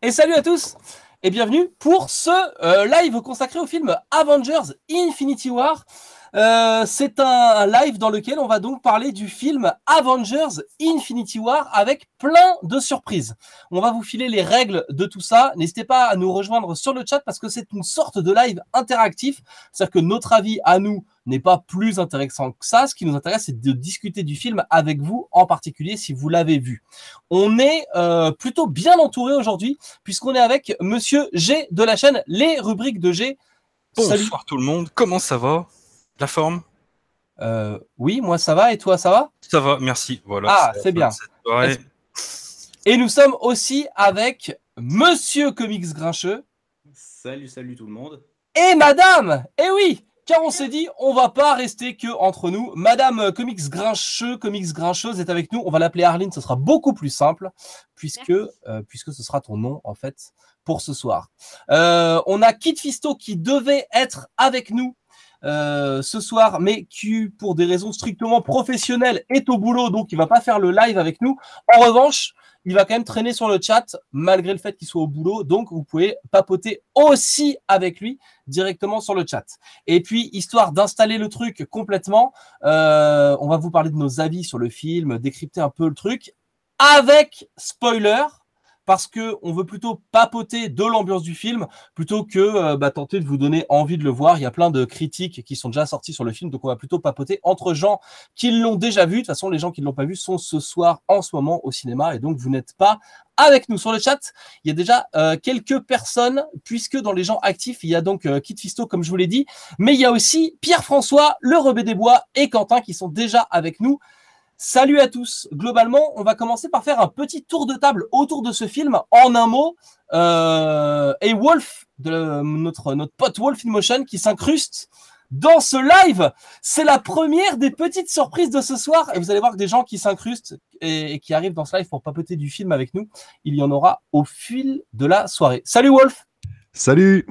Et salut à tous et bienvenue pour ce live consacré au film Avengers Infinity War. C'est un live dans lequel on va donc parler du film Avengers Infinity War avec plein de surprises. On va vous filer les règles de tout ça. N'hésitez pas à nous rejoindre sur le chat parce que c'est une sorte de live interactif. C'est-à-dire que notre avis à nous n'est pas plus intéressant que ça. Ce qui nous intéresse, c'est de discuter du film avec vous, en particulier si vous l'avez vu. On est plutôt bien entouré aujourd'hui puisqu'on est avec Monsieur G de la chaîne Les Rubriques de G. Bonsoir Salut. tout le monde, comment ça va? La forme? Oui, moi ça va et toi ça va? Ça va, merci. Voilà, Ah, c'est la c'est fin de bien. cette soirée. Et nous sommes aussi avec Monsieur Comics Grincheux Salut tout le monde. et Madame. Eh oui, car on s'est dit, on va pas rester que entre nous. Madame Comics Grincheux, Comics Grincheuse est avec nous. On va l'appeler Arline, ce sera beaucoup plus simple puisque ce sera ton nom en fait pour ce soir. On a Kit Fisto qui devait être avec nous ce soir, mais qui, pour des raisons strictement professionnelles, est au boulot, donc il va pas faire le live avec nous. En revanche, il va quand même traîner sur le chat, malgré le fait qu'il soit au boulot, donc vous pouvez papoter aussi avec lui directement sur le chat. Et puis, histoire d'installer le truc complètement, on va vous parler de nos avis sur le film, décrypter un peu le truc, avec spoiler, parce qu'on veut plutôt papoter de l'ambiance du film plutôt que tenter de vous donner envie de le voir. Il y a plein de critiques qui sont déjà sorties sur le film, donc on va plutôt papoter entre gens qui l'ont déjà vu. De toute façon, les gens qui ne l'ont pas vu sont ce soir en ce moment au cinéma, et donc vous n'êtes pas avec nous sur le chat. Il y a déjà quelques personnes, puisque dans les gens actifs, il y a donc Kit Fisto, comme je vous l'ai dit, mais il y a aussi Pierre-François, le Rebé des Bois et Quentin qui sont déjà avec nous. Salut à tous. Globalement, on va commencer par faire un petit tour de table autour de ce film en un mot. Et Wolf, notre pote Wolf in Motion, qui s'incruste dans ce live. C'est la première des petites surprises de ce soir. Et vous allez voir que des gens qui s'incrustent et qui arrivent dans ce live pour papoter du film avec nous, il y en aura au fil de la soirée. Salut Wolf. Salut.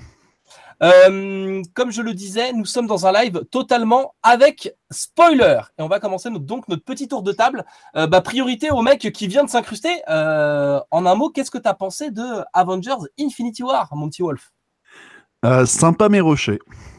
Comme je le disais, nous sommes dans un live totalement avec spoiler. Et on va commencer donc notre petit tour de table. Priorité au mec qui vient de s'incruster. En un mot, qu'est-ce que tu as pensé de Avengers Infinity War, mon petit Wolf? Sympa mais rushé.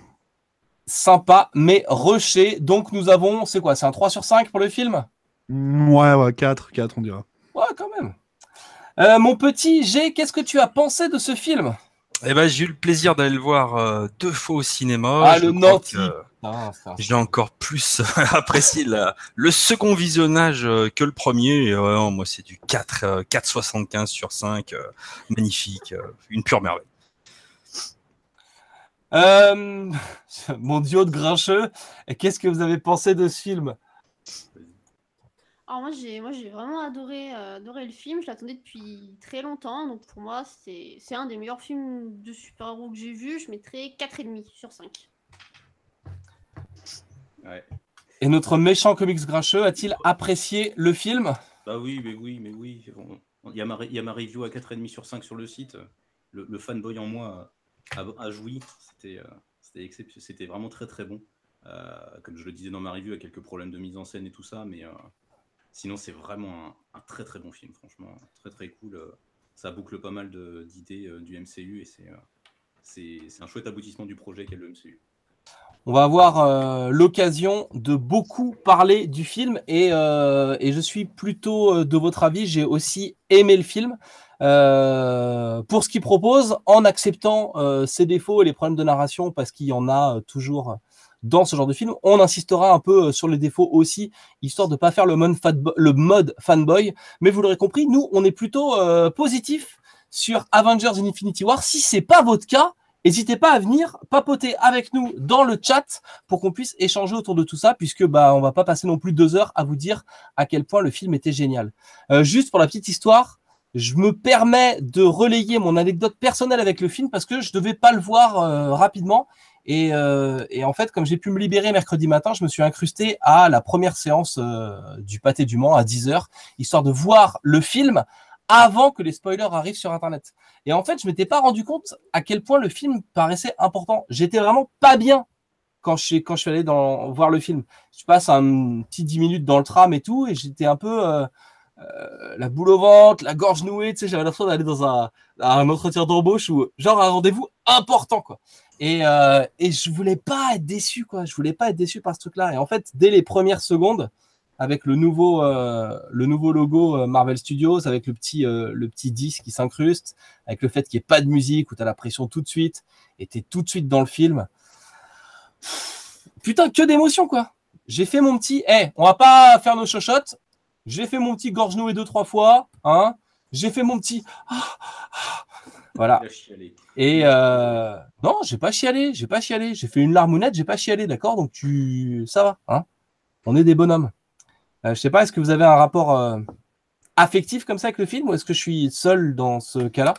Sympa mais rushé. Donc nous avons, c'est quoi? C'est un 3 sur 5 pour le film? Ouais, 4 on dira. Ouais, quand même. Mon petit G, qu'est-ce que tu as pensé de ce film? Eh ben, j'ai eu le plaisir d'aller le voir 2 fois au cinéma. Ah, le nanti. J'ai encore plus apprécié le second visionnage que le premier. Moi, c'est du 4,75 sur 5. Magnifique. Une pure merveille. Mon duo de grincheux, qu'est-ce que vous avez pensé de ce film? Alors moi j'ai vraiment adoré le film, je l'attendais depuis très longtemps, donc pour moi c'est un des meilleurs films de super-héros que j'ai vu, je mettrais 4,5 sur 5. Ouais. Et notre méchant comics grincheux a-t-il apprécié le film? Bah oui, mais oui. Il y a ma review à 4,5 sur 5 sur le site. Le fanboy en moi a joui. C'était vraiment très très bon. Comme je le disais dans ma review, il y a quelques problèmes de mise en scène et tout ça, mais sinon c'est vraiment un très très bon film, franchement. Très très cool. Ça boucle pas mal d'idées du MCU et c'est un chouette aboutissement du projet qu'est le MCU. On va avoir l'occasion de beaucoup parler du film et je suis plutôt de votre avis. J'ai aussi aimé le film pour ce qu'il propose, en acceptant ses défauts et les problèmes de narration, parce qu'il y en a toujours dans ce genre de film. On insistera un peu sur les défauts aussi, histoire de ne pas faire le mode fanboy. Mais vous l'aurez compris, nous, on est plutôt positif sur Avengers Infinity War. Si ce n'est pas votre cas, n'hésitez pas à venir papoter avec nous dans le chat pour qu'on puisse échanger autour de tout ça, puisque on va pas passer non plus 2 heures à vous dire à quel point le film était génial. Juste pour la petite histoire, je me permets de relayer mon anecdote personnelle avec le film parce que je devais pas le voir rapidement. Et en fait, comme j'ai pu me libérer mercredi matin, je me suis incrusté à la première séance du Pâté du Mans à 10h, histoire de voir le film avant que les spoilers arrivent sur Internet. Et en fait, je m'étais pas rendu compte à quel point le film paraissait important. J'étais vraiment pas bien quand je suis allé voir le film. Je passe un petit 10 minutes dans le tram et tout, et j'étais un peu la boule au ventre, la gorge nouée, tu sais, j'avais l'impression d'aller dans un entretien d'embauche ou genre un rendez-vous important, quoi. Et je voulais pas être déçu, quoi. Je voulais pas être déçu par ce truc-là. Et en fait, dès les premières secondes, avec le nouveau logo Marvel Studios, avec le petit disque qui s'incruste, avec le fait qu'il n'y ait pas de musique, où tu as la pression tout de suite, et tu es tout de suite dans le film. Putain, que d'émotion, quoi. J'ai fait mon petit... on va pas faire nos chochottes. J'ai fait mon petit gorge nouée 2-3 fois. Hein. J'ai fait mon petit... Voilà. Et non, j'ai pas chialé. J'ai fait une larmounette, j'ai pas chialé, d'accord? Donc ça va. Hein, on est des bonhommes. Je sais pas, est-ce que vous avez un rapport affectif comme ça avec le film ou est-ce que je suis seul dans ce cas-là?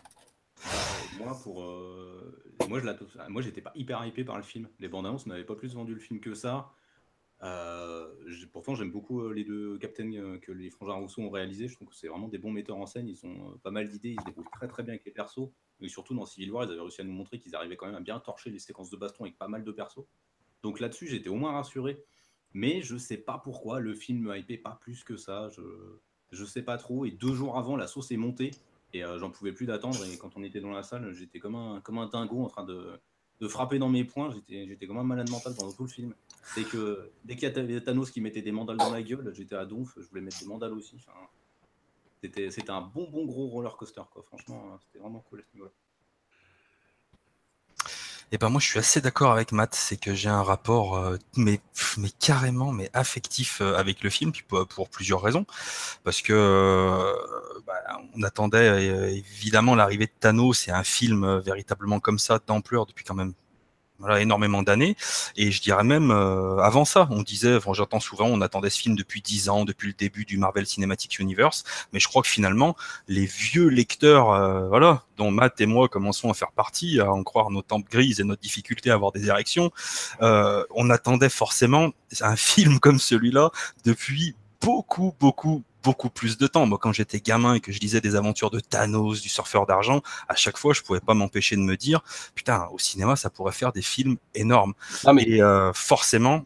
Moi, j'étais pas hyper hypé par le film. Les bandes annonces m'avaient pas plus vendu le film que ça. Pourtant, j'aime beaucoup les deux Captain que les frangins Rousseau ont réalisés. Je trouve que c'est vraiment des bons metteurs en scène. Ils ont pas mal d'idées. Ils se débrouillent très très bien avec les persos. Et surtout dans Civil War, ils avaient réussi à nous montrer qu'ils arrivaient quand même à bien torcher les séquences de baston avec pas mal de persos. Donc là-dessus, j'étais au moins rassuré. Mais je sais pas pourquoi le film me hypait pas plus que ça. Je sais pas trop. Et 2 jours avant, la sauce est montée. Et j'en pouvais plus d'attendre. Et quand on était dans la salle, j'étais comme un dingo en train de frapper dans mes poings. J'étais comme un malade mental pendant tout le film. C'est que dès qu'il y a Thanos qui mettait des mandales dans la gueule, j'étais à donf. Je voulais mettre des mandales aussi. Enfin, c'était un bon gros roller coaster, quoi. Franchement, c'était vraiment cool à ce niveau-là. Et ben moi je suis assez d'accord avec Matt, c'est que j'ai un rapport mais carrément affectif avec le film, puis pour plusieurs raisons, parce que on attendait évidemment l'arrivée de Thanos. C'est un film véritablement comme ça d'ampleur depuis quand même énormément d'années, et je dirais même avant ça, on disait, j'entends souvent, on attendait ce film depuis 10 ans, depuis le début du Marvel Cinematic Universe, mais je crois que finalement, les vieux lecteurs, dont Matt et moi commençons à faire partie, à en croire nos tempes grises et notre difficulté à avoir des érections, on attendait forcément un film comme celui-là depuis beaucoup plus de temps. Moi, quand j'étais gamin et que je lisais des aventures de Thanos, du surfeur d'argent, à chaque fois, je pouvais pas m'empêcher de me dire, putain, au cinéma, ça pourrait faire des films énormes. Et forcément,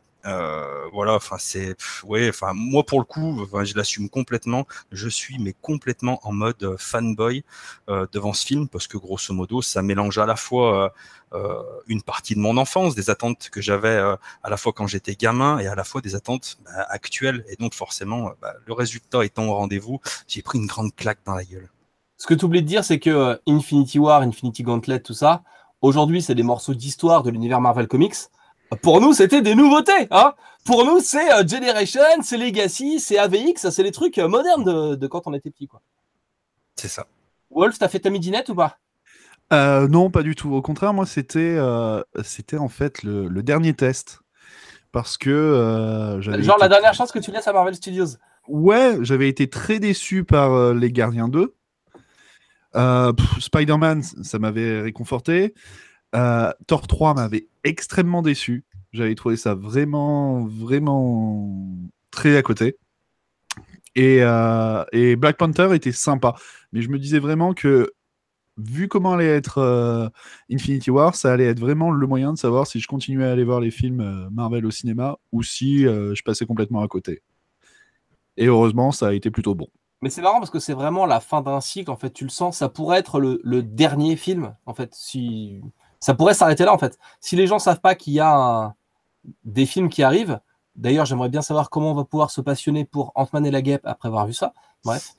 moi pour le coup, je l'assume complètement. Je suis complètement en mode fanboy devant ce film, parce que grosso modo, ça mélange à la fois une partie de mon enfance, des attentes que j'avais à la fois quand j'étais gamin et à la fois des attentes actuelles. Et donc forcément, le résultat étant au rendez-vous, j'ai pris une grande claque dans la gueule. Ce que tu oublies de dire, c'est que Infinity War, Infinity Gauntlet, tout ça, aujourd'hui, c'est des morceaux d'histoire de l'univers Marvel Comics. Pour nous, c'était des nouveautés. Hein. Pour nous, c'est Generation, c'est Legacy, c'est AVX, c'est les trucs modernes de quand on était petit, quoi. C'est ça. Wolf, t'as fait ta midinette ou pas? Non, pas du tout. Au contraire, moi, c'était en fait le dernier test. Parce que j'avais genre la dernière chance que tu laisses à Marvel Studios. Ouais, j'avais été très déçu par Les Gardiens 2. Spider-Man, ça m'avait réconforté. Thor 3 m'avait extrêmement déçu. J'avais trouvé ça vraiment très à côté. Et Black Panther était sympa. Mais je me disais vraiment que, vu comment allait être Infinity War, ça allait être vraiment le moyen de savoir si je continuais à aller voir les films Marvel au cinéma ou si je passais complètement à côté. Et heureusement, ça a été plutôt bon. Mais c'est marrant parce que c'est vraiment la fin d'un cycle, en fait, tu le sens, ça pourrait être le dernier film, en fait, si... ça pourrait s'arrêter là, en fait. Si les gens savent pas qu'il y a des films qui arrivent, d'ailleurs, j'aimerais bien savoir comment on va pouvoir se passionner pour Ant-Man et la Guêpe après avoir vu ça, bref.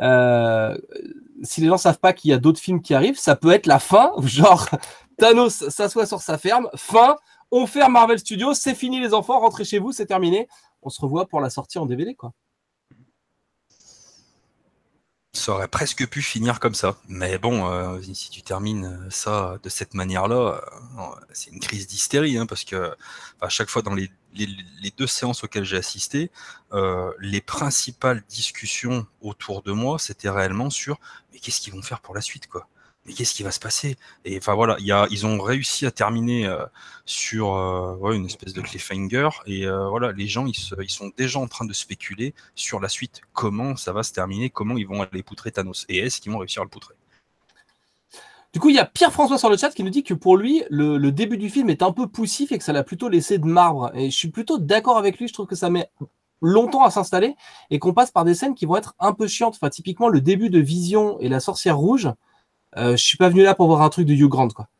Si les gens savent pas qu'il y a d'autres films qui arrivent, ça peut être la fin, genre Thanos s'assoit sur sa ferme, fin, on ferme Marvel Studios, c'est fini les enfants, rentrez chez vous, c'est terminé, on se revoit pour la sortie en DVD, quoi. Ça aurait presque pu finir comme ça. Mais bon, si tu termines ça de cette manière-là, c'est une crise d'hystérie, hein, parce que à chaque fois dans les 2 séances auxquelles j'ai assisté, les principales discussions autour de moi, c'était réellement sur mais qu'est-ce qu'ils vont faire pour la suite, quoi. Mais qu'est-ce qui va se passer? Et enfin voilà, ils ont réussi à terminer sur une espèce de cliffhanger, et voilà, les gens ils sont déjà en train de spéculer sur la suite, comment ça va se terminer, comment ils vont aller poutrer Thanos, et est-ce qu'ils vont réussir à le poutrer. Du coup, il y a Pierre-François sur le chat qui nous dit que pour lui, le début du film est un peu poussif et que ça l'a plutôt laissé de marbre. Et je suis plutôt d'accord avec lui, je trouve que ça met longtemps à s'installer et qu'on passe par des scènes qui vont être un peu chiantes. Enfin, typiquement, le début de Vision et la sorcière rouge, je suis pas venu là pour voir un truc de Hugh Grant, quoi.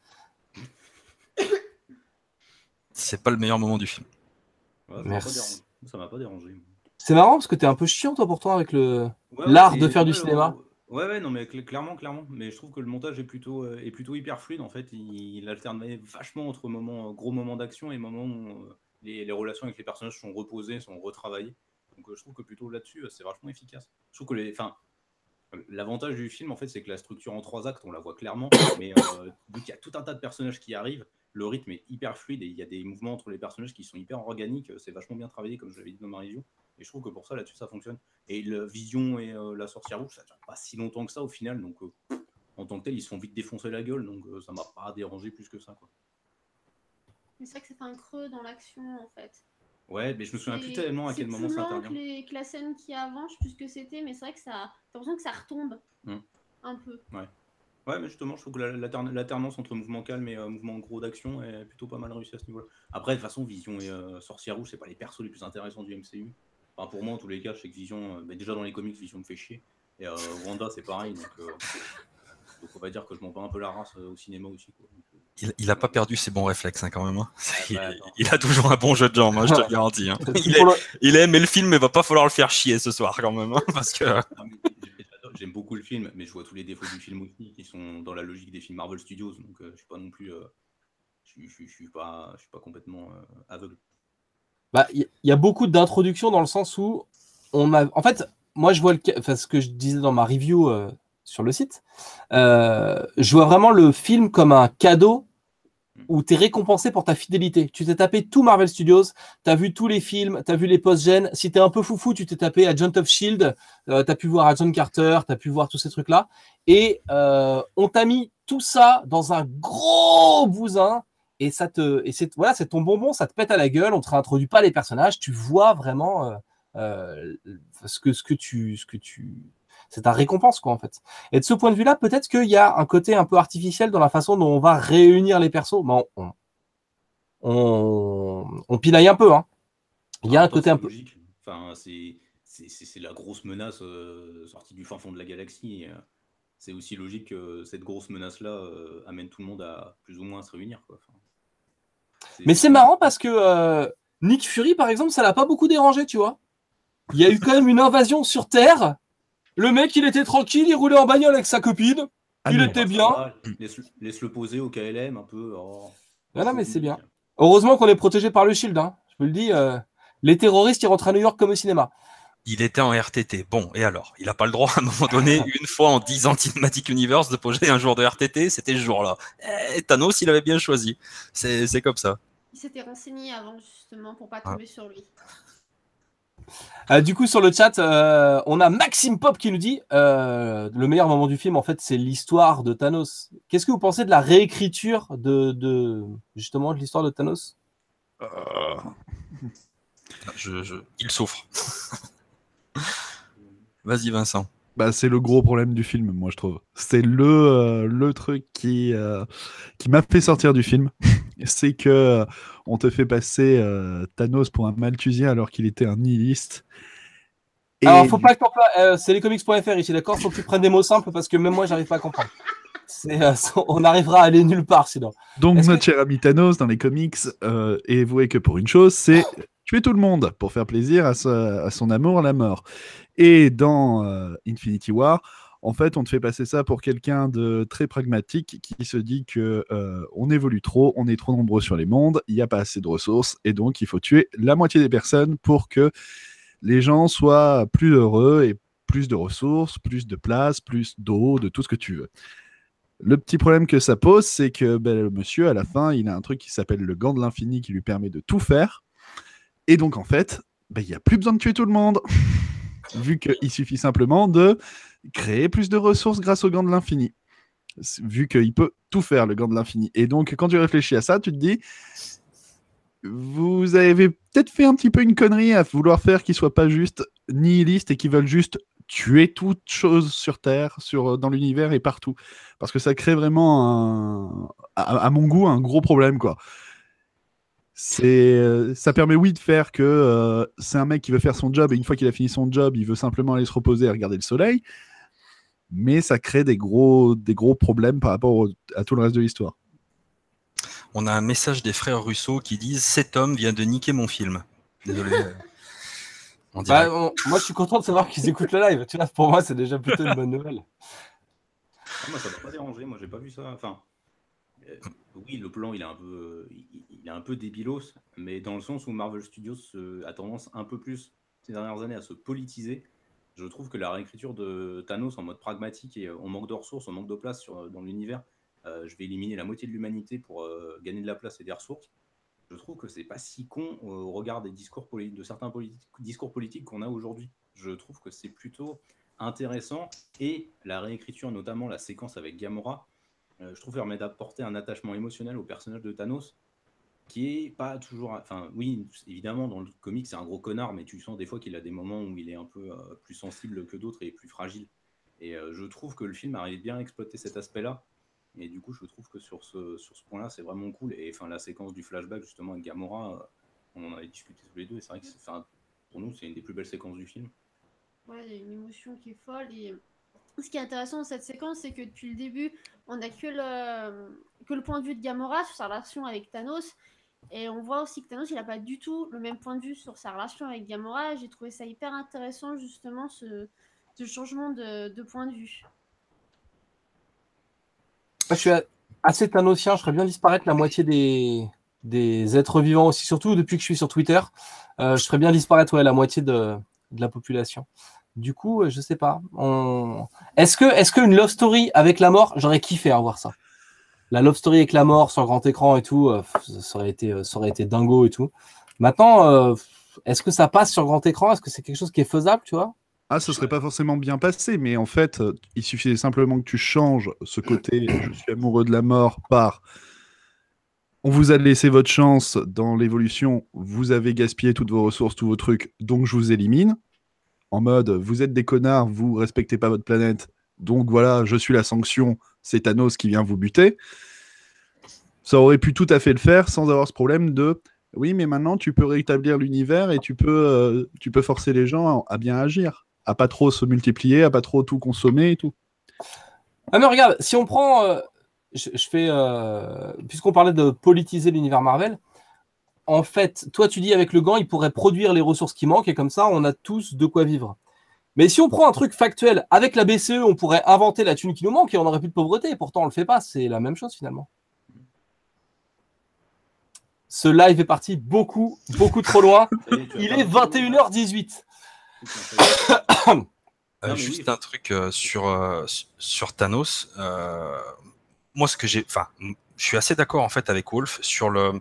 C'est pas le meilleur moment du film. Ouais, Merci. ça m'a pas dérangé. C'est marrant parce que t'es un peu chiant, toi, pourtant, avec Ouais, l'art et de faire du ouais, cinéma. ouais, non, mais clairement. Mais je trouve que le montage est plutôt hyper fluide. En fait, il alterne vachement entre gros moments d'action et moments où les relations avec les personnages sont reposées, sont retravaillées. Donc je trouve que plutôt là-dessus, c'est vachement efficace. Je trouve que l'avantage du film, en fait, c'est que la structure en 3 actes, on la voit clairement. Mais vu qu'il y a tout un tas de personnages qui arrivent, le rythme est hyper fluide et il y a des mouvements entre les personnages qui sont hyper organiques. C'est vachement bien travaillé, comme je l'avais dit dans ma review. Et je trouve que pour ça, là-dessus, ça fonctionne. Et le Vision et la sorcière rouge, ça dure pas si longtemps que ça au final. Donc, en tant que tel, ils se font vite défoncer la gueule. Donc, ça m'a pas dérangé plus que ça, quoi. Mais c'est vrai que ça fait un creux dans l'action, en fait. Ouais, mais je me souviens plus tellement à quel moment ça intervient. C'est plus lent que la scène qui avance, je sais plus ce que c'était, mais c'est vrai que t'as l'impression que ça retombe un peu. Ouais, mais justement, je trouve que l'alternance entre mouvement calme et mouvement gros d'action est plutôt pas mal réussi à ce niveau-là. Après, de toute façon, Vision et Sorcière Rouge, c'est pas les persos les plus intéressants du MCU. Enfin, pour moi, en tous les cas, je sais que Vision, déjà dans les comics, Vision me fait chier. Et Wanda, c'est pareil. Donc, on va dire que je m'en bats un peu la race au cinéma aussi, quoi. Donc, Il a pas perdu ses bons réflexes, hein, quand même. Hein. bah, Il a toujours un bon jeu de jambes, hein, je te le garantis. Hein. Il a aimé le film, mais va pas falloir le faire chier ce soir, quand même. Hein, parce que... J'aime beaucoup le film, mais je vois tous les défauts du film aussi, qui sont dans la logique des films Marvel Studios. Donc, je suis pas non plus... je suis pas complètement aveugle. Bah, il y a beaucoup d'introductions dans le sens où en fait, moi, je vois ce que je disais dans ma review sur le site. Je vois vraiment le film comme un cadeau où tu es récompensé pour ta fidélité. Tu t'es tapé tout Marvel Studios, tu as vu tous les films, tu as vu les post-gen. Si tu es un peu foufou, tu t'es tapé Agent of Shield, tu as pu voir Agent Carter, tu as pu voir tous ces trucs-là. Et on t'a mis tout ça dans un gros bousin. Et c'est ton bonbon, ça te pète à la gueule, on te réintroduit pas les personnages, tu vois vraiment ce que tu c'est ta récompense, quoi, en fait. Et de ce point de vue-là, peut-être qu'il y a un côté un peu artificiel dans la façon dont on va réunir les persos. Bon, on pinaille un peu, hein. Il y a un côté un peu... logique. Enfin, c'est la grosse menace sortie du fin fond de la galaxie. Et, c'est aussi logique que cette grosse menace-là amène tout le monde à plus ou moins à se réunir, quoi. Enfin, mais c'est marrant parce que Nick Fury, par exemple, ça l'a pas beaucoup dérangé, tu vois. Il y a eu quand même une invasion sur Terre. Le mec, il était tranquille, il roulait en bagnole avec sa copine. Il était bien. Laisse-le poser au KLM un peu. Non, mais c'est bien. Heureusement qu'on est protégé par le Shield. Hein. Je vous le dis, les terroristes, ils rentrent à New York comme au cinéma. Il était en RTT. Bon, et alors? Il n'a pas le droit, à un moment donné, une fois en 10 ans Cinematic Universe, de poser un jour de RTT. C'était ce jour-là. Thanos, il avait bien choisi. C'est comme ça. Il s'était renseigné avant, justement, pour pas tomber sur lui. Du coup, sur le chat, on a Maxime Pop qui nous dit le meilleur moment du film, en fait, c'est l'histoire de Thanos. Qu'est-ce que vous pensez de la réécriture justement de l'histoire de Thanos? Il souffre. Vas-y, Vincent. Bah, c'est le gros problème du film, moi, je trouve. C'est le truc qui m'a fait sortir du film. C'est que on te fait passer Thanos pour un Malthusien alors qu'il était un nihiliste. Et... Alors, faut pas que t'emploies. C'est lescomics.fr ici, d'accord? Faut que tu prennes des mots simples parce que même moi, j'arrive pas à comprendre. On arrivera à aller nulle part sinon. Donc, notre cher ami Thanos dans les comics est voué que pour une chose, c'est tuer tout le monde pour faire plaisir à son amour, la mort. Et dans Infinity War, en fait, on te fait passer ça pour quelqu'un de très pragmatique qui se dit que on évolue trop, on est trop nombreux sur les mondes, il n'y a pas assez de ressources, et donc il faut tuer la moitié des personnes pour que les gens soient plus heureux et plus de ressources, plus de place, plus d'eau, de tout ce que tu veux. Le petit problème que ça pose, c'est que le monsieur, à la fin, il a un truc qui s'appelle le gant de l'infini qui lui permet de tout faire. Et donc, en fait, il n'y a plus besoin de tuer tout le monde. Vu qu'il suffit simplement de créer plus de ressources grâce au gant de l'infini. Vu qu'il peut tout faire, le gant de l'infini. Et donc, quand tu réfléchis à ça, tu te dis... Vous avez peut-être fait un petit peu une connerie à vouloir faire qu'ils ne soient pas juste nihilistes et qu'ils veulent juste tuer toute chose sur Terre, dans l'univers et partout. Parce que ça crée vraiment, à mon goût, un gros problème, quoi. Ça permet, oui, de faire que c'est un mec qui veut faire son job et une fois qu'il a fini son job, il veut simplement aller se reposer et regarder le soleil. Mais ça crée des gros problèmes par rapport à tout le reste de l'histoire. On a un message des frères Russo qui disent « Cet homme vient de niquer mon film ». Désolé. En direct. Moi, je suis content de savoir qu'ils écoutent le live. Tu vois, pour moi, c'est déjà plutôt une bonne nouvelle. Moi, ça m'a pas dérangé. Moi, j'ai pas vu ça. Enfin, oui, le plan, il est un peu débilos, mais dans le sens où Marvel Studios a tendance un peu plus ces dernières années à se politiser. Je trouve que la réécriture de Thanos en mode pragmatique et on manque de ressources, on manque de place dans l'univers. Je vais éliminer la moitié de l'humanité pour gagner de la place et des ressources. Je trouve que c'est pas si con au regard des discours de certains discours politiques qu'on a aujourd'hui. Je trouve que c'est plutôt intéressant et la réécriture, notamment la séquence avec Gamora, je trouve permet d'apporter un attachement émotionnel au personnage de Thanos qui est pas toujours. Enfin, oui, évidemment, dans le comic, c'est un gros connard, mais tu sens des fois qu'il a des moments où il est un peu plus sensible que d'autres et plus fragile. Et je trouve que le film arrive bien à exploiter cet aspect-là. Et du coup, je trouve que sur ce point-là, c'est vraiment cool. Et enfin, la séquence du flashback, justement, avec Gamora, on en avait discuté tous les deux. Et c'est vrai que pour nous, c'est une des plus belles séquences du film. Ouais, il y a une émotion qui est folle. Et ce qui est intéressant dans cette séquence, c'est que depuis le début, on n'a que le point de vue de Gamora sur sa relation avec Thanos. Et on voit aussi que Thanos, il n'a pas du tout le même point de vue sur sa relation avec Gamora. J'ai trouvé ça hyper intéressant, justement, ce changement de point de vue. Moi, je suis assez thanosien. Je ferais bien disparaître la moitié des êtres vivants aussi, surtout depuis que je suis sur Twitter. Je ferais bien disparaître la moitié de la population. Du coup, je sais pas. Est-ce qu'une love story avec la mort, j'aurais kiffé à voir ça. La love story avec la mort sur grand écran et tout, ça aurait été dingo et tout. Maintenant, est-ce que ça passe sur grand écran? Est-ce que c'est quelque chose qui est faisable, tu vois? Ah, ce serait pas forcément bien passé, mais en fait, il suffisait simplement que tu changes ce côté « je suis amoureux de la mort » par « on vous a laissé votre chance dans l'évolution, vous avez gaspillé toutes vos ressources, tous vos trucs, donc je vous élimine ». En mode « vous êtes des connards, vous respectez pas votre planète, donc voilà, je suis la sanction, c'est Thanos qui vient vous buter ». Ça aurait pu tout à fait le faire sans avoir ce problème de « oui, mais maintenant tu peux rétablir l'univers et tu peux forcer les gens à bien agir ». À pas trop se multiplier, à pas trop tout consommer et tout. Ah mais regarde, si on prend, puisqu'on parlait de politiser l'univers Marvel, en fait, toi tu dis avec le gant, il pourrait produire les ressources qui manquent et comme ça, on a tous de quoi vivre. Mais si on prend un truc factuel, avec la BCE, on pourrait inventer la thune qui nous manque et on n'aurait plus de pauvreté. Et pourtant, on le fait pas. C'est la même chose finalement. Ce live est parti beaucoup trop loin. Il est 21h18. Juste un truc sur Thanos. Moi, ce que j'ai, enfin, je suis assez d'accord en fait avec Wolf sur le.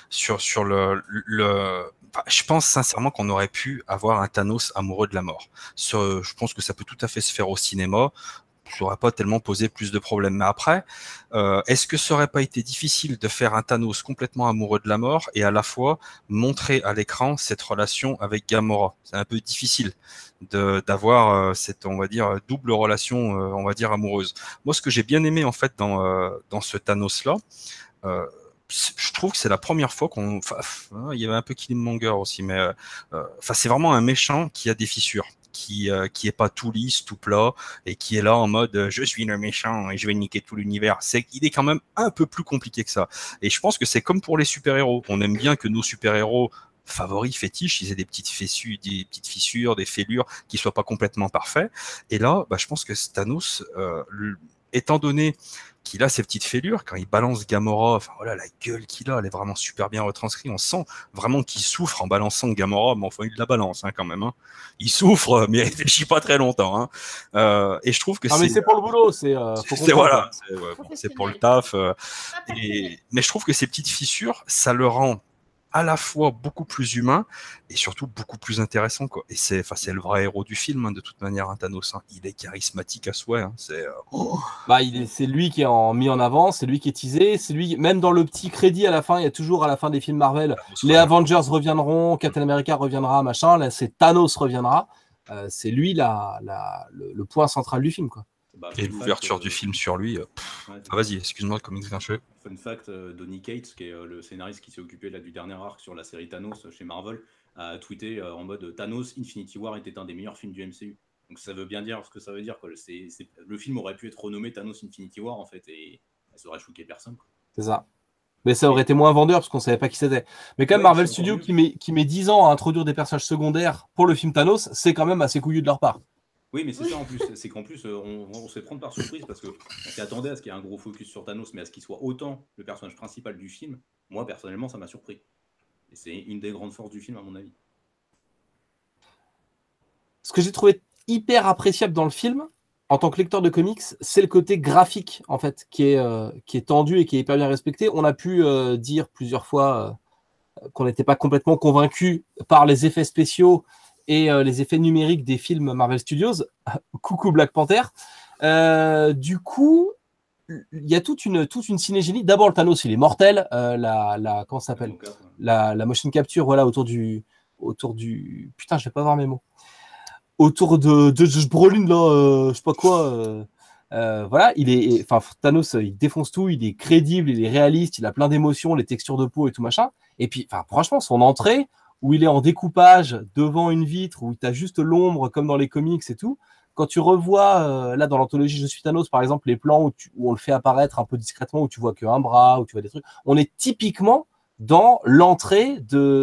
Je pense sincèrement qu'on aurait pu avoir un Thanos amoureux de la mort. Je pense que ça peut tout à fait se faire au cinéma. Ça n'aurait pas tellement posé plus de problèmes. Mais après, est-ce que ça aurait pas été difficile de faire un Thanos complètement amoureux de la mort et à la fois montrer à l'écran cette relation avec Gamora? C'est un peu difficile d'avoir cette, on va dire, double relation, on va dire, amoureuse. Moi, ce que j'ai bien aimé en fait dans ce Thanos-là, je trouve que c'est la première fois il y avait un peu Killmonger aussi, mais c'est vraiment un méchant qui a des fissures. Qui est pas tout lisse, tout plat, et qui est là en mode je suis le méchant et je vais niquer tout l'univers. Il est quand même un peu plus compliqué que ça. Et je pense que c'est comme pour les super-héros. On aime bien que nos super-héros favoris, fétiches, ils aient des petites fissures, des fêlures qui soient pas complètement parfaits. Et là, je pense que Thanos, étant donné qu'il a ces petites fêlures, quand il balance Gamora, la gueule qu'il a, elle est vraiment super bien retranscrite. On sent vraiment qu'il souffre en balançant Gamora, mais enfin, il la balance quand même. Il souffre, mais il réfléchit pas très longtemps. Et je trouve que mais c'est pour le boulot, c'est pour le taf. Mais je trouve que ces petites fissures, ça le rend à la fois beaucoup plus humain et surtout beaucoup plus intéressant, quoi. Et c'est le vrai héros du film, de toute manière, Thanos. Il est charismatique à souhait. C'est lui qui est mis en avant, c'est lui qui est teasé, c'est lui, même dans le petit crédit à la fin, il y a toujours à la fin des films Marvel, les Avengers reviendront, Captain America reviendra, machin, là c'est Thanos reviendra. C'est lui le point central du film, quoi. Bah, Et fun l'ouverture fact, du film sur lui. ouais, Ah, vas-y, excuse-moi, Comics Grincheux. Fun fact, Donny Cates, qui est le scénariste qui s'est occupé là, du dernier arc sur la série Thanos chez Marvel, a tweeté en mode Thanos Infinity War était un des meilleurs films du MCU. Donc ça veut bien dire ce que ça veut dire, quoi. Le film aurait pu être renommé Thanos Infinity War en fait, et ça aurait choqué personne, quoi. C'est ça. Mais ça aurait été moins vendeur parce qu'on savait pas qui c'était. Mais quand même, Ouais, Marvel c'est encore Studios mieux. qui met 10 ans à introduire des personnages secondaires pour le film Thanos, c'est quand même assez couillu de leur part. Oui, mais c'est ça en plus, c'est qu'en plus on se fait prendre par surprise parce qu'on s'y attendait à ce qu'il y ait un gros focus sur Thanos, mais à ce qu'il soit autant le personnage principal du film, moi personnellement ça m'a surpris. Et c'est une des grandes forces du film à mon avis. Ce que j'ai trouvé hyper appréciable dans le film, en tant que lecteur de comics, c'est le côté graphique, en fait, qui est tendu et qui est hyper bien respecté. On a pu dire plusieurs fois qu'on n'était pas complètement convaincu par les effets spéciaux et les effets numériques des films Marvel Studios. Coucou Black Panther. Du coup, il y a toute une cinégénie. D'abord, le Thanos, il est mortel. Comment ça s'appelle? La motion capture, voilà, autour du... Putain, je vais pas avoir mes mots. Autour de Josh Brolin, là, je sais pas quoi. Voilà, Thanos, il défonce tout, il est crédible, il est réaliste, il a plein d'émotions, les textures de peau et tout machin. Et puis, franchement, son entrée, où il est en découpage devant une vitre, où tu as juste l'ombre comme dans les comics et tout. Quand tu revois, là, dans l'anthologie Je suis Thanos, par exemple, les plans où on le fait apparaître un peu discrètement, où tu vois qu'un bras, où tu vois des trucs, on est typiquement dans l'entrée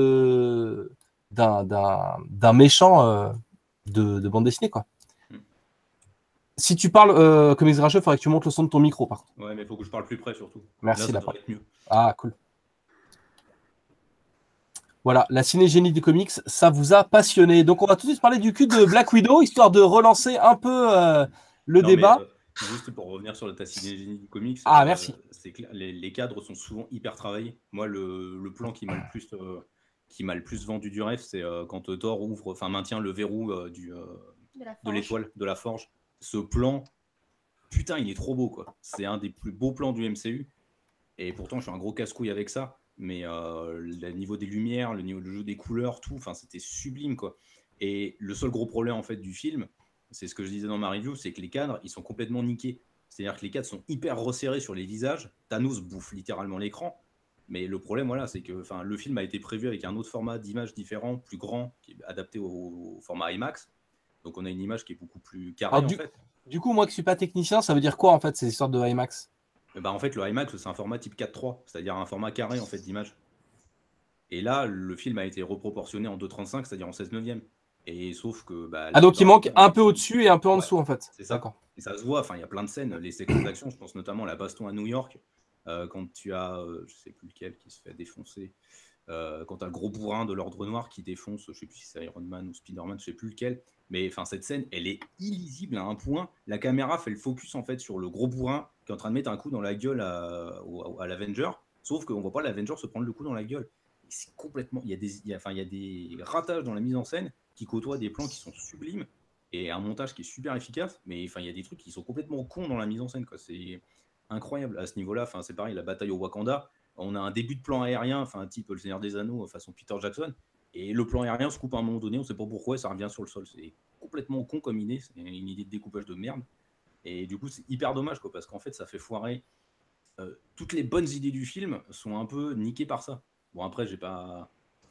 d'un méchant de bande dessinée, quoi. Si tu parles Comics Grincheux, il faudrait que tu montes le son de ton micro, par contre. Ouais, mais il faut que je parle plus près surtout. Merci, là, ça devrait être mieux. Ah, cool. Voilà, la cinégénie des comics, ça vous a passionné. Donc, on va tout de suite parler du cul de Black Widow, histoire de relancer un peu le débat. Mais, juste pour revenir sur ta cinégénie du comics, merci. C'est que les cadres sont souvent hyper travaillés. Moi, le plan qui m'a le plus vendu du rêve, c'est quand Thor maintient le verrou de l'étoile, de la forge. Ce plan, putain, il est trop beau, quoi. C'est un des plus beaux plans du MCU. Et pourtant, je suis un gros casse-couille avec ça. Mais le niveau des lumières, le niveau du jeu des couleurs, tout, c'était sublime, quoi. Et le seul gros problème, en fait, du film, c'est ce que je disais dans ma review, c'est que les cadres, ils sont complètement niqués. C'est-à-dire que les cadres sont hyper resserrés sur les visages. Thanos bouffe littéralement l'écran. Mais le problème, voilà, c'est que le film a été prévu avec un autre format d'image différent, plus grand, qui est adapté au format IMAX. Donc on a une image qui est beaucoup plus carrée. Alors, en fait. Du coup, moi qui suis pas technicien, ça veut dire quoi en fait ces histoires de IMAX? En fait, le IMAX, c'est un format type 4:3, c'est-à-dire un format carré en fait d'image. Et là, le film a été reproportionné en 2:35, c'est-à-dire en 16/9. Et sauf que. Donc il manque un peu au-dessus et un peu en dessous en fait. C'est ça. D'accord. Et ça se voit, il y a plein de scènes, les séquences d'action, je pense notamment à la baston à New York, quand tu as, je sais plus lequel qui se fait défoncer, quand tu as le gros bourrin de l'Ordre Noir qui défonce, je sais plus si c'est Iron Man ou Spider-Man, je sais plus lequel, mais cette scène, elle est illisible à un point. La caméra fait le focus en fait sur le gros bourrin qui est en train de mettre un coup dans la gueule à l'Avenger, sauf qu'on voit pas l'Avenger se prendre le coup dans la gueule. Et c'est complètement, il y a des ratages dans la mise en scène qui côtoient des plans qui sont sublimes et un montage qui est super efficace, mais il y a des trucs qui sont complètement cons dans la mise en scène, quoi. C'est incroyable à ce niveau-là. C'est pareil, la bataille au Wakanda, on a un début de plan aérien, type Le Seigneur des Anneaux, façon Peter Jackson, et le plan aérien se coupe à un moment donné, on sait pas pourquoi, ça revient sur le sol. C'est complètement con comme idée, c'est une idée de découpage de merde. Et du coup, c'est hyper dommage, quoi, parce qu'en fait, ça fait foirer. Toutes les bonnes idées du film sont un peu niquées par ça. Bon, après, j'ai pas.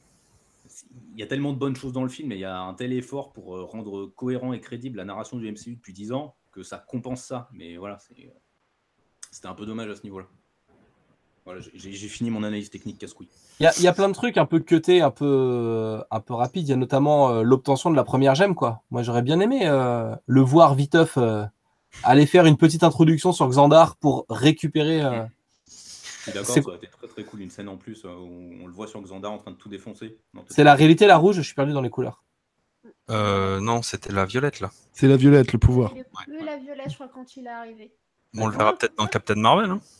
Il y a tellement de bonnes choses dans le film, et il y a un tel effort pour rendre cohérent et crédible la narration du MCU depuis 10 ans que ça compense ça. Mais voilà, c'était un peu dommage à ce niveau-là. Voilà, j'ai fini mon analyse technique casse-couille. Il y a plein de trucs un peu cutés, un peu rapides. Il y a notamment l'obtention de la première gemme, quoi. Moi, j'aurais bien aimé le voir viteuf aller faire une petite introduction sur Xandar pour récupérer. Je suis d'accord, ça aurait été très très cool, une scène en plus où on le voit sur Xandar en train de tout défoncer. C'est la réalité, la rouge, je suis perdu dans les couleurs. Non, c'était la violette là. C'est la violette, le pouvoir. La violette, je crois, quand il est arrivé. On le verra peut-être dans Captain Marvel. Hein.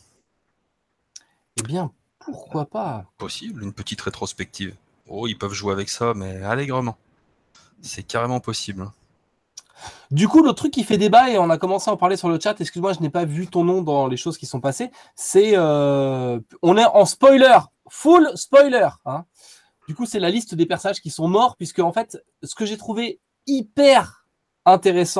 Eh bien, pourquoi pas? Possible, une petite rétrospective. Oh, ils peuvent jouer avec ça, mais allègrement. C'est carrément possible. Du coup, le truc qui fait débat, et on a commencé à en parler sur le chat, excuse-moi, je n'ai pas vu ton nom dans les choses qui sont passées, c'est... on est en spoiler, full spoiler. Hein. Du coup, c'est la liste des personnages qui sont morts, puisque en fait, ce que j'ai trouvé hyper intéressant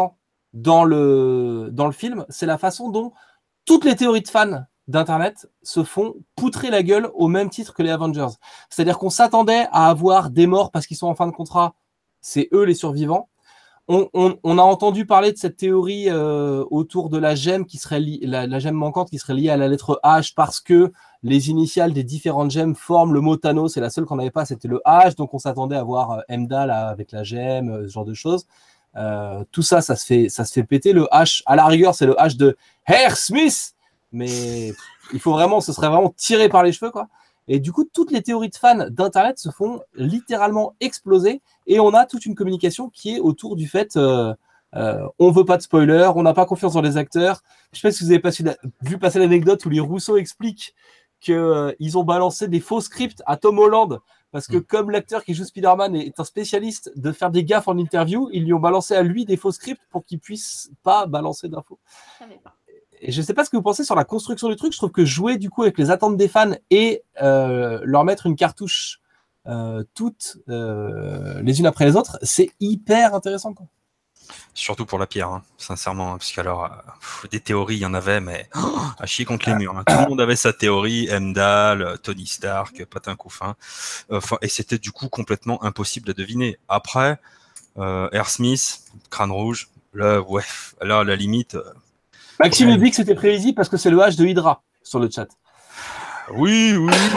dans le film, c'est la façon dont toutes les théories de fans d'Internet se font poutrer la gueule au même titre que les Avengers. C'est-à-dire qu'on s'attendait à avoir des morts parce qu'ils sont en fin de contrat, c'est eux les survivants. On a entendu parler de cette théorie autour de la gemme qui serait la gemme manquante qui serait liée à la lettre H parce que les initiales des différentes gemmes forment le mot Thanos. Et la seule qu'on n'avait pas, c'était le H. Donc on s'attendait à voir Heimdall avec la gemme, ce genre de choses. Tout ça, ça se fait péter. Le H, à la rigueur, c'est le H de Herr Smith. Mais il faut vraiment, ce serait vraiment tiré par les cheveux, quoi. Et du coup, toutes les théories de fans d'Internet se font littéralement exploser et on a toute une communication qui est autour du fait on veut pas de spoiler, on n'a pas confiance dans les acteurs. Je sais pas si vous avez vu passer l'anecdote où les Rousseau expliquent qu'ils ont balancé des faux scripts à Tom Holland parce que comme l'acteur qui joue Spider-Man est un spécialiste de faire des gaffes en interview, ils lui ont balancé à lui des faux scripts pour qu'il puisse pas balancer d'infos. Je savais pas. Et je sais pas ce que vous pensez sur la construction du truc. Je trouve que jouer du coup avec les attentes des fans et leur mettre une cartouche toutes les unes après les autres, c'est hyper intéressant, quoi. Surtout pour la pierre, hein, sincèrement, parce qu'alors des théories, il y en avait, mais à chier contre les murs. Hein. Tout le monde avait sa théorie, Heimdall, Tony Stark, Patin Couffin, et c'était du coup complètement impossible à deviner. Après, Air Smith, Crâne Rouge, là, ouais, là à la limite. Maxime nous dit que c'était prévisible parce que c'est le H de Hydra sur le chat. Oui.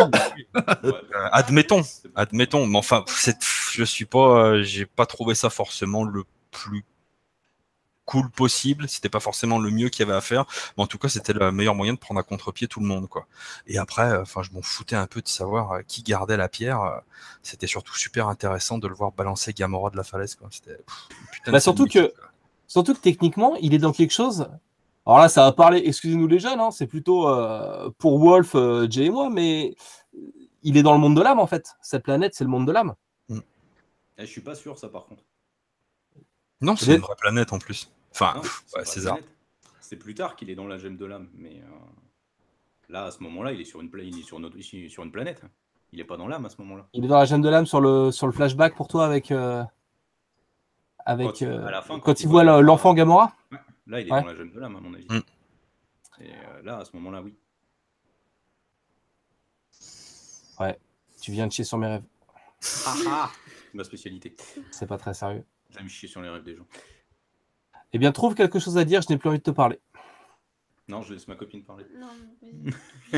Admettons, mais enfin, j'ai pas trouvé ça forcément le plus cool possible, c'était pas forcément le mieux qu'il y avait à faire, mais en tout cas c'était le meilleur moyen de prendre à contre-pied tout le monde, quoi. Et après, je m'en foutais un peu de savoir qui gardait la pierre, c'était surtout super intéressant de le voir balancer Gamora de la falaise, quoi. C'était putain surtout que techniquement il est dans quelque chose. Alors là, ça va parler, excusez-nous les jeunes, hein, c'est plutôt pour Wolf, Jay et moi, mais il est dans le monde de l'âme, en fait. Cette planète, c'est le monde de l'âme. Je suis pas sûr, ça, par contre. Non, c'est une vraie planète, en plus. Enfin, César. C'est plus tard qu'il est dans la gemme de l'âme, mais là, à ce moment-là, il est sur une planète. Il est pas dans l'âme, à ce moment-là. Il est dans la gemme de l'âme sur le flashback, pour toi, avec quand il voit l'enfant Gamora. Ouais. Là, il est dans la gemme de l'âme, à mon avis. Et là, à ce moment-là, oui. Ouais, tu viens de chier sur mes rêves. Ma spécialité. C'est pas très sérieux. J'aime chier sur les rêves des gens. Eh bien, trouve quelque chose à dire, je n'ai plus envie de te parler. Non, je laisse ma copine parler. Non, vas-y.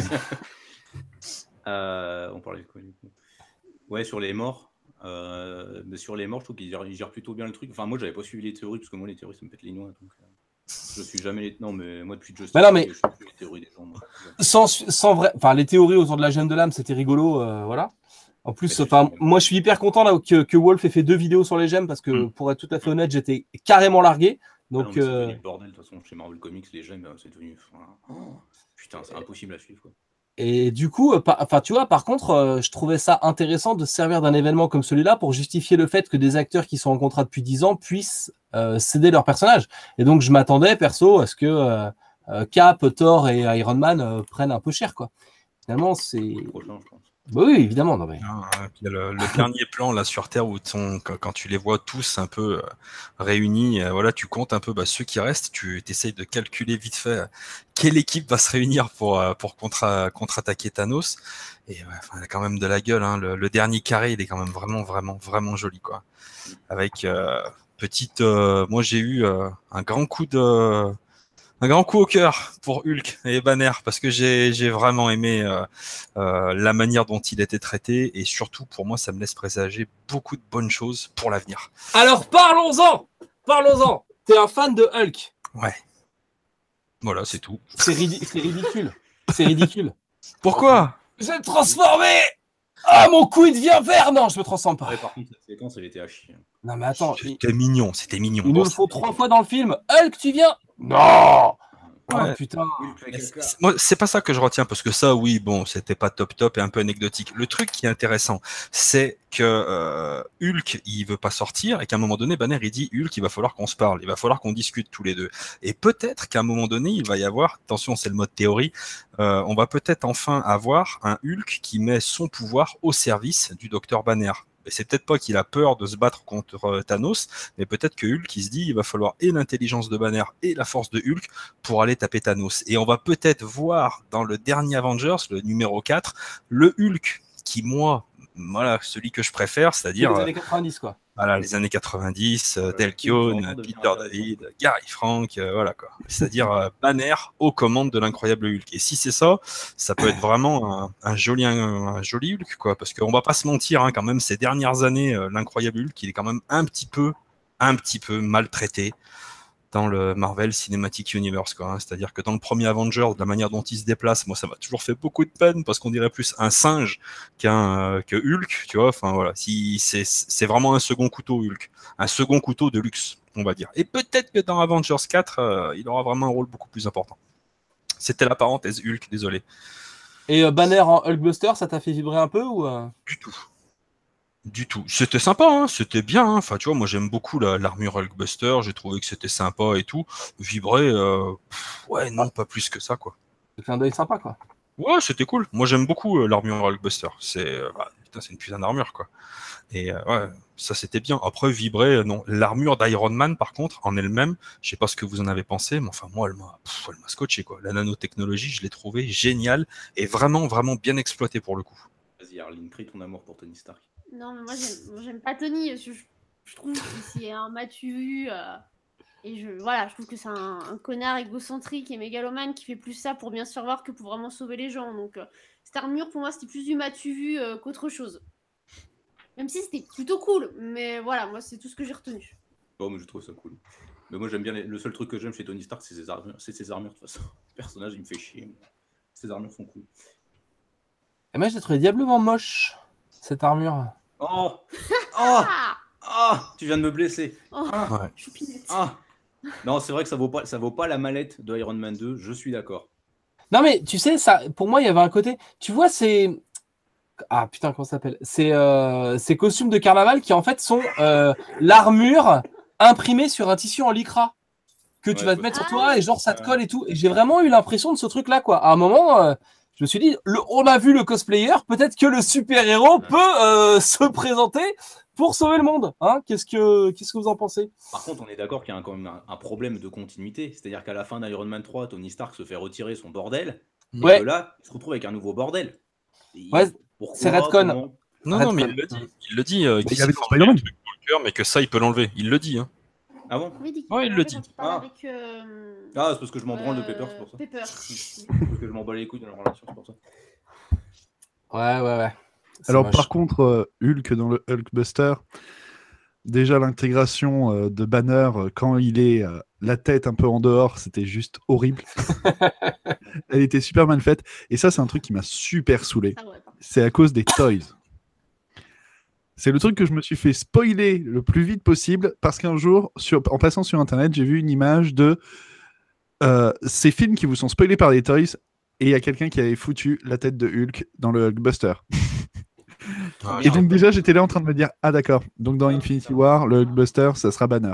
On parlait de quoi, du coup ? Ouais, sur les morts. Mais sur les morts, je trouve qu'ils gèrent plutôt bien le truc. Enfin, moi, j'avais pas suivi les théories, parce que moi, les théories, ça me pète les noix. Donc, je suis jamais les... Non, mais moi, depuis Justice, non, mais... je suis les théories des gens. Moi. Sans vrai... Enfin, les théories autour de la gemme de l'âme, c'était rigolo, voilà. En plus, moi, je suis hyper content là, que Wolf ait fait 2 vidéos sur les gemmes, parce que, pour être tout à fait honnête, j'étais carrément largué. Donc, c'est devenu le bordel, de toute façon, chez Marvel Comics, les gemmes, c'est devenu... Putain, c'est impossible à suivre, quoi. Et du coup, tu vois, par contre, je trouvais ça intéressant de se servir d'un événement comme celui-là pour justifier le fait que des acteurs qui sont en contrat depuis 10 ans puissent céder leur personnage. Et donc, je m'attendais, perso, à ce que Cap, Thor et Iron Man prennent un peu cher, quoi. Finalement, c'est... Prochain, je pense. Bah oui, évidemment. Non, mais... le dernier plan là sur Terre où quand tu les vois tous un peu réunis, voilà, tu comptes un peu ceux qui restent, tu essayes de calculer vite fait quelle équipe va se réunir pour contre-attaquer Thanos. Et il a quand même de la gueule. Hein. Le dernier carré, il est quand même vraiment joli, quoi. Avec moi j'ai eu un grand coup au cœur pour Hulk et Banner parce que j'ai vraiment aimé la manière dont il était traité et surtout pour moi ça me laisse présager beaucoup de bonnes choses pour l'avenir. Alors parlons-en. T'es un fan de Hulk. Ouais. Voilà, c'est tout. C'est ridicule. C'est ridicule. Pourquoi ? Je vais me transformer. Ah, mon cou il devient vert. Non, je me transforme pas. Ouais, par contre, cette séquence, elle était à chier. Non, mais attends. C'était mignon. Ils nous le font 3 fois dans le film. Hulk, tu viens ? Non. Ouais. Oh putain. Moi, c'est pas ça que je retiens parce que ça, oui, bon, c'était pas top et un peu anecdotique. Le truc qui est intéressant, c'est que Hulk, il veut pas sortir et qu'à un moment donné, Banner, il dit Hulk, il va falloir qu'on se parle, il va falloir qu'on discute tous les deux. Et peut-être qu'à un moment donné, il va y avoir, attention, c'est le mode théorie, on va peut-être enfin avoir un Hulk qui met son pouvoir au service du docteur Banner. Et c'est peut-être pas qu'il a peur de se battre contre Thanos, mais peut-être que Hulk, il se dit, il va falloir et l'intelligence de Banner et la force de Hulk pour aller taper Thanos. Et on va peut-être voir dans le dernier Avengers, le numéro 4, le Hulk qui, moi, voilà, celui que je préfère, c'est-à-dire les années 90, quoi. Voilà, les années 90, Del Keown, Peter David, Gary Frank, voilà quoi. C'est-à-dire Banner aux commandes de l'incroyable Hulk. Et si c'est ça, ça peut être vraiment un joli Hulk, quoi. Parce qu'on va pas se mentir, hein, quand même, ces dernières années, l'incroyable Hulk, il est quand même un petit peu maltraité dans le Marvel Cinematic Universe, quoi. Hein. C'est-à-dire que dans le premier Avengers, de la manière dont il se déplace, moi, ça m'a toujours fait beaucoup de peine parce qu'on dirait plus un singe que Hulk, tu vois. Enfin voilà, si c'est vraiment un second couteau Hulk, un second couteau de luxe, on va dire. Et peut-être que dans Avengers 4, il aura vraiment un rôle beaucoup plus important. C'était la parenthèse Hulk, désolé. Et Banner en Hulkbuster, ça t'a fait vibrer un peu ou Du tout. Du tout. C'était sympa, hein, c'était bien. Hein. Enfin, tu vois, moi j'aime beaucoup l'armure Hulkbuster, j'ai trouvé que c'était sympa et tout. Vibrer, ouais, non, pas plus que ça, quoi. C'est clin d'œil sympa, quoi. Ouais, c'était cool. Moi j'aime beaucoup l'armure Hulkbuster. Putain, c'est une putain d'armure, quoi. Et ouais, ça c'était bien. Après, vibrer, non. L'armure d'Iron Man, par contre, en elle-même, je sais pas ce que vous en avez pensé, mais enfin, moi, elle m'a scotché, quoi. La nanotechnologie, je l'ai trouvée géniale et vraiment, vraiment bien exploitée pour le coup. Vas-y, Arline, crie ton amour pour Tony Stark. Non, mais moi, j'aime pas Tony. Je trouve que c'est un matu. Et voilà, je trouve que c'est un connard égocentrique et mégalomane qui fait plus ça pour bien se faire voir que pour vraiment sauver les gens. Donc, cette armure, pour moi, c'était plus du matu vu qu'autre chose. Même si c'était plutôt cool. Mais voilà, moi, c'est tout ce que j'ai retenu. Bon, mais je trouve ça cool. Mais moi, j'aime bien. Le seul truc que j'aime chez Tony Stark, c'est ses armures. C'est ses armures, de toute façon. Le personnage, il me fait chier. Mais ses armures sont cool. Et moi, j'ai trouvé diablement moche, cette armure. Oh Oh tu viens de me blesser. Oh, Ouais. choupinette. Non, c'est vrai que ça vaut pas la mallette de Iron Man 2, je suis d'accord. Non, mais tu sais, ça, pour moi, il y avait un côté. Tu vois, c'est. Ah putain, comment ça s'appelle? Ces costumes de carnaval qui, en fait, sont l'armure imprimée sur un tissu en lycra que tu vas te mettre sur toi et genre ça te colle et tout. Et j'ai vraiment eu l'impression de ce truc-là, quoi. À un moment, je me suis dit, on a vu le cosplayer, peut-être que le super-héros peut se présenter pour sauver le monde. Hein, qu'est-ce que vous en pensez? Par contre, on est d'accord qu'il y a quand même un problème de continuité. C'est-à-dire qu'à la fin d'Iron Man 3, Tony Stark se fait retirer son bordel. Et Ouais. que là, il se retrouve avec un nouveau bordel. Ouais, pourquoi, c'est Redcon. comment... Non, mais il le dit. Il y avait dans Spider-Man. Mais que ça, il peut l'enlever. Il le dit. Hein. Ah bon? Ouais, il le dit. C'est parce que je m'en branle de Pepper, c'est pour ça. Pepper. Parce que je m'en bats les couilles de leur relation, c'est pour ça. Ouais. Alors, moche. par contre, Hulk dans le Hulkbuster, déjà l'intégration de Banner quand il est la tête un peu en dehors, c'était juste horrible. Elle était super mal faite. Et ça, c'est un truc qui m'a super saoulé. C'est à cause des toys. C'est le truc que je me suis fait spoiler le plus vite possible parce qu'un jour, en passant sur Internet, j'ai vu une image de ces films qui vous sont spoilés par des toys et il y a quelqu'un qui avait foutu la tête de Hulk dans le Hulkbuster. Et donc déjà, j'étais là en train de me dire, ah d'accord, donc dans Infinity War, le Hulkbuster, ça sera Banner.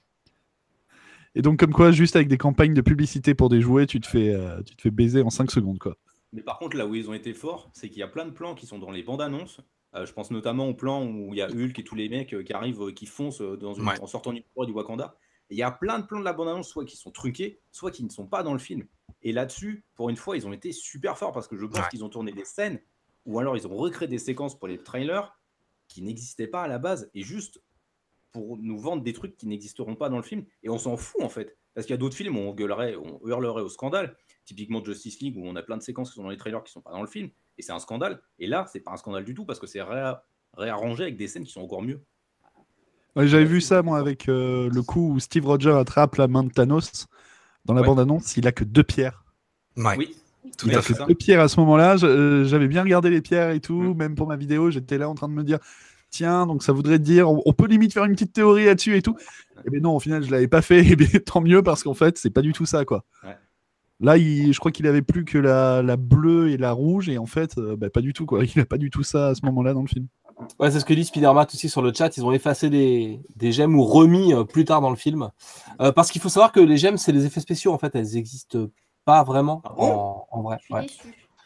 Et donc comme quoi, juste avec des campagnes de publicité pour des jouets, tu te fais baiser en 5 secondes, quoi. Mais par contre, là où ils ont été forts, c'est qu'il y a plein de plans qui sont dans les bandes annonces. Je pense notamment au plan où il y a Hulk et tous les mecs qui arrivent, qui foncent en sortant du Wakanda. Et il y a plein de plans de la bande annonce, soit qui sont truqués, soit qui ne sont pas dans le film. Et là-dessus, pour une fois, ils ont été super forts parce que je pense qu'ils ont tourné des scènes ou alors ils ont recréé des séquences pour les trailers qui n'existaient pas à la base et juste pour nous vendre des trucs qui n'existeront pas dans le film. Et on s'en fout en fait. Parce qu'il y a d'autres films où on hurlerait au scandale. Typiquement Justice League où on a plein de séquences qui sont dans les trailers qui ne sont pas dans le film. Et c'est un scandale. Et là, c'est pas un scandale du tout parce que c'est réarrangé avec des scènes qui sont encore mieux. Ouais, j'avais vu ça, moi, avec le coup où Steve Rogers attrape la main de Thanos. Dans la bande-annonce, il a que 2 pierres. Ouais. Oui. Tout il à a fait. que 2 pierres à ce moment-là. J'avais bien regardé les pierres et tout. Même pour ma vidéo, j'étais là en train de me dire, tiens, donc ça voudrait dire, on peut limite faire une petite théorie là-dessus et tout. Et bien non, au final, je l'avais pas fait. Et bien, tant mieux parce qu'en fait, c'est pas du tout ça, quoi. Ouais. Là, je crois qu'il avait plus que la bleue et la rouge. Et en fait, pas du tout, quoi. Il a pas du tout ça à ce moment-là dans le film. Ouais, c'est ce que dit Spider-Man aussi sur le chat. Ils ont effacé des gemmes ou remis plus tard dans le film. Parce qu'il faut savoir que les gemmes, c'est les effets spéciaux. En fait, elles n'existent pas vraiment en vrai. Ouais.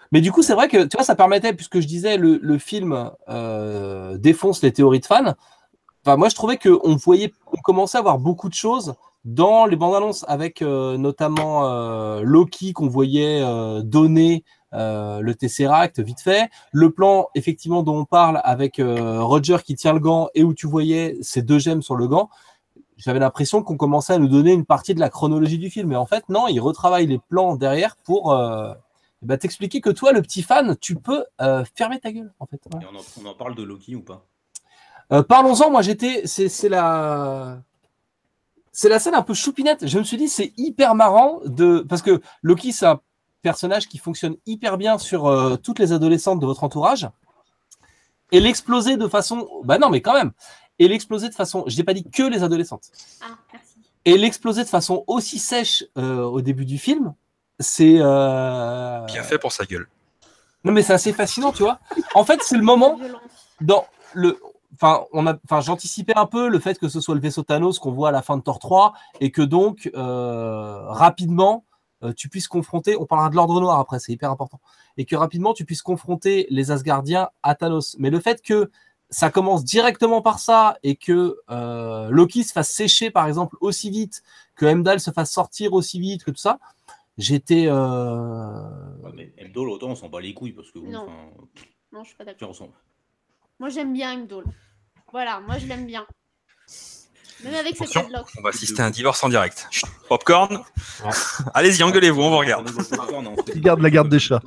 Mais du coup, c'est vrai que tu vois, ça permettait, puisque je disais le film défonce les théories de fans. Enfin, moi, je trouvais on commençait à voir beaucoup de choses dans les bandes annonces, avec notamment Loki qu'on voyait donner le Tesseract vite fait. Le plan, effectivement, dont on parle avec Roger qui tient le gant et où tu voyais ces 2 gemmes sur le gant. J'avais l'impression qu'on commençait à nous donner une partie de la chronologie du film. Mais en fait, non, ils retravaillent les plans derrière pour t'expliquer que toi, le petit fan, tu peux fermer ta gueule, en fait. Ouais. Et on en parle de Loki ou pas? Parlons-en, moi c'est la scène un peu choupinette. Je me suis dit, c'est hyper marrant parce que Loki, c'est un personnage qui fonctionne hyper bien sur toutes les adolescentes de votre entourage. Et l'exploser de façon, bah non, mais quand même. Et l'exploser de façon, je n'ai pas dit que les adolescentes. Ah, merci. Et l'exploser de façon aussi sèche au début du film, c'est Bien fait pour sa gueule. Non, mais c'est assez fascinant, tu vois. En fait, c'est le moment dans le. Enfin, j'anticipais un peu le fait que ce soit le vaisseau Thanos qu'on voit à la fin de Thor 3 et que donc rapidement tu puisses confronter. On parlera de l'Ordre Noir après, c'est hyper important. Et que rapidement tu puisses confronter les Asgardiens à Thanos. Mais le fait que ça commence directement par ça et que Loki se fasse sécher par exemple aussi vite, que Heimdall se fasse sortir aussi vite, que tout ça. J'étais. Ouais, mais Heimdall, autant on s'en bat les couilles parce que. Non. Enfin, Non, je suis pas d'accord. tiens, Moi, j'aime bien Heimdall. Voilà, moi, je l'aime bien. Même avec ses Attention, padlocks. on va assister à un divorce en direct. Chut, popcorn. Allez-y, engueulez-vous, on vous regarde. Qui garde la garde des chats.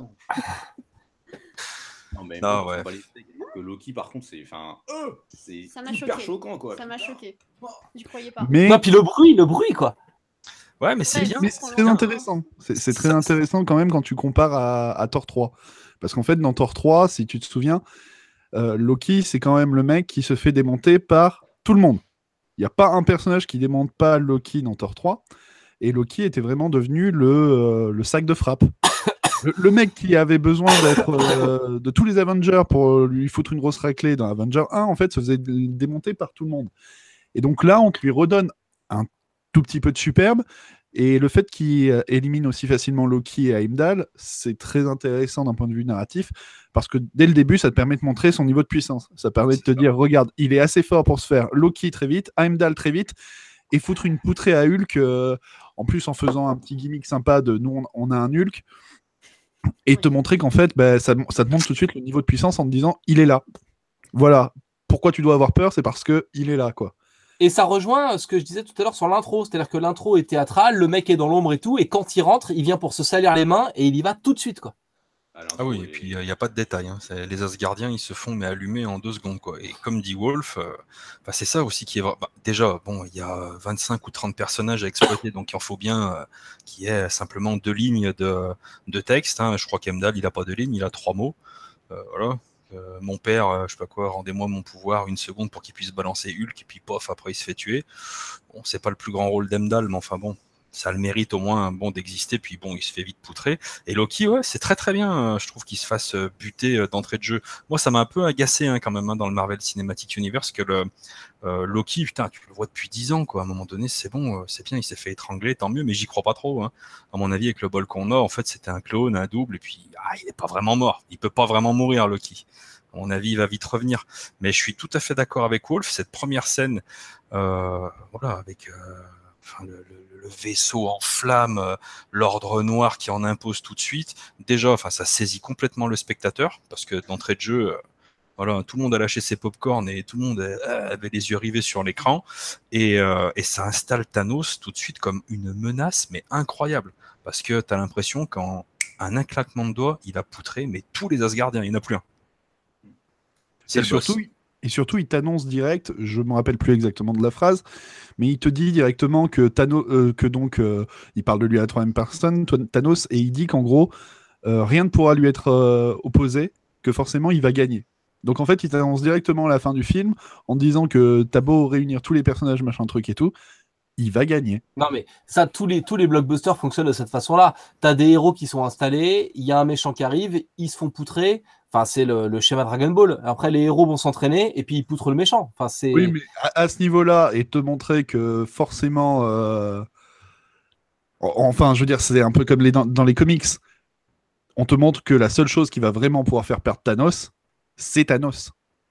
Non, mais Non, ouais. que Loki, par contre, c'est Ça m'a hyper choqué. choquant, quoi. Ça m'a choqué. J'y croyais pas. Mais, Non, puis le bruit, quoi. Ouais, mais c'est Ouais, bien. mais c'est très intéressant. C'est très intéressant quand même quand tu compares à Thor 3. Parce qu'en fait, dans Thor 3, si tu te souviens, Loki, c'est quand même le mec qui se fait démonter par tout le monde. Il n'y a pas un personnage qui démonte pas Loki dans Thor 3. Et Loki était vraiment devenu le sac de frappe. Le mec qui avait besoin de tous les Avengers pour lui foutre une grosse raclée dans Avenger 1, en fait, se faisait démonter par tout le monde. Et donc là, on lui redonne un tout petit peu de superbe. Et le fait qu'il élimine aussi facilement Loki et Heimdall, c'est très intéressant d'un point de vue narratif, parce que dès le début, ça te permet de montrer son niveau de puissance. Ça permet de te dire, regarde, il est assez fort pour se faire Loki très vite, Heimdall très vite, et foutre une poutrée à Hulk, en plus en faisant un petit gimmick sympa de nous, on a un Hulk, et te montrer qu'en fait, bah, ça te montre tout de suite le niveau de puissance en te disant, il est là. Voilà. Pourquoi tu dois avoir peur, c'est parce qu'il est là, quoi. Et ça rejoint ce que je disais tout à l'heure sur l'intro, c'est-à-dire que l'intro est théâtrale, le mec est dans l'ombre et tout, et quand il rentre, il vient pour se salir les mains et il y va tout de suite, quoi. Ah oui, et puis il n'y a pas de détail. Hein. Les Asgardiens, ils se font allumer en 2 secondes, quoi. Et comme dit Wolf, c'est ça aussi qui est vrai. Déjà, bon, il y a 25 ou 30 personnages à exploiter, donc il en faut bien qu'il y ait simplement 2 lignes de texte. Hein. Je crois qu'Heimdall, il n'a pas 2 lignes, il a 3 mots. Voilà. Mon père, je sais pas quoi, rendez-moi mon pouvoir 1 seconde pour qu'il puisse balancer Hulk, et puis pof, après il se fait tuer. Bon, c'est pas le plus grand rôle d'Heimdall, mais enfin bon, ça a le mérite au moins d'exister, puis bon, il se fait vite poutrer. Et Loki, ouais, c'est très très bien, je trouve qu'il se fasse buter d'entrée de jeu. Moi, ça m'a un peu agacé quand même dans le Marvel Cinematic Universe, que Loki, putain, tu le vois depuis 10 ans, quoi. À un moment donné, c'est bon, c'est bien, il s'est fait étrangler, tant mieux, mais j'y crois pas trop. Hein. À mon avis, avec le bol qu'on a, en fait, c'était un clone, un double, et puis il n'est pas vraiment mort. Il peut pas vraiment mourir, Loki. À mon avis, il va vite revenir. Mais je suis tout à fait d'accord avec Wolf. Cette première scène, voilà, avec le vaisseau en flammes, l'ordre noir qui en impose tout de suite. Déjà, ça saisit complètement le spectateur, parce que d'entrée de jeu, voilà, tout le monde a lâché ses pop-corn et tout le monde avait les yeux rivés sur l'écran. Et ça installe Thanos tout de suite comme une menace, mais incroyable. Parce que tu as l'impression qu'en un claquement de doigts, il a poutré, mais tous les Asgardiens, il n'y en a plus un. Et surtout, il t'annonce direct, je ne me rappelle plus exactement de la phrase, mais il te dit directement que Thanos, il parle de lui à la 3e personne, Thanos, et il dit qu'en gros, rien ne pourra lui être opposé, que forcément il va gagner. Donc en fait, il t'annonce directement à la fin du film, en disant que t'as beau réunir tous les personnages, machin truc et tout, il va gagner. Non, mais ça, tous les blockbusters fonctionnent de cette façon-là. T'as des héros qui sont installés, il y a un méchant qui arrive, ils se font poutrer. Enfin, c'est le schéma Dragon Ball. Après, les héros vont s'entraîner et puis ils poutrent le méchant. Enfin, c'est... Oui, mais à ce niveau-là, et te montrer que forcément... Enfin, je veux dire, c'est un peu comme dans les comics. on te montre que la seule chose qui va vraiment pouvoir faire perdre Thanos, c'est Thanos.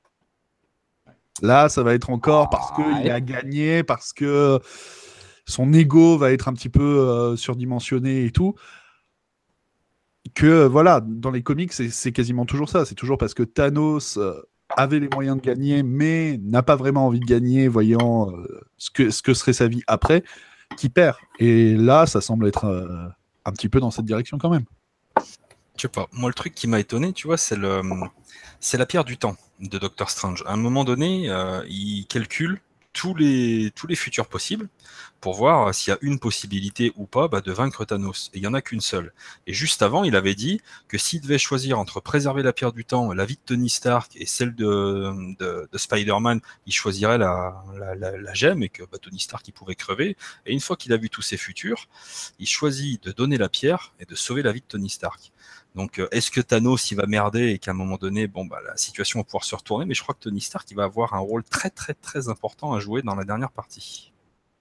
Là, ça va être encore parce qu'il a gagné, parce que son ego va être un petit peu surdimensionné et tout. Que voilà, dans les comics, c'est quasiment toujours ça. C'est toujours parce que Thanos avait les moyens de gagner, mais n'a pas vraiment envie de gagner, voyant ce que serait sa vie après, qui perd. Et là, ça semble être un petit peu dans cette direction quand même. Je sais pas. Moi, le truc qui m'a étonné, tu vois, c'est la pierre du temps de Doctor Strange. À un moment donné, il calcule tous les futurs possibles pour voir s'il y a une possibilité ou pas de vaincre Thanos. Et il n'y en a qu'une seule. Et juste avant, il avait dit que s'il devait choisir entre préserver la pierre du temps, la vie de Tony Stark et celle de Spider-Man, il choisirait la gemme et que Tony Stark il pouvait crever. Et une fois qu'il a vu tous ses futurs, il choisit de donner la pierre et de sauver la vie de Tony Stark. Donc, est-ce que Thanos il va merder et qu'à un moment donné, la situation va pouvoir se retourner, mais je crois que Tony Stark il va avoir un rôle très très très important à jouer dans la dernière partie.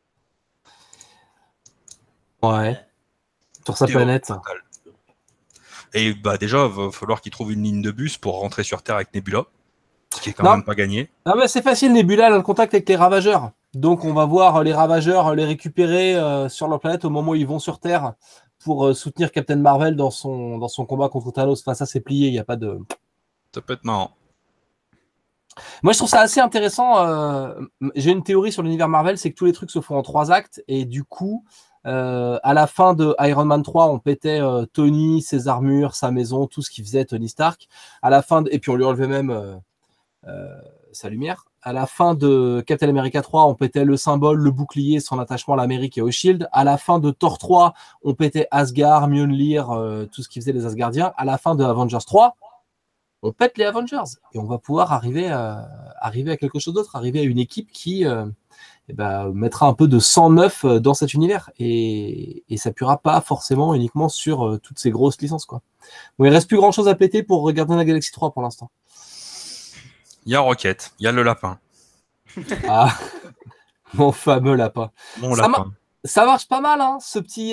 Ouais. Sur sa planète. Et déjà, il va falloir qu'il trouve une ligne de bus pour rentrer sur Terre avec Nebula, ce qui est quand même pas gagné. Ah mais c'est facile, Nebula a le contact avec les Ravageurs. Donc on va voir les Ravageurs les récupérer sur leur planète au moment où ils vont sur Terre pour soutenir Captain Marvel dans son combat contre Thanos. Enfin, ça c'est plié, il n'y a pas de... Ça peut être marrant. Moi je trouve ça assez intéressant. J'ai une théorie sur l'univers Marvel, c'est que tous les trucs se font en 3 actes et du coup, à la fin de Iron Man 3, on pétait Tony, ses armures, sa maison, tout ce qui faisait Tony Stark. À la fin et puis on lui enlevait même sa lumière. À la fin de Captain America 3, on pétait le symbole, le bouclier, son attachement à l'Amérique et au Shield. À la fin de Thor 3, on pétait Asgard, Mjolnir, tout ce qui faisait les Asgardiens. À la fin de Avengers 3, on pète les Avengers. Et on va pouvoir arriver à quelque chose d'autre, arriver à une équipe qui mettra un peu de sang neuf dans cet univers. Et ça s'appuiera pas forcément uniquement sur toutes ces grosses licences, quoi. Bon, il reste plus grand chose à péter pour regarder la Galaxy 3 pour l'instant. Il y a Rocket, il y a le lapin. Ah, mon fameux lapin. Ça marche pas mal, hein, ce petit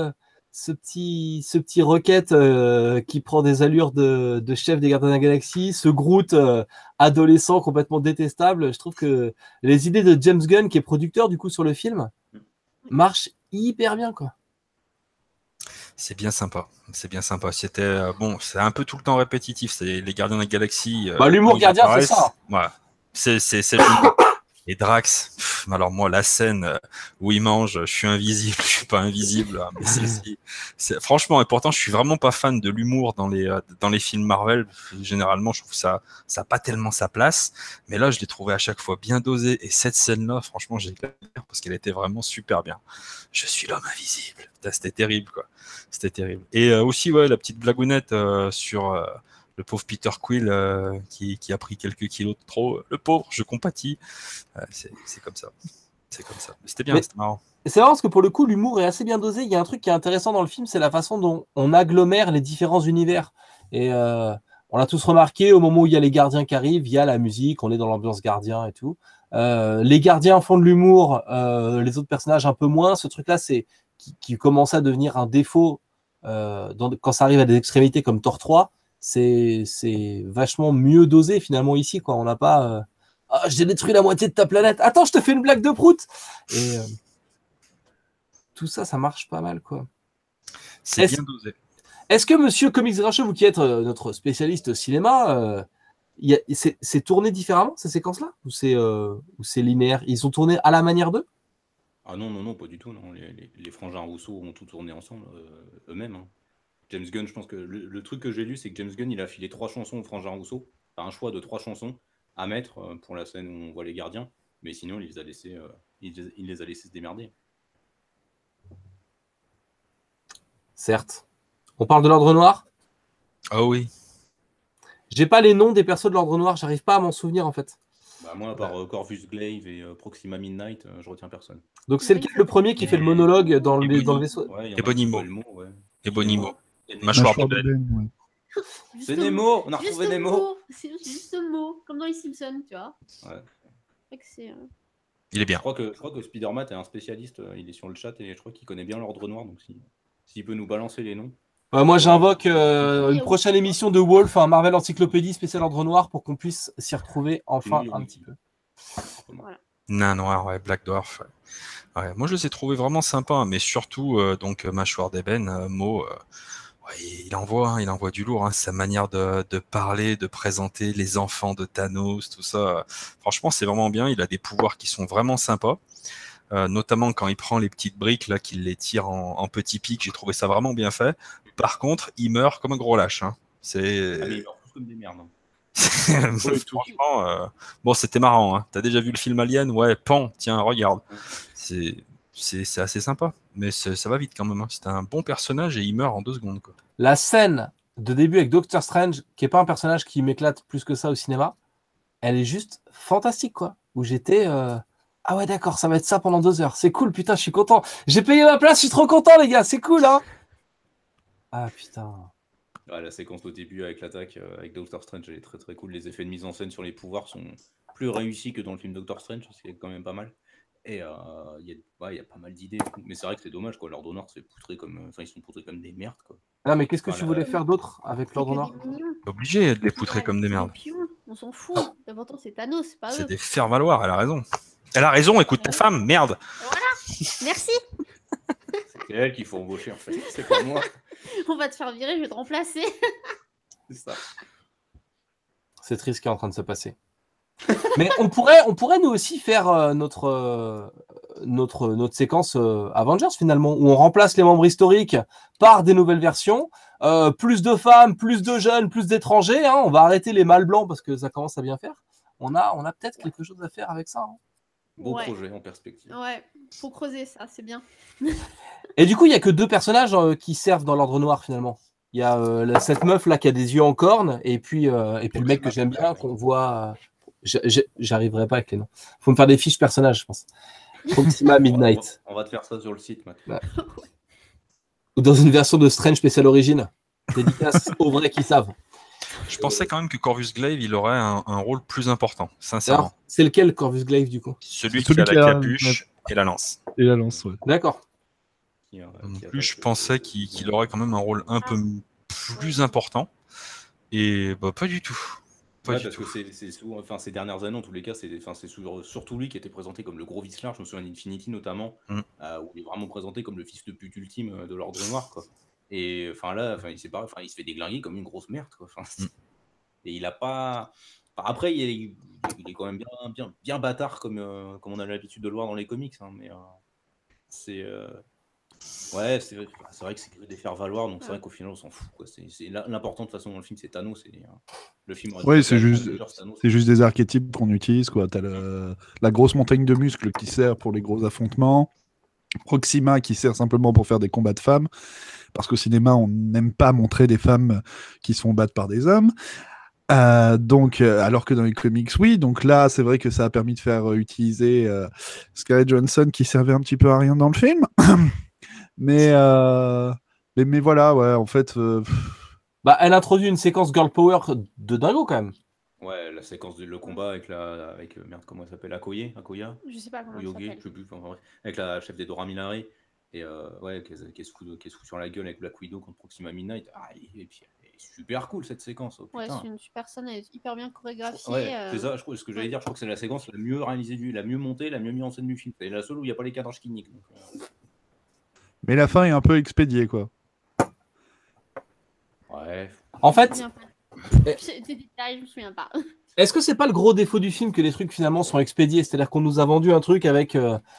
Rocket qui prend des allures de chef des Gardiens de la Galaxie, ce Groot adolescent complètement détestable. Je trouve que les idées de James Gunn, qui est producteur du coup sur le film, marchent hyper bien, quoi. C'est bien sympa. C'est bien sympa. C'était c'est un peu tout le temps répétitif. C'est les Gardiens de la Galaxie. L'humour gardien, c'est ça. Voilà. C'est et Drax. Alors moi, la scène où il mange, je suis invisible, je suis pas invisible. Mais franchement, et pourtant, je suis vraiment pas fan de l'humour dans les films Marvel. Généralement, je trouve ça a pas tellement sa place. Mais là, je l'ai trouvé à chaque fois bien dosé. Et cette scène-là, franchement, j'ai éclaté parce qu'elle était vraiment super bien. Je suis l'homme invisible. C'était terrible, quoi. C'était terrible. Et aussi, la petite blagounette sur le pauvre Peter Quill qui a pris quelques kilos de trop. Le pauvre, je compatis. C'est comme ça. C'est comme ça. C'était bien, c'était marrant. C'est marrant parce que pour le coup, l'humour est assez bien dosé. Il y a un truc qui est intéressant dans le film, c'est la façon dont on agglomère les différents univers. Et on l'a tous remarqué, au moment où il y a les gardiens qui arrivent, il y a la musique, on est dans l'ambiance gardien et tout. Les gardiens font de l'humour, les autres personnages un peu moins. Ce truc-là, c'est qui commence à devenir un défaut quand ça arrive à des extrémités comme Thor 3. C'est vachement mieux dosé finalement ici, quoi. On n'a pas j'ai détruit la moitié de ta planète. Attends, je te fais une blague de prout. Et tout ça, ça marche pas mal, quoi. C'est bien dosé. Est-ce que Monsieur Comics Grincheux, vous qui êtes notre spécialiste cinéma, c'est tourné différemment ces séquences-là ou c'est linéaire? Ils sont tournés à la manière d'eux? Ah non, pas du tout. Non. Les frangins Rousseau ont tout tourné ensemble eux-mêmes. Hein. James Gunn, je pense que le truc que j'ai lu, c'est que James Gunn, il a filé 3 chansons aux frangins Rousseau. Enfin, un choix de 3 chansons à mettre pour la scène où on voit les gardiens. Mais sinon, il les a laissés, il les a laissés se démerder. Certes. On parle de l'Ordre Noir? Ah oui. J'ai pas les noms des persos de l'Ordre Noir, j'arrive pas à m'en souvenir en fait. Moi, à part Corvus Glaive et Proxima Midnight, je retiens personne. Donc c'est le premier qui fait le monologue dans le vaisseau. Ebonimo. Ebonimo. Mâchoire de baleine, c'est Nemo, on a retrouvé Nemo. C'est juste un mot, comme dans les Simpsons, tu vois. Ouais. Il est bien. Je crois que Spider-Man est un spécialiste, il est sur le chat et je crois qu'il connaît bien l'Ordre Noir, donc s'il peut nous balancer les noms. Moi, j'invoque Oui, une prochaine émission de Wolf, un Marvel Encyclopédie spécial Ordre Noir, pour qu'on puisse s'y retrouver enfin Oui, un oui. petit peu. Voilà. Nain noir, ouais, Black Dwarf. Ouais, moi, je les ai trouvés vraiment sympas, mais surtout, donc, Mâchoire d'ébène, Mo, ouais, il envoie du lourd, hein, sa manière de parler, de présenter les enfants de Thanos, tout ça. Franchement, c'est vraiment bien. Il a des pouvoirs qui sont vraiment sympas. Notamment quand il prend les petites briques là, qu'il les tire en petits pics, j'ai trouvé ça vraiment bien fait. Par contre, il meurt comme un gros lâche. Hein. Ah, mais C'est ils meurent tous comme des merdes. Hein. Oui, tout. franchement, bon, c'était marrant. Hein. T'as déjà vu le film Alien? Ouais, pan, tiens, regarde. C'est c'est assez sympa, mais ça va vite quand même. Hein. C'est un bon personnage et il meurt en 2 secondes. Quoi. La scène de début avec Doctor Strange, qui est pas un personnage qui m'éclate plus que ça au cinéma, elle est juste fantastique, quoi. Où j'étais, ah ouais, d'accord, ça va être ça pendant 2 heures. C'est cool, putain, je suis content. J'ai payé ma place, je suis trop content, les gars, c'est cool, hein. Ah putain. Ouais, la séquence au début avec l'attaque avec Doctor Strange, elle est très très cool. Les effets de mise en scène sur les pouvoirs sont plus réussis que dans le film Doctor Strange, ce qui est quand même pas mal. Et il y a pas mal d'idées. Mais c'est vrai que c'est dommage, quoi. L'Ordre Noir, c'est poutré comme. Enfin, ils sont poutrés comme des merdes, quoi. Non, mais qu'est-ce que Enfin, tu voulais faire d'autre avec C'est l'Ordre que Noir? des mignons. T'es obligé de les poutrer Ouais, comme des c'est merdes. pions, on s'en fout. L'important, c'est Thanos, c'est pas C'est eux. des faire-valoir, elle a raison. Elle a raison, écoute ta femme, merde. Merci. C'est elle qu'il faut embaucher, en fait. C'est pas moi. On va te faire virer, je vais te remplacer. C'est ça. C'est triste ce qui est en train de se passer. Mais on pourrait nous aussi faire notre séquence Avengers finalement, où on remplace les membres historiques par des nouvelles versions, plus de femmes, plus de jeunes, plus d'étrangers. Hein. On va arrêter les mâles blancs parce que ça commence à bien faire. On a peut-être quelque chose à faire avec ça. Hein. Beau Ouais. projet en perspective. Ouais, faut creuser ça, c'est bien. Et du coup, il y a que 2 personnages qui servent dans l'Ordre Noir finalement. Il y a cette meuf là qui a des yeux en corne, et puis le mec que j'aime bien qu'on voit. J'arriverai pas avec les noms. Faut me faire des fiches personnages, je pense. Proxima Midnight. On va te faire ça sur le site, Matt. Ouais. Ou dans une version de Strange Special Origin. Dédicace aux vrais qui savent. Je pensais quand même que Corvus Glaive, il aurait un rôle plus important, sincèrement. Alors, c'est lequel Corvus Glaive du coup? Celui Celui qui a qui la a- capuche et la lance. Et la lance, ouais. D'accord. En plus, je pensais qu'il aurait quand même un rôle un peu plus important. Et bah, pas du tout. Pas Ouais, du parce tout. que enfin, ces dernières années, en tous les cas, c'est surtout lui qui était présenté comme le gros vicelard. Je me souviens d'Infinity notamment, Mm. où il est vraiment présenté comme le fils de pute ultime de l'Ordre Noir, quoi. Et enfin là, enfin, il se fait déglinguer comme une grosse merde, quoi. Enfin, et il a pas. Enfin, après, il est quand même bien bâtard comme on a l'habitude de le voir dans les comics, hein, mais c'est ouais, c'est vrai que c'est que des faire-valoir, donc c'est vrai qu'au final, on s'en fout, quoi. L'important, de toute façon, dans le film, c'est Thanos. Le film aurait Oui, dû c'est s'appeler juste, Avengers Thanos. c'est juste des archétypes qu'on utilise, quoi. T'as la grosse montagne de muscles qui sert pour les gros affrontements. Proxima qui sert simplement pour faire des combats de femmes. Parce qu'au cinéma, on n'aime pas montrer des femmes qui se font battre par des hommes. Alors que dans les comics, oui. Donc là, c'est vrai que ça a permis de faire utiliser Scarlett Johansson qui servait un petit peu à rien dans le film. mais voilà, ouais, en fait. Bah, elle introduit une séquence girl power de dingo quand même. Ouais, la séquence du le combat avec merde, comment elle s'appelle, Akoya, Je sais pas comment ça Oyoge, s'appelle. je sais plus, enfin, bref, avec la chef des Dora Milaje, et ouais, qui se fout sur la gueule avec Black Widow contre Proxima Midnight. Ah, et puis elle est super cool cette séquence. Oh, Ouais, putain. c'est une super scène, elle est hyper bien chorégraphiée. Ouais, c'est ça, ce que j'allais dire, je crois que c'est la séquence la mieux réalisée la mieux montée, la mieux mise en scène du film. C'est la seule où il n'y a pas les cadrages qui niquent. Donc, Mais la fin est un peu expédiée, quoi. ouais. En Je me fait, souviens pas. C'est des détails, je me souviens pas. est-ce que c'est pas le gros défaut du film que les trucs finalement sont expédiés? C'est-à-dire qu'on nous a vendu un truc avec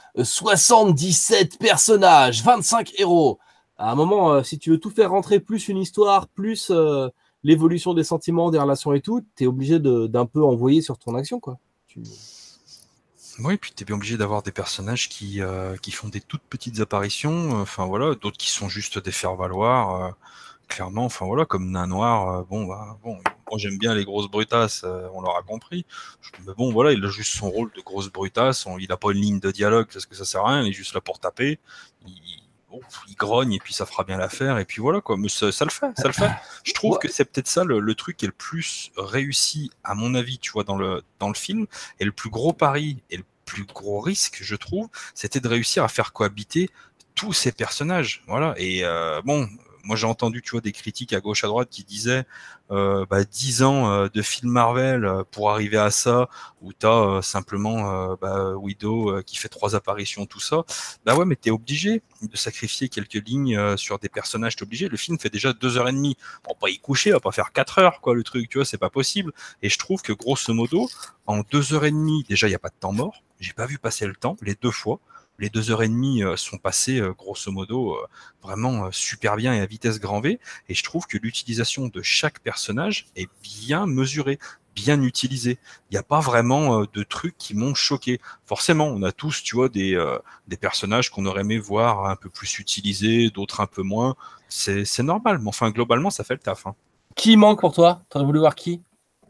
77 personnages, 25 héros. À un moment, si tu veux tout faire rentrer, plus une histoire, plus l'évolution des sentiments, des relations et tout, t'es obligé d'un peu envoyer sur ton action, quoi. Oui, puis t'es bien obligé d'avoir des personnages qui font des toutes petites apparitions, enfin voilà, d'autres qui sont juste des faire-valoir, clairement, enfin voilà, comme Nain Noir, bon, moi j'aime bien les grosses brutasses, on l'aura compris, mais bon voilà, il a juste son rôle de grosse brutasse, il a pas une ligne de dialogue parce que ça sert à rien, il est juste là pour taper, il grogne et puis ça fera bien l'affaire, et puis voilà quoi, mais ça le fait, ça le fait. Je trouve que c'est peut-être ça le truc qui est le plus réussi, à mon avis, tu vois, dans le film, et le plus gros pari et le plus gros risque, je trouve, c'était de réussir à faire cohabiter tous ces personnages, voilà, et bon, moi j'ai entendu, tu vois, des critiques à gauche à droite qui disaient 10 ans de film Marvel pour arriver à ça, où t'as simplement Widow qui fait 3 apparitions, tout ça. Bah ouais, mais t'es obligé de sacrifier quelques lignes sur des personnages, t'es obligé. Le film fait déjà 2h30. On va pas y coucher, on va pas faire 4 heures, quoi, le truc, tu vois, c'est pas possible. Et je trouve que grosso modo, en 2h30, déjà il y a pas de temps mort. J'ai pas vu passer le temps les 2 fois. Les 2h30 sont passées, grosso modo, vraiment super bien et à vitesse grand V. Et je trouve que l'utilisation de chaque personnage est bien mesurée, bien utilisée. Il n'y a pas vraiment de trucs qui m'ont choqué. Forcément, on a tous, tu vois, des personnages qu'on aurait aimé voir un peu plus utilisés, d'autres un peu moins. C'est normal, mais enfin, globalement, ça fait le taf. Hein. Qui manque pour toi? T'aurais voulu voir qui?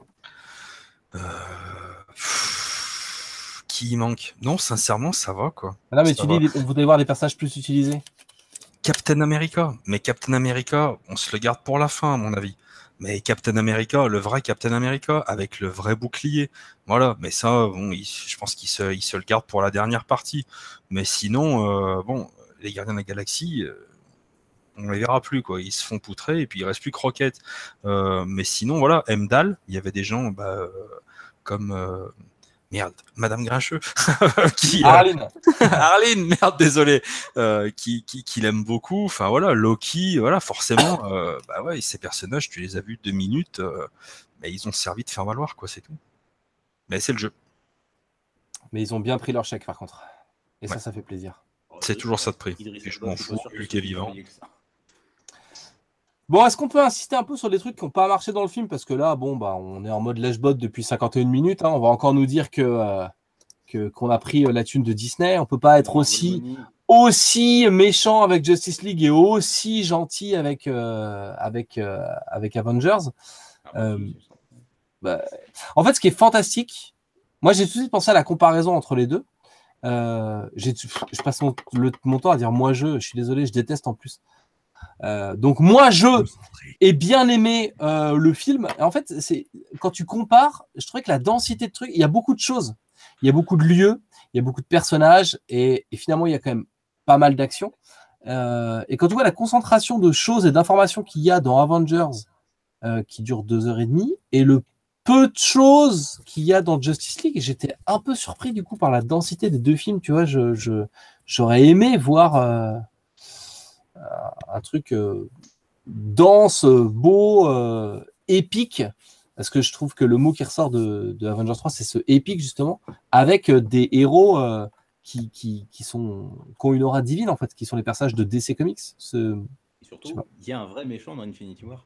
Qui manque? Non, sincèrement, ça va, quoi. Non, mais Ça tu va. dis, vous voulez voir des personnages plus utilisés. Captain America. Mais Captain America, on se le garde pour la fin, à mon avis. Mais Captain America, le vrai Captain America, avec le vrai bouclier. Voilà. Mais ça, bon, je pense qu'il se le garde pour la dernière partie. Mais sinon, les Gardiens de la Galaxie, on les verra plus, quoi. Ils se font poutrer et puis il reste plus que Rocket. Mais sinon, voilà, Heimdall, il y avait des gens comme... Merde, Madame Grincheux, qui Arline. Arline, merde, désolé, qui l'aime beaucoup. Enfin voilà, Loki, voilà, forcément, ouais, ces personnages, tu les as vus 2 minutes, mais ils ont servi de faire valoir, quoi, c'est tout. Mais c'est le jeu. Mais ils ont bien pris leur chèque, par contre. Et Ouais. ça fait plaisir. C'est toujours ça de prix. Idriss Et je Elba, m'en suis fous, pas sûr vu que qu'il est ce soit vivant. payé que ça. Bon, est-ce qu'on peut insister un peu sur des trucs qui n'ont pas marché dans le film? Parce que là, on est en mode lèche-botte depuis 51 minutes. Hein. On va encore nous dire qu'on a pris la thune de Disney. On peut pas être aussi méchant avec Justice League et aussi gentil avec Avengers. En fait, ce qui est fantastique, moi j'ai tout de suite pensé à la comparaison entre les deux. Je passe mon temps à dire moi je suis désolé, je déteste en plus. Donc moi je ai bien aimé le film. Et en fait, quand tu compares, je trouvais que la densité de trucs, il y a beaucoup de choses, il y a beaucoup de lieux, il y a beaucoup de personnages et finalement il y a quand même pas mal d'actions. Et quand tu vois la concentration de choses et d'informations qu'il y a dans Avengers qui dure 2h30 et le peu de choses qu'il y a dans Justice League, j'étais un peu surpris du coup par la densité des deux films. Tu vois, j'aurais aimé voir un truc dense, beau, épique, parce que je trouve que le mot qui ressort de Avengers 3, c'est ce épique justement, avec des héros qui ont une aura divine en fait, qui sont les personnages de DC Comics. Et surtout, il y a un vrai méchant dans Infinity War.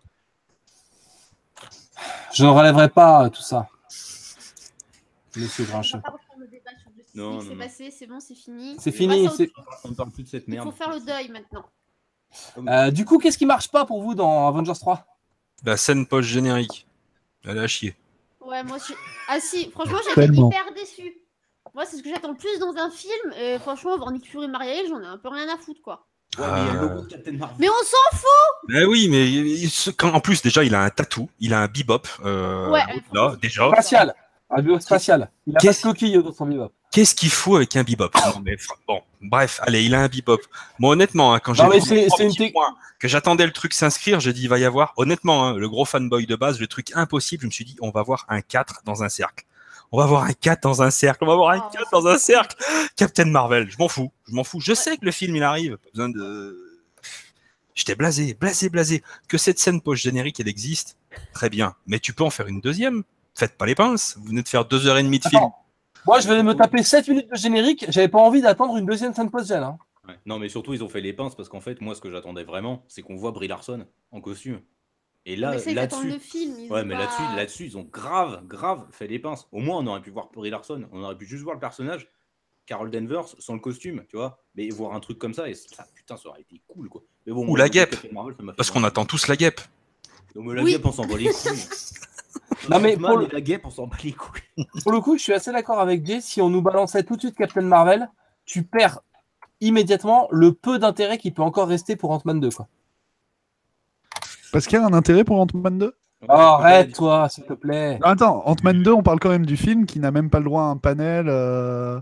Je ne relèverai pas tout ça, Monsieur Grincheux. Non, c'est passé, c'est bon, c'est fini. C'est fini. On ne parle plus de cette merde. Il faut faire le deuil maintenant. Du coup, qu'est-ce qui marche pas pour vous dans Avengers 3? La scène post-générique. Elle est à chier. Ouais, moi aussi. Ah si, franchement, j'étais hyper déçue. Moi, c'est ce que j'attends le plus dans un film. Et franchement, voir Nick Fury et Maria Hill, j'en ai un peu rien à foutre, quoi. Ouais, mais il y a le logo de Captain Marvel. Mais on s'en fout. Ben oui, mais en plus, déjà, il a un tatou, il a un bebop. Là, déjà. Spatial. Un bebop spatial. Il a pas de coquille dans son bebop. Qu'est-ce qu'il fout avec un bebop? Non, mais, bon, bref, allez, il a un bebop. Moi, honnêtement, quand j'ai que j'attendais le truc s'inscrire, j'ai dit, il va y avoir, honnêtement, le gros fanboy de base, le truc impossible, je me suis dit, on va voir un 4 dans un cercle. On va voir un 4 dans un cercle. On va voir un 4 dans un cercle. Captain Marvel, je m'en fous. Je sais que le film, il arrive. Pas besoin de... J'étais blasé. Que cette scène post-générique, elle existe, très bien. Mais tu peux en faire une deuxième. Faites pas les pinces. Vous venez de faire 2h30 de film. Moi, je vais me taper 7 minutes de générique. J'avais pas envie d'attendre une deuxième scène post-gène. Hein. Ouais. Non, mais surtout, ils ont fait les pinces parce qu'en fait, moi, ce que j'attendais vraiment, c'est qu'on voit Brie Larson en costume. Et là, là-dessus, là-dessus, ils ont grave fait les pinces. Au moins, on aurait pu voir Brie Larson, on aurait pu juste voir le personnage, Carol Danvers, sans le costume, tu vois. Mais voir un truc comme ça, et ça, putain, ça aurait été cool, quoi. Mais bon, ou la guêpe, parce qu'on attend tous la guêpe. Non, mais la guêpe, on s'en bat les couilles. Non, mais la guêpe, on s'en bat les couilles. Pour le coup, je suis assez d'accord avec Jay. Si on nous balançait tout de suite Captain Marvel, tu perds immédiatement le peu d'intérêt qui peut encore rester pour Ant-Man 2, quoi. Parce qu'il y a un intérêt pour Ant-Man 2 ? Oh, arrête, toi, s'il te plaît. Attends, Ant-Man 2, on parle quand même du film qui n'a même pas le droit à un panel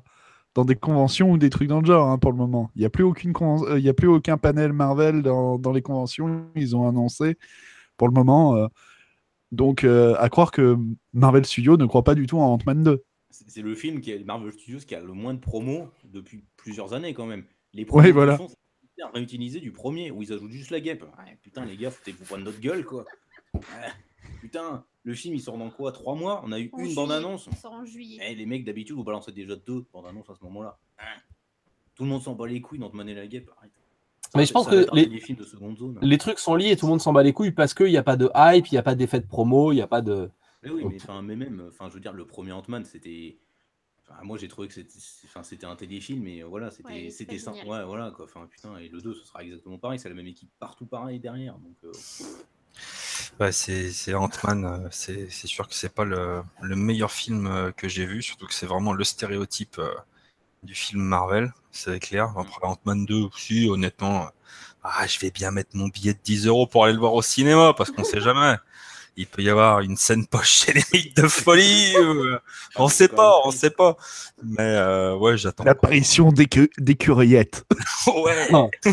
dans des conventions ou des trucs dans le genre, hein, pour le moment. Il n'y a plus il y a plus aucun panel Marvel dans les conventions. Ils ont annoncé pour le moment. Donc, à croire que Marvel Studios ne croit pas du tout en Ant-Man 2. C'est le film Marvel Studios qui a le moins de promos depuis plusieurs années quand même. Les Ouais, promos voilà. qu'ils font, c'est réutiliser du premier où ils ajoutent juste la guêpe. Ouais, putain les gars, foutez-vous pas de notre gueule quoi. Ouais, putain, le film il sort dans quoi 3 mois? On a eu En une juillet, bande-annonce. ça sort en juillet. Eh, les mecs d'habitude vous balancez déjà 2 bandes-annonces à ce moment-là. Tout le monde s'en bat les couilles d'Ant-Man et la guêpe. Arrête. Mais je pense Ça va que être un téléfilm de seconde zone. les trucs sont liés et tout le monde s'en bat les couilles parce qu'il n'y a pas de hype, il n'y a pas d'effet de promo, il n'y a pas de. Mais oui, mais même, je veux dire, le premier Ant-Man, c'était. Moi, j'ai trouvé que c'était un téléfilm, mais voilà, Ouais, c'était ça. génial. Ouais, voilà, quoi. Enfin, putain, et le 2, ce sera exactement pareil. C'est la même équipe partout pareil derrière. Donc, Ouais, c'est Ant-Man, c'est sûr que c'est pas le meilleur film que j'ai vu, surtout que c'est vraiment le stéréotype du film Marvel, c'est clair. Après Ant-Man 2 aussi, honnêtement, je vais bien mettre mon billet de 10 € pour aller le voir au cinéma, parce qu'on sait jamais. Il peut y avoir une scène post-générique de folie, on sait pas. Mais ouais, j'attends. L'apparition d'écuriettes. Ouais.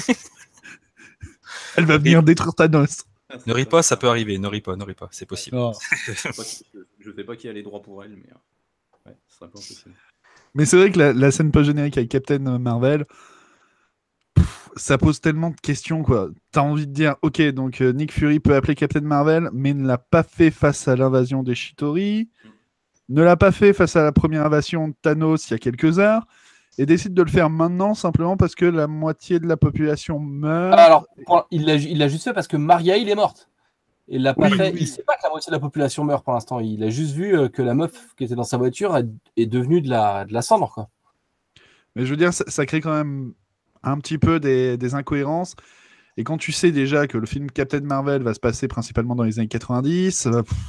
Elle va venir détruire Thanos. Ne ris pas, ça peut arriver. Ne ris pas, c'est possible. Non. je sais pas qui a les droits pour elle, mais ouais, ce serait pas possible. Mais c'est vrai que la scène post-générique avec Captain Marvel, ça pose tellement de questions, quoi. T'as envie de dire, ok, donc Nick Fury peut appeler Captain Marvel, mais ne l'a pas fait face à l'invasion des Chitauri, ne l'a pas fait face à la première invasion de Thanos il y a quelques heures, et décide de le faire maintenant simplement parce que la moitié de la population meurt. Alors, il l'a juste fait parce que Maria Hill est morte. Il l'a pas fait. Oui. Il sait pas que la moitié de la population meurt pour l'instant. Il a juste vu que la meuf qui était dans sa voiture est devenue de la cendre, quoi. Mais je veux dire, ça crée quand même un petit peu des incohérences. Et quand tu sais déjà que le film Captain Marvel va se passer principalement dans les années 90,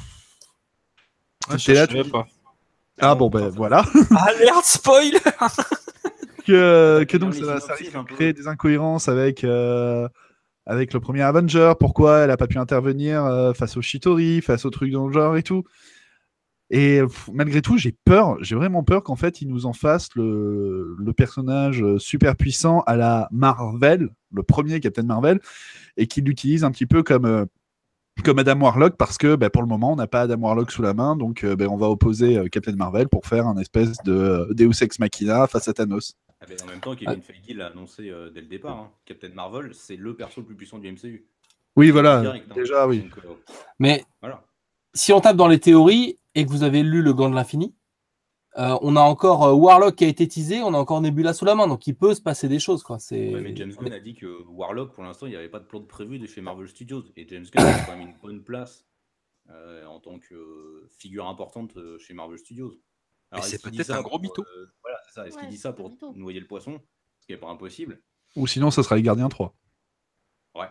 Je savais pas. Ah bon, ben voilà. Alerte spoil. que donc ça risque de créer des incohérences avec le premier Avenger. Pourquoi elle a pas pu intervenir face aux Chitauri, face aux trucs dans le genre et tout. Et malgré tout, j'ai vraiment peur qu'en fait, ils nous en fassent le personnage super puissant à la Marvel, le premier Captain Marvel, et qu'ils l'utilisent un petit peu comme Adam Warlock, parce que pour le moment, on n'a pas Adam Warlock sous la main, donc on va opposer Captain Marvel pour faire un espèce de Deus Ex Machina face à Thanos. En même temps, Kevin Feige l'a annoncé dès le départ. Hein. Captain Marvel, c'est le perso le plus puissant du MCU. Oui, voilà, direct, hein. déjà, oui. Donc, Mais voilà. si on tape dans les théories et que vous avez lu Le Gant de l'Infini, on a encore Warlock qui a été teasé, on a encore Nebula sous la main, donc il peut se passer des choses, quoi. Ouais, mais James Gunn a dit que Warlock, pour l'instant, il n'y avait pas de plan de prévu de chez Marvel Studios. Et James Gunn a quand même une bonne place en tant que figure importante chez Marvel Studios. Alors, c'est peut-être un gros mytho. Voilà, c'est ça. Est-ce qu'il dit ça pour noyer le poisson? Ce qui n'est pas impossible. Ou sinon, ça sera les Gardiens 3. Ouais.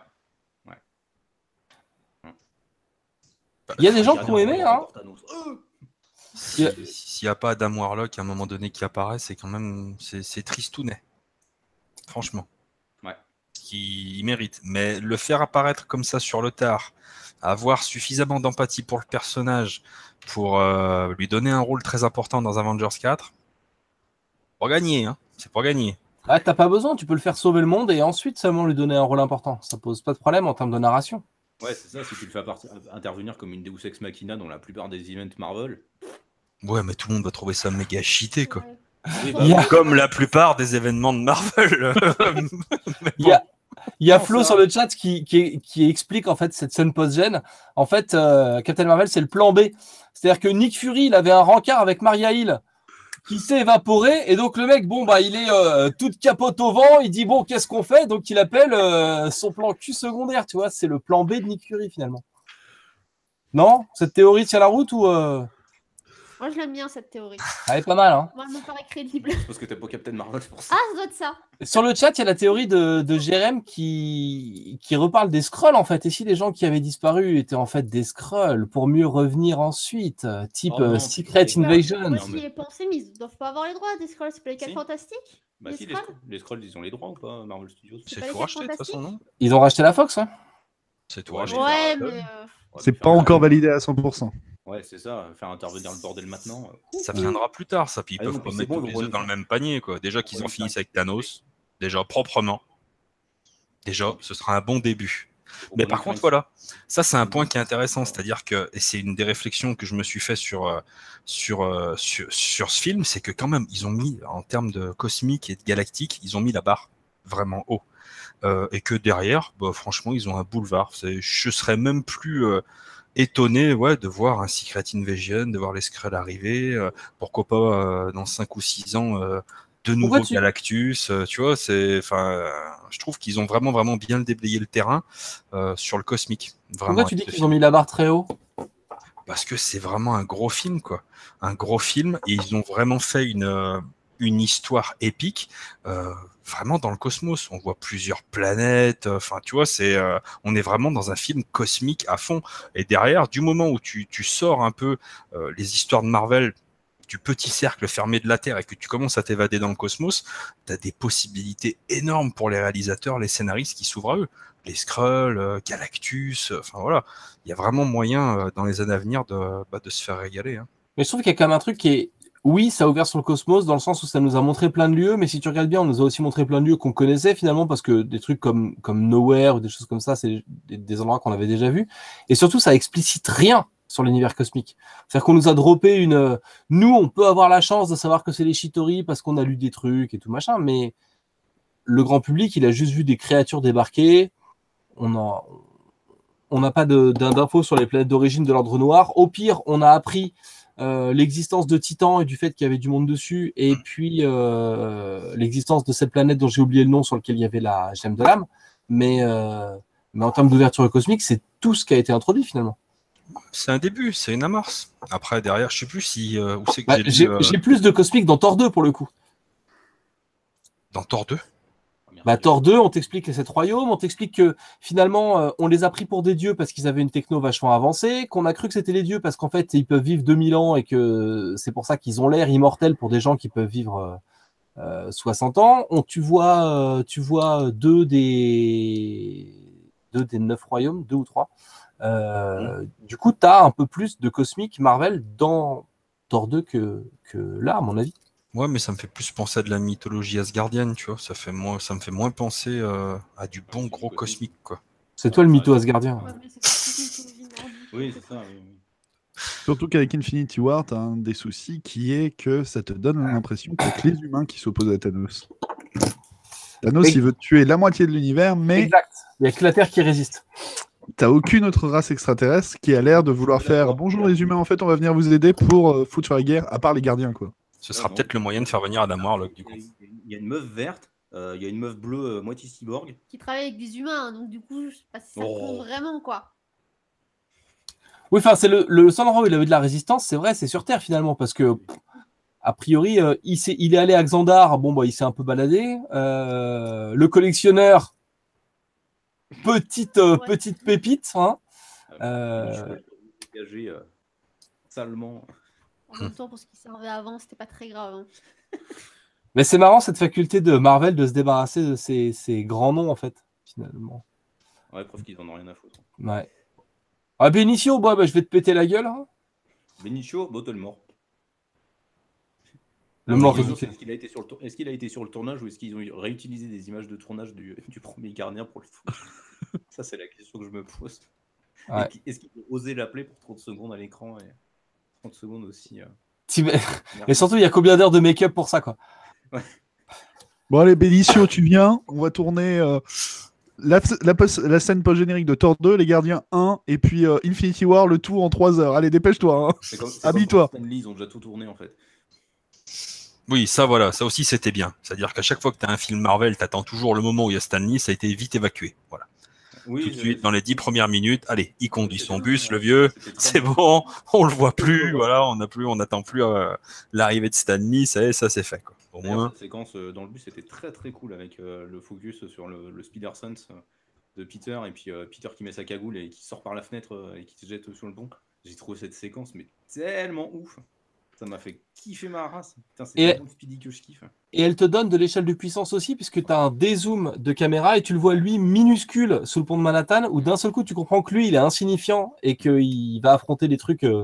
Il y a des gens qui ont aimé, hein. S'il n'y a pas Adam Warlock à un moment donné qui apparaît, c'est quand même c'est tristounet. Franchement. Ouais. Il mérite. Mais le faire apparaître comme ça sur le tard, avoir suffisamment d'empathie pour le personnage pour lui donner un rôle très important dans Avengers 4, pour gagner, hein. C'est pour gagner. Ah, t'as pas besoin, tu peux le faire sauver le monde et ensuite seulement lui donner un rôle important. Ça pose pas de problème en termes de narration. Ouais, c'est ça, si tu le fais intervenir comme une Deus Ex Machina dans la plupart des events Marvel. Ouais, mais tout le monde va trouver ça méga cheaté, quoi. Oui, Comme la plupart des événements de Marvel. Il y a Flo sur le chat qui explique en fait cette scène post-gène. En fait, Captain Marvel, c'est le plan B. C'est-à-dire que Nick Fury, il avait un rencard avec Maria Hill qui s'est évaporé. Et donc le mec, il est toute capote au vent. Il dit, bon, qu'est-ce qu'on fait? Donc il appelle son plan Q secondaire. Tu vois, c'est le plan B de Nick Fury finalement. Non? Cette théorie tient la route ou... Moi, je l'aime bien, cette théorie. Elle est pas mal, hein. Moi, elle me paraît crédible. C'est parce que t'as pas Captain Marvel pour ça. Ah, ça doit être ça. Sur le chat, il y a la théorie de Jérém qui reparle des Skrulls, en fait. Et si les gens qui avaient disparu étaient en fait des Skrulls pour mieux revenir ensuite, type Secret Invasion. Moi, j'y ai pensé, mais ils doivent pas avoir les droits des Skrulls. C'est pas les 4 fantastiques? Bah si, les Skrulls, ils ont les droits ou pas, Marvel Studios? C'est tout racheté, de toute façon, non? Ils ont racheté la Fox, hein. C'est tout racheté. Ouais, mais... C'est pas encore validé à 100%. Ouais, c'est ça, faire intervenir le bordel maintenant. Ça viendra plus tard, ça. Puis ils Ah non, peuvent puis pas c'est mettre bon, tous ils les vont œufs dans le faire- même panier, quoi. Déjà qu'ils vont en faire- finissent avec Thanos, déjà proprement. Déjà, ce sera un bon début. Faut Mais qu'on par ait contre, fait voilà, ça c'est un point qui est intéressant, c'est-à-dire que, et c'est une des réflexions que je me suis fait sur ce film, c'est que quand même, ils ont mis, en termes de cosmique et de galactique, ils ont mis la barre vraiment haut. Et que derrière, bah, franchement, ils ont un boulevard. Je serais même plus étonné de voir un Secret Invasion, de voir les Skrulls arriver, pourquoi pas dans 5 ou 6 ans de nouveaux Galactus, tu vois, je trouve qu'ils ont vraiment vraiment bien déblayé le terrain sur le cosmique. Pourquoi tu dis qu'ils ont mis la barre très haut? Parce que c'est vraiment un gros film, quoi. Un gros film, et ils ont vraiment fait une histoire épique, vraiment dans le cosmos. On voit plusieurs planètes, tu vois, on est vraiment dans un film cosmique à fond. Et derrière, du moment où tu sors un peu les histoires de Marvel du petit cercle fermé de la Terre et que tu commences à t'évader dans le cosmos, tu as des possibilités énormes pour les réalisateurs, les scénaristes qui s'ouvrent à eux. Les Skrulls, Galactus, voilà. Il y a vraiment moyen dans les années à venir de se faire régaler. Hein. Mais je trouve qu'il y a quand même un truc qui est... Oui, ça a ouvert sur le cosmos dans le sens où ça nous a montré plein de lieux, mais si tu regardes bien, on nous a aussi montré plein de lieux qu'on connaissait finalement parce que des trucs comme Nowhere ou des choses comme ça, c'est des endroits qu'on avait déjà vus. Et surtout, ça explicite rien sur l'univers cosmique. C'est-à-dire qu'on nous a droppé une... Nous, on peut avoir la chance de savoir que c'est les Chitauri parce qu'on a lu des trucs et tout machin, mais le grand public, il a juste vu des créatures débarquer. On n'a pas d'infos sur les planètes d'origine de l'ordre noir. Au pire, on a appris l'existence de Titan et du fait qu'il y avait du monde dessus, et puis l'existence de cette planète dont j'ai oublié le nom sur lequel il y avait la gemme de l'âme. Mais en termes d'ouverture cosmique, c'est tout ce qui a été introduit finalement. C'est un début, c'est une amorce. Après, derrière, je sais plus si où c'est que j'ai plus de cosmique dans Thor 2 pour le coup. Dans Thor 2 Thor 2, on t'explique les 7 royaumes, on t'explique que finalement, on les a pris pour des dieux parce qu'ils avaient une techno vachement avancée, qu'on a cru que c'était les dieux parce qu'en fait, ils peuvent vivre 2000 ans et que c'est pour ça qu'ils ont l'air immortels pour des gens qui peuvent vivre 60 ans. Tu vois deux des 9 royaumes, 2 ou 3. Du coup, tu as un peu plus de cosmique Marvel dans Thor 2 que là, à mon avis. Ouais, mais ça me fait plus penser à de la mythologie asgardienne, tu vois. Ça me fait moins penser à du bon gros cosmique, quoi. C'est toi le mytho asgardien. Ouais, mais c'est Oui, c'est ça. Oui. Surtout qu'avec Infinity War, tu as un des soucis qui est que ça te donne l'impression qu'il y a que les humains qui s'opposent à Thanos. Thanos, il veut tuer la moitié de l'univers, mais exact. Il n'y a que la Terre qui résiste. T'as aucune autre race extraterrestre qui a l'air de vouloir faire « Bonjour les humains, en fait, on va venir vous aider pour foutre la guerre », à part les gardiens, quoi. Ce sera peut-être le moyen de faire venir Adam Warlock, du coup. Il y a une meuf verte, il y a une meuf bleue, moitié cyborg. Qui travaille avec des humains, donc du coup, je sais pas si ça compte vraiment, quoi. Oui, enfin, c'est le seul endroit où il avait de la résistance, c'est vrai, c'est sur Terre finalement, parce que a priori, il est allé à Xandar, il s'est un peu baladé. Le collectionneur, petite pépite, hein. Dégagé salement. En même temps, pour ce qui servait avant, c'était pas très grave. Hein. Mais c'est marrant cette faculté de Marvel de se débarrasser de ces grands noms, en fait, finalement. Ouais, preuve qu'ils en ont rien à foutre. Ouais. Ah, Benicio, je vais te péter la gueule. Hein. Benicio, Bottle mort. Le mort Est-ce qu'il a été sur le tournage ou est-ce qu'ils ont réutilisé des images de tournage du premier gardien pour le foutre? Ça, c'est la question que je me pose. Ouais. Est-ce qu'ils ont osé l'appeler pour 30 secondes à l'écran et 30 secondes aussi Et surtout, il y a combien d'heures de make-up pour ça, quoi. Ouais. Bon, allez, Benicio, tu viens. On va tourner la scène post-générique de Thor 2, Les Gardiens 1, et puis Infinity War, le tout en 3 heures. Allez, dépêche-toi. Hein. Habille-toi. Ils ont déjà tout tourné, en fait. Oui, ça aussi c'était bien. C'est-à-dire qu'à chaque fois que tu as un film Marvel, tu attends toujours le moment où il y a Stan Lee, ça a été vite évacué. Voilà. Oui, tout de suite, dans les 10 premières minutes, allez, il conduit son bus, le vieux, c'est bon, on le voit plus, voilà, on n'attend plus l'arrivée de Stan Lee, ça c'est fait. Quoi. Au moins. Cette séquence dans le bus était très très cool avec le focus sur le Spider-Sense de Peter et puis Peter qui met sa cagoule et qui sort par la fenêtre et qui se jette sur le pont. J'ai trouvé cette séquence mais tellement ouf. Ça m'a fait kiffer ma race. Putain, c'est vraiment le Speedy que je kiffe. Et elle te donne de l'échelle de puissance aussi, puisque tu as un dézoom de caméra et tu le vois lui minuscule sous le pont de Manhattan, où d'un seul coup tu comprends que lui il est insignifiant et qu'il va affronter des trucs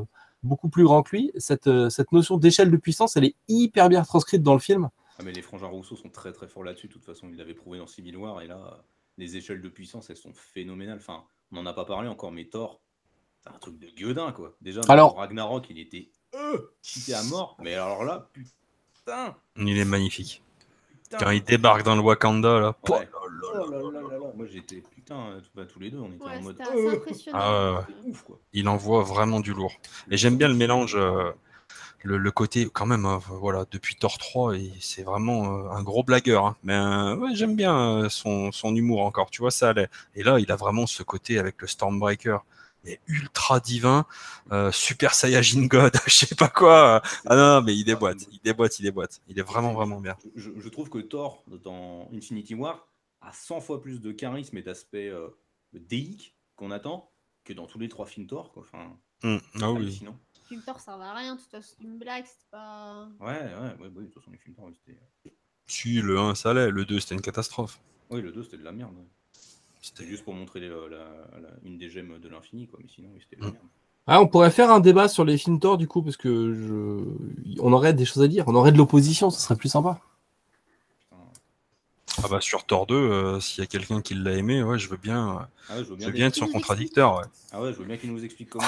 beaucoup plus grand que lui. Cette notion d'échelle de puissance, elle est hyper bien transcrite dans le film. Ah, mais les frangins Rousseau sont très très forts là-dessus. De toute façon, ils l'avaient prouvé dans Civil War. Et là, les échelles de puissance, elles sont phénoménales. Enfin, on n'en a pas parlé encore, mais Thor, c'est un truc de gueudin, quoi. Déjà, dans Ragnarok, il était cheaté à mort. Mais alors là, putain. Il est magnifique. Putain. Quand il débarque dans le Wakanda, là. Ouais. Moi, j'étais putain, tous les deux, on était en mode. C'était assez impressionnant. Ah, C'est ouf, quoi. il envoie vraiment du lourd. Et j'aime bien le mélange, le côté, quand même, voilà, depuis Thor 3, et c'est vraiment un gros blagueur. Hein. Mais ouais, j'aime bien son humour encore, tu vois, ça allait. Et là, il a vraiment ce côté avec le Stormbreaker, mais ultra divin, Super Saiyajin God, je sais pas quoi. Ah non, mais il déboîte. Il est vraiment, vraiment bien. Je trouve que Thor, dans Infinity War, a 100 fois plus de charisme et d'aspect déique qu'on attend que dans tous les 3 films Thor, quoi. Enfin, Ah oui. hallucinant. Film Thor, ça va à rien, de toute façon, c'est une blague, c'était pas. Ouais, de toute façon, les films Thor, c'était. Si, le 1, ça allait, le 2, c'était une catastrophe. Oui, le 2, c'était de la merde. Ouais. C'était juste pour montrer une des gemmes de l'infini, quoi. Mais sinon, oui, c'était de la merde. Ah, on pourrait faire un débat sur les films Thor, du coup, parce que on aurait des choses à dire. On aurait de l'opposition, ce serait plus sympa. Ah bah sur Thor 2, s'il y a quelqu'un qui l'a aimé, ouais, je veux bien, je veux bien être son contradicteur. Ouais. Ah ouais, je veux bien qu'il nous explique comment.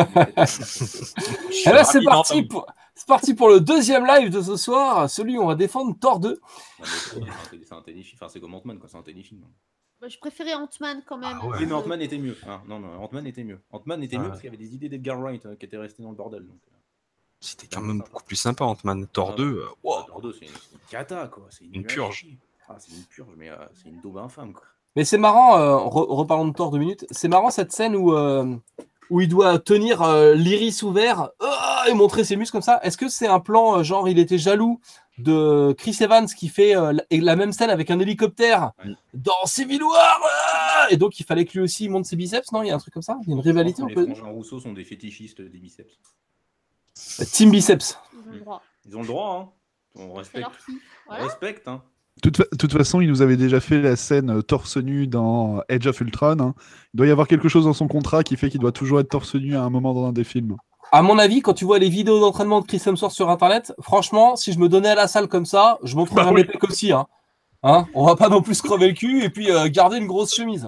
Et là, c'est parti pour le deuxième live de ce soir, celui où on va défendre Thor 2. Non, c'est un téléfilm, enfin c'est comme Ant-Man, quoi, c'est un téléfilm. Bah, je préférais Ant-Man quand même. Ah ouais. Oui, mais Ant-Man était mieux. Hein. Non, Ant-Man était mieux. Ant-Man était mieux parce qu'il y avait des idées d'Edgar Wright qui étaient restées dans le bordel. Donc, c'était quand même beaucoup plus sympa, Ant-Man. Thor 2, wow. Thor 2, c'est une cata, quoi. C'est une purge. Ah, c'est une purge, mais c'est une daube infâme, quoi. Mais c'est marrant, reparlons de Thor 2 minutes, c'est marrant cette scène où il doit tenir l'iris ouvert et montrer ses muscles comme ça. Est-ce que c'est un plan, genre il était jaloux de Chris Evans qui fait la même scène avec un hélicoptère dans Civil War et donc il fallait que lui aussi monte ses biceps, non? Il y a un truc comme ça? Il y a une rivalité? Les frangins Rousseau sont des fétichistes des biceps. Team biceps. Ils ont le droit. Ils ont le droit, hein. On respecte. Voilà. On respecte, hein. De toute façon, il nous avait déjà fait la scène torse nu dans Age of Ultron. Hein. Il doit y avoir quelque chose dans son contrat qui fait qu'il doit toujours être torse nu à un moment dans un des films. À mon avis, quand tu vois les vidéos d'entraînement de Chris Hemsworth sur Internet, franchement, si je me donnais à la salle comme ça, je montrerais mes pecs aussi. Hein. On va pas non plus se crever le cul et puis garder une grosse chemise.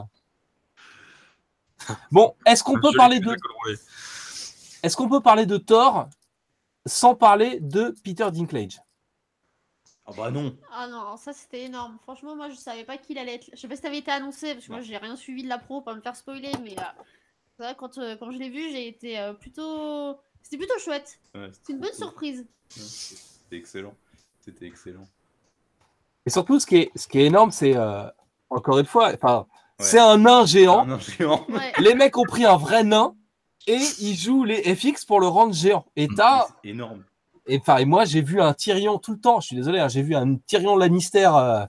Bon, est-ce qu'on peut parler de Thor sans parler de Peter Dinklage? Ah bah non. Ah non, ça c'était énorme. Franchement, moi je savais pas qu'il allait être. Je sais pas si ça avait été annoncé parce que moi j'ai rien suivi de la pro, pas me faire spoiler, mais c'est vrai quand je l'ai vu, j'ai été plutôt. C'était plutôt chouette. Ouais, c'est une bonne surprise. Ouais, c'était excellent. C'était excellent. Et surtout, ce qui est énorme, c'est encore une fois, c'est un nain géant. Un nain géant. Ouais. Les mecs ont pris un vrai nain et ils jouent les FX pour le rendre géant. Et t'as. C'est énorme. Et moi, j'ai vu un Tyrion tout le temps. Je suis désolé, hein, j'ai vu un Tyrion Lannister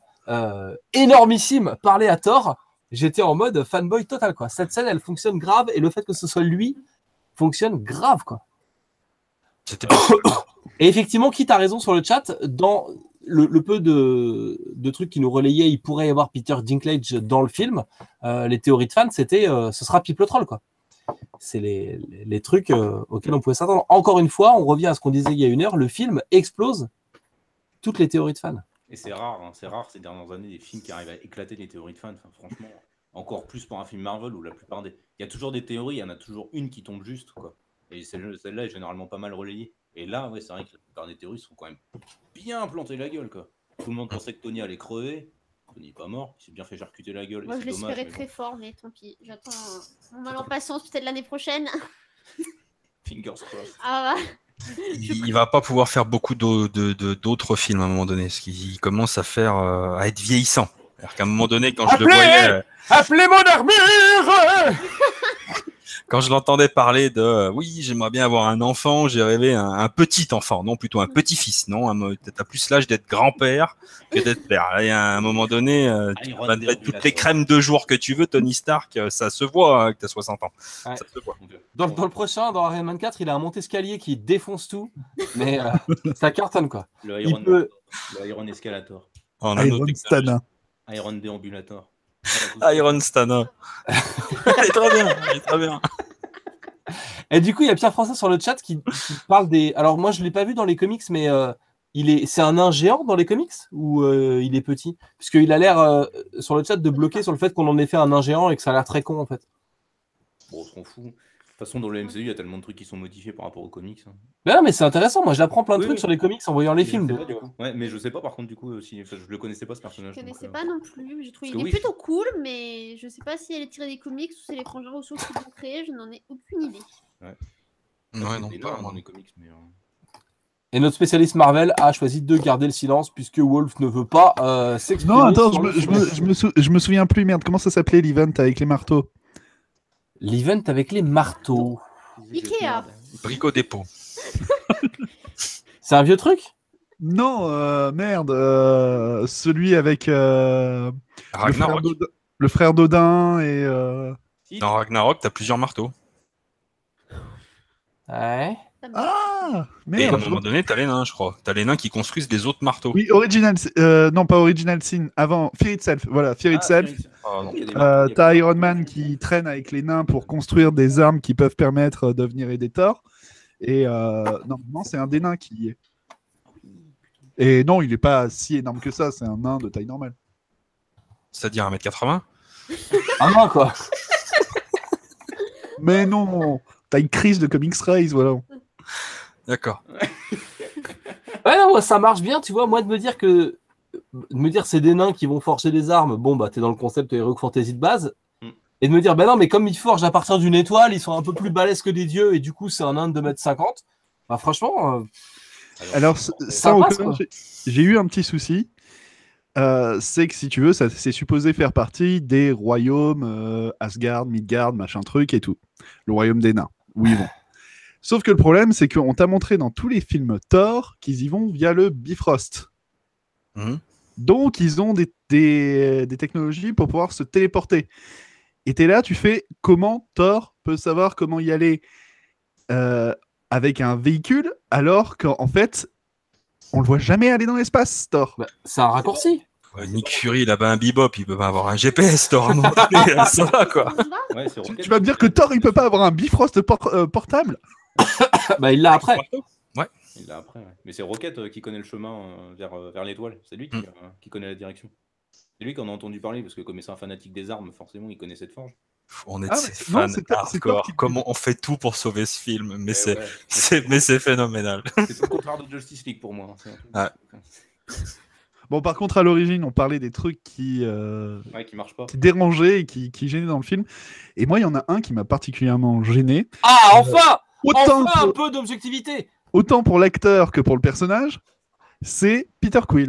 énormissime parler à Thor. J'étais en mode fanboy total, quoi. Cette scène, elle fonctionne grave, et le fait que ce soit lui fonctionne grave, quoi. C'était Et effectivement, qui t'a raison sur le chat, dans le peu de trucs qui nous relayaient, il pourrait y avoir Peter Dinklage dans le film. Les théories de fans, c'était ce sera Pipe le Troll, quoi. C'est les trucs auxquels on pouvait s'attendre. Encore une fois, on revient à ce qu'on disait il y a une heure, le film explose toutes les théories de fans. Et c'est rare, hein, c'est rare ces dernières années des films qui arrivent à éclater les théories de fans. Enfin, franchement, encore plus pour un film Marvel où la plupart des. Il y a toujours des théories, il y en a toujours une qui tombe juste, quoi. Et celle-là est généralement pas mal relayée. Et là, ouais, c'est vrai que la plupart des théories sont quand même bien plantées la gueule, quoi. Tout le monde pensait que Tony allait crever. Tony n'est pas mort, il s'est bien fait charcuter la gueule. Moi, je l'espérais très fort, mais tant pis. J'attends mon mal en patience, peut-être l'année prochaine. Fingers crossed. Ah, il va pas pouvoir faire beaucoup d'autres films à un moment donné, parce qu'il commence à être vieillissant. C'est-à-dire qu'à un moment donné, quand je le voyais... Appelez mon armure. Quand je l'entendais parler de oui, j'aimerais bien avoir un enfant, j'ai rêvé un petit enfant, non plutôt un petit-fils, non, t'as plus l'âge d'être grand-père que d'être père. Et à un moment donné, tu vas te mettre toutes les crèmes de jour que tu veux, Tony Stark, ça se voit que t'as 60 ans. Ouais. Ça se voit. Dans le prochain, dans Iron Man 4, il a un monte-escalier qui défonce tout, mais ça cartonne, quoi. Le Iron Escalator. Iron Stana. Iron Déambulator. Iron Stana. Elle est très bien, elle est très bien. Et du coup, il y a Pierre-François sur le chat qui parle des. Alors, moi, je l'ai pas vu dans les comics, mais c'est un nain géant dans les comics ou il est petit? Puisqu'il a l'air sur le chat de bloquer sur le fait qu'on en ait fait un nain géant et que ça a l'air très con en fait. Bon, on s'en fout. De toute façon, dans le MCU, il y a tellement de trucs qui sont modifiés par rapport aux comics. Hein. Ben non, mais c'est intéressant. Moi, j'apprends plein de Oui, trucs oui. sur les comics en voyant les Mais je films. sais donc, pas, du coup. Ouais, mais je sais pas par contre du coup si enfin, je le connaissais pas ce Je personnage. connaissais donc, pas non plus. J'ai trouvé Parce que il est oui, plutôt cool, mais je sais pas si elle est tirée des comics ou c'est les frangins Rousseau qui l'ont créé. Je n'en ai aucune idée. Ouais, c'est non, énorme pas dans moi. les comics, mais Et notre spécialiste Marvel a choisi de garder le silence puisque Wolf ne veut pas s'exprimer. Non, attends, sur le sujet. je me souviens plus, merde, comment ça s'appelait l'event avec les marteaux? L'event avec les marteaux. Ikea. Brico dépôt. C'est un vieux truc? Non, merde, celui avec Ragnarok. le frère d'Odin et... Dans Ragnarok, t'as plusieurs marteaux. Ouais. Ah, Et à merde. un moment donné, t'as les nains, je crois. T'as les nains qui construisent des autres marteaux. Oui, non pas Original Sin, avant Fear Itself, voilà, Fear Itself. Ah, non. Il y a des marteaux, il y a T'as plein de Iron marteaux. Man qui traîne avec les nains pour construire des armes qui peuvent permettre de venir aider Thor. Et normalement, c'est un des nains qui y est. Et non, il n'est pas si énorme que ça, c'est un nain de taille normale. C'est-à-dire 1m80. Ah non, quoi. Mais non, t'as une crise de Comics Race, voilà. D'accord. Ouais, non, ça marche bien, tu vois. Moi, de me dire c'est des nains qui vont forger des armes, bon, bah, t'es dans le concept Heroic Fantasy de base. Et de me dire, bah non, mais comme ils forgent à partir d'une étoile, ils sont un peu plus balèzes que des dieux, et du coup, c'est un nain de 2,50 m. Bah, franchement. Alors, ça ça, passe, encore, quoi. j'ai eu un petit souci. C'est que si tu veux, c'est supposé faire partie des royaumes Asgard, Midgard, machin truc et tout. Le royaume des nains, où ils vont. Sauf que le problème, c'est qu'on t'a montré dans tous les films Thor qu'ils y vont via le Bifrost. Mhm. Donc, ils ont des technologies pour pouvoir se téléporter. Et t'es là, tu fais comment Thor peut savoir comment y aller avec un véhicule alors qu'en fait, on le voit jamais aller dans l'espace, Thor. Bah, c'est un raccourci. Ouais, Nick Fury, il a pas un bebop, il peut pas avoir un GPS, Thor, à un moment donné, ça va, quoi. Ouais, c'est Rocket. Tu vas me dire que Thor, il peut pas avoir un Bifrost portable? Bah, il l'a après. Il l'a après, ouais. Mais c'est Rocket qui connaît le chemin vers l'étoile. C'est lui qui connaît la direction. C'est lui qu'on a entendu parler, parce que comme c'est un fanatique des armes, forcément, il connaît cette forge. On est Ah, de mais ces non, fans c'est Thor hardcore. qui- Comment on fait tout pour sauver ce film, mais Eh ouais. c'est phénoménal. C'est tout le contraire de Justice League pour moi. Hein. C'est un truc- Ouais. Bon, par contre, à l'origine, on parlait des trucs qui marche pas. dérangeaient et qui gênaient dans le film. Et moi, il y en a un qui m'a particulièrement gêné. Ah, enfin Autant, Enfin un pour, peu d'objectivité. autant pour l'acteur que pour le personnage, c'est Peter Quill.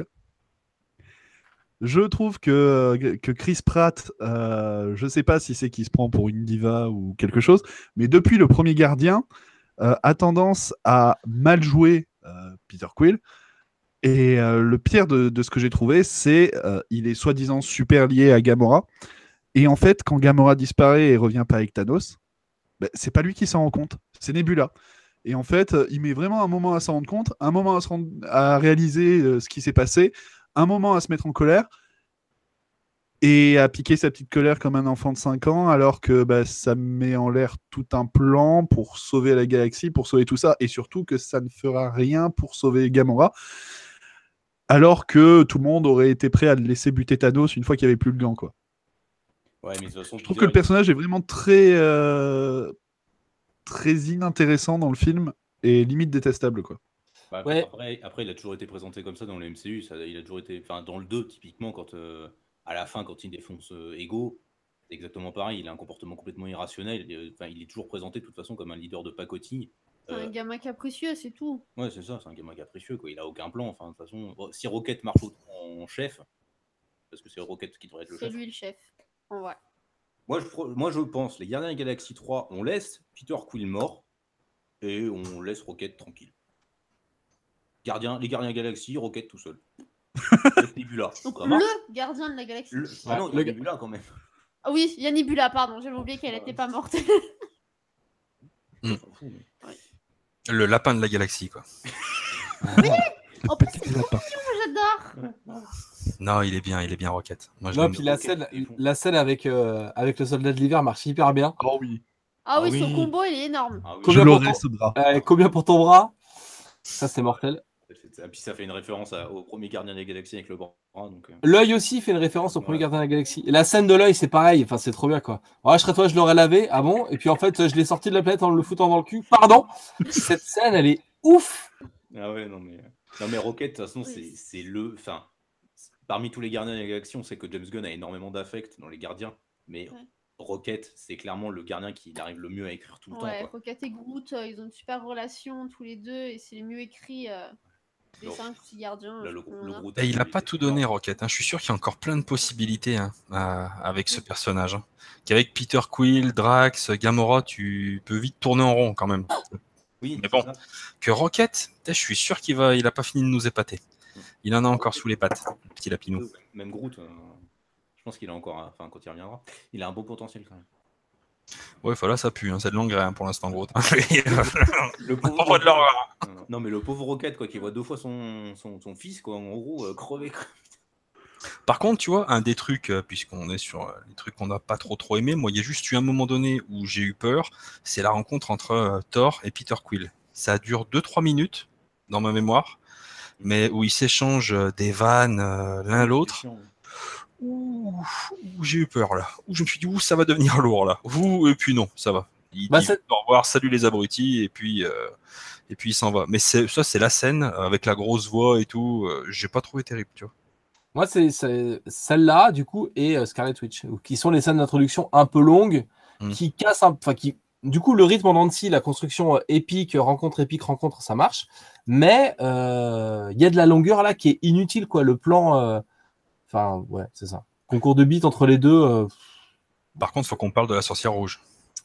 Je trouve que Chris Pratt, je sais pas si c'est qu'il se prend pour une diva ou quelque chose, mais depuis le premier Gardien, a tendance à mal jouer Peter Quill. Et le pire de ce que j'ai trouvé, c'est il est soi-disant super lié à Gamora. Et en fait, quand Gamora disparaît et revient pas avec Thanos, ben, c'est pas lui qui s'en rend compte, c'est Nebula. Et en fait, il met vraiment un moment à s'en rendre compte, un moment à réaliser ce qui s'est passé, un moment à se mettre en colère et à piquer sa petite colère comme un enfant de 5 ans, alors que bah, ça met en l'air tout un plan pour sauver la galaxie, pour sauver tout ça, et surtout que ça ne fera rien pour sauver Gamora, alors que tout le monde aurait été prêt à le laisser buter Thanos une fois qu'il n'y avait plus le gant, quoi. Ouais, mais de toute façon, Je trouve que le personnage est vraiment très inintéressant dans le film et limite détestable, quoi. Bah, Ouais. après, il a toujours été présenté comme ça dans le MCU. Il a toujours été, enfin, dans le 2, typiquement, à la fin, quand il défonce Ego, c'est exactement pareil. Il a un comportement complètement irrationnel. Il est toujours présenté de toute façon comme un leader de pacotille. C'est un gamin capricieux, c'est tout. Ouais, c'est ça, c'est un gamin capricieux, quoi. Il a aucun plan. Enfin, de toute façon, bon, si Rocket marche en chef, parce que c'est Rocket qui devrait être le C'est chef. lui le chef. En vrai. Moi, je pense, les Gardiens de la Galaxie 3, on laisse Peter Quill mort et on laisse Rocket tranquille. Les Gardiens de la Galaxie, Rocket tout seul. Avec Nebula. Donc Ça marche. le gardien de la galaxie. Ah non, il y a Nebula quand même. Ah oui, il y a Nebula, pardon, j'avais oublié qu'elle n'était pas morte. Mm. On s'en fout, mais- Le lapin de la galaxie, quoi. Oh, c'est trop mignon, j'adore. Non, il est bien Rocket. Moi, je Non, l'aime puis bien. la scène avec le soldat de l'hiver marche hyper bien. Oh oui. Ah oui, oui. son combo, il est énorme. Ah oui. Je Combien pour l'aurais ton- ce bras. Combien pour ton bras? Ça, c'est mortel. Et puis ça fait une référence au premier Gardien des Galaxies avec le bras. Donc, L'œil aussi fait une référence au premier Ouais. Gardien de la Galaxie. Et la scène de l'œil, c'est pareil. Enfin, c'est trop bien, quoi. Ouais, je serais toi, je l'aurais lavé. Ah bon? Et puis, en fait, je l'ai sorti de la planète en le foutant dans le cul. Pardon? Cette scène, elle est ouf. Ah ouais, non mais Rocket, de toute façon, Oui. c'est le. Enfin, parmi tous les Gardiens de la Galaxie, on sait que James Gunn a énormément d'affect dans les Gardiens, mais Ouais. Rocket, c'est clairement le gardien qui arrive le mieux à écrire tout le Ouais, temps. Quoi. Rocket et Groot, ils ont une super relation tous les deux et c'est les mieux écrits des Donc, 5 ou 6 gardiens. Là, je le crois qu'on a. Groot, Et il a était pas tout énorme. donné, Rocket. Hein. Je suis sûr qu'il y a encore plein de possibilités avec ce personnage. Hein. Qu'avec Peter Quill, Drax, Gamora, tu peux vite tourner en rond quand même. Oui, Mais c'est bon. ça. Que Rocket, je suis sûr qu'il a pas fini de nous épater. Il en a encore sous les pattes, le petit lapinou. Même Groot, je pense qu'il a encore, enfin quand il reviendra, il a un beau potentiel quand même. Ouais, voilà, ça pue, hein. C'est de l'engrais hein, pour l'instant, gros. Le Pas de l'horreur. Non mais le pauvre Rocket quoi, qui voit 2 fois son fils quoi, en gros crever. Par contre, tu vois, un des trucs, puisqu'on est sur les trucs qu'on n'a pas trop aimé, moi, il y a juste eu un moment donné où j'ai eu peur, c'est la rencontre entre Thor et Peter Quill. Ça dure 2-3 minutes dans ma mémoire, mais où ils s'échangent des vannes l'un l'autre. Ouh, j'ai eu peur là. Ouh, je me suis dit, ouh, ça va devenir lourd là. Ouh, et puis non, ça va. Il dit au revoir, salut les abrutis, et puis il s'en va. Mais ça, c'est la scène avec la grosse voix et tout. J'ai pas trouvé terrible, tu vois. Moi, c'est celle-là, du coup, et Scarlet Witch, qui sont les scènes d'introduction un peu longues, qui cassent du coup, le rythme en dents de scie, la construction épique, rencontre, ça marche. Mais il y a de la longueur là qui est inutile, quoi. Le plan, enfin, ouais, c'est ça. Concours de beat entre les deux. Par contre, il faut qu'on parle de la sorcière rouge.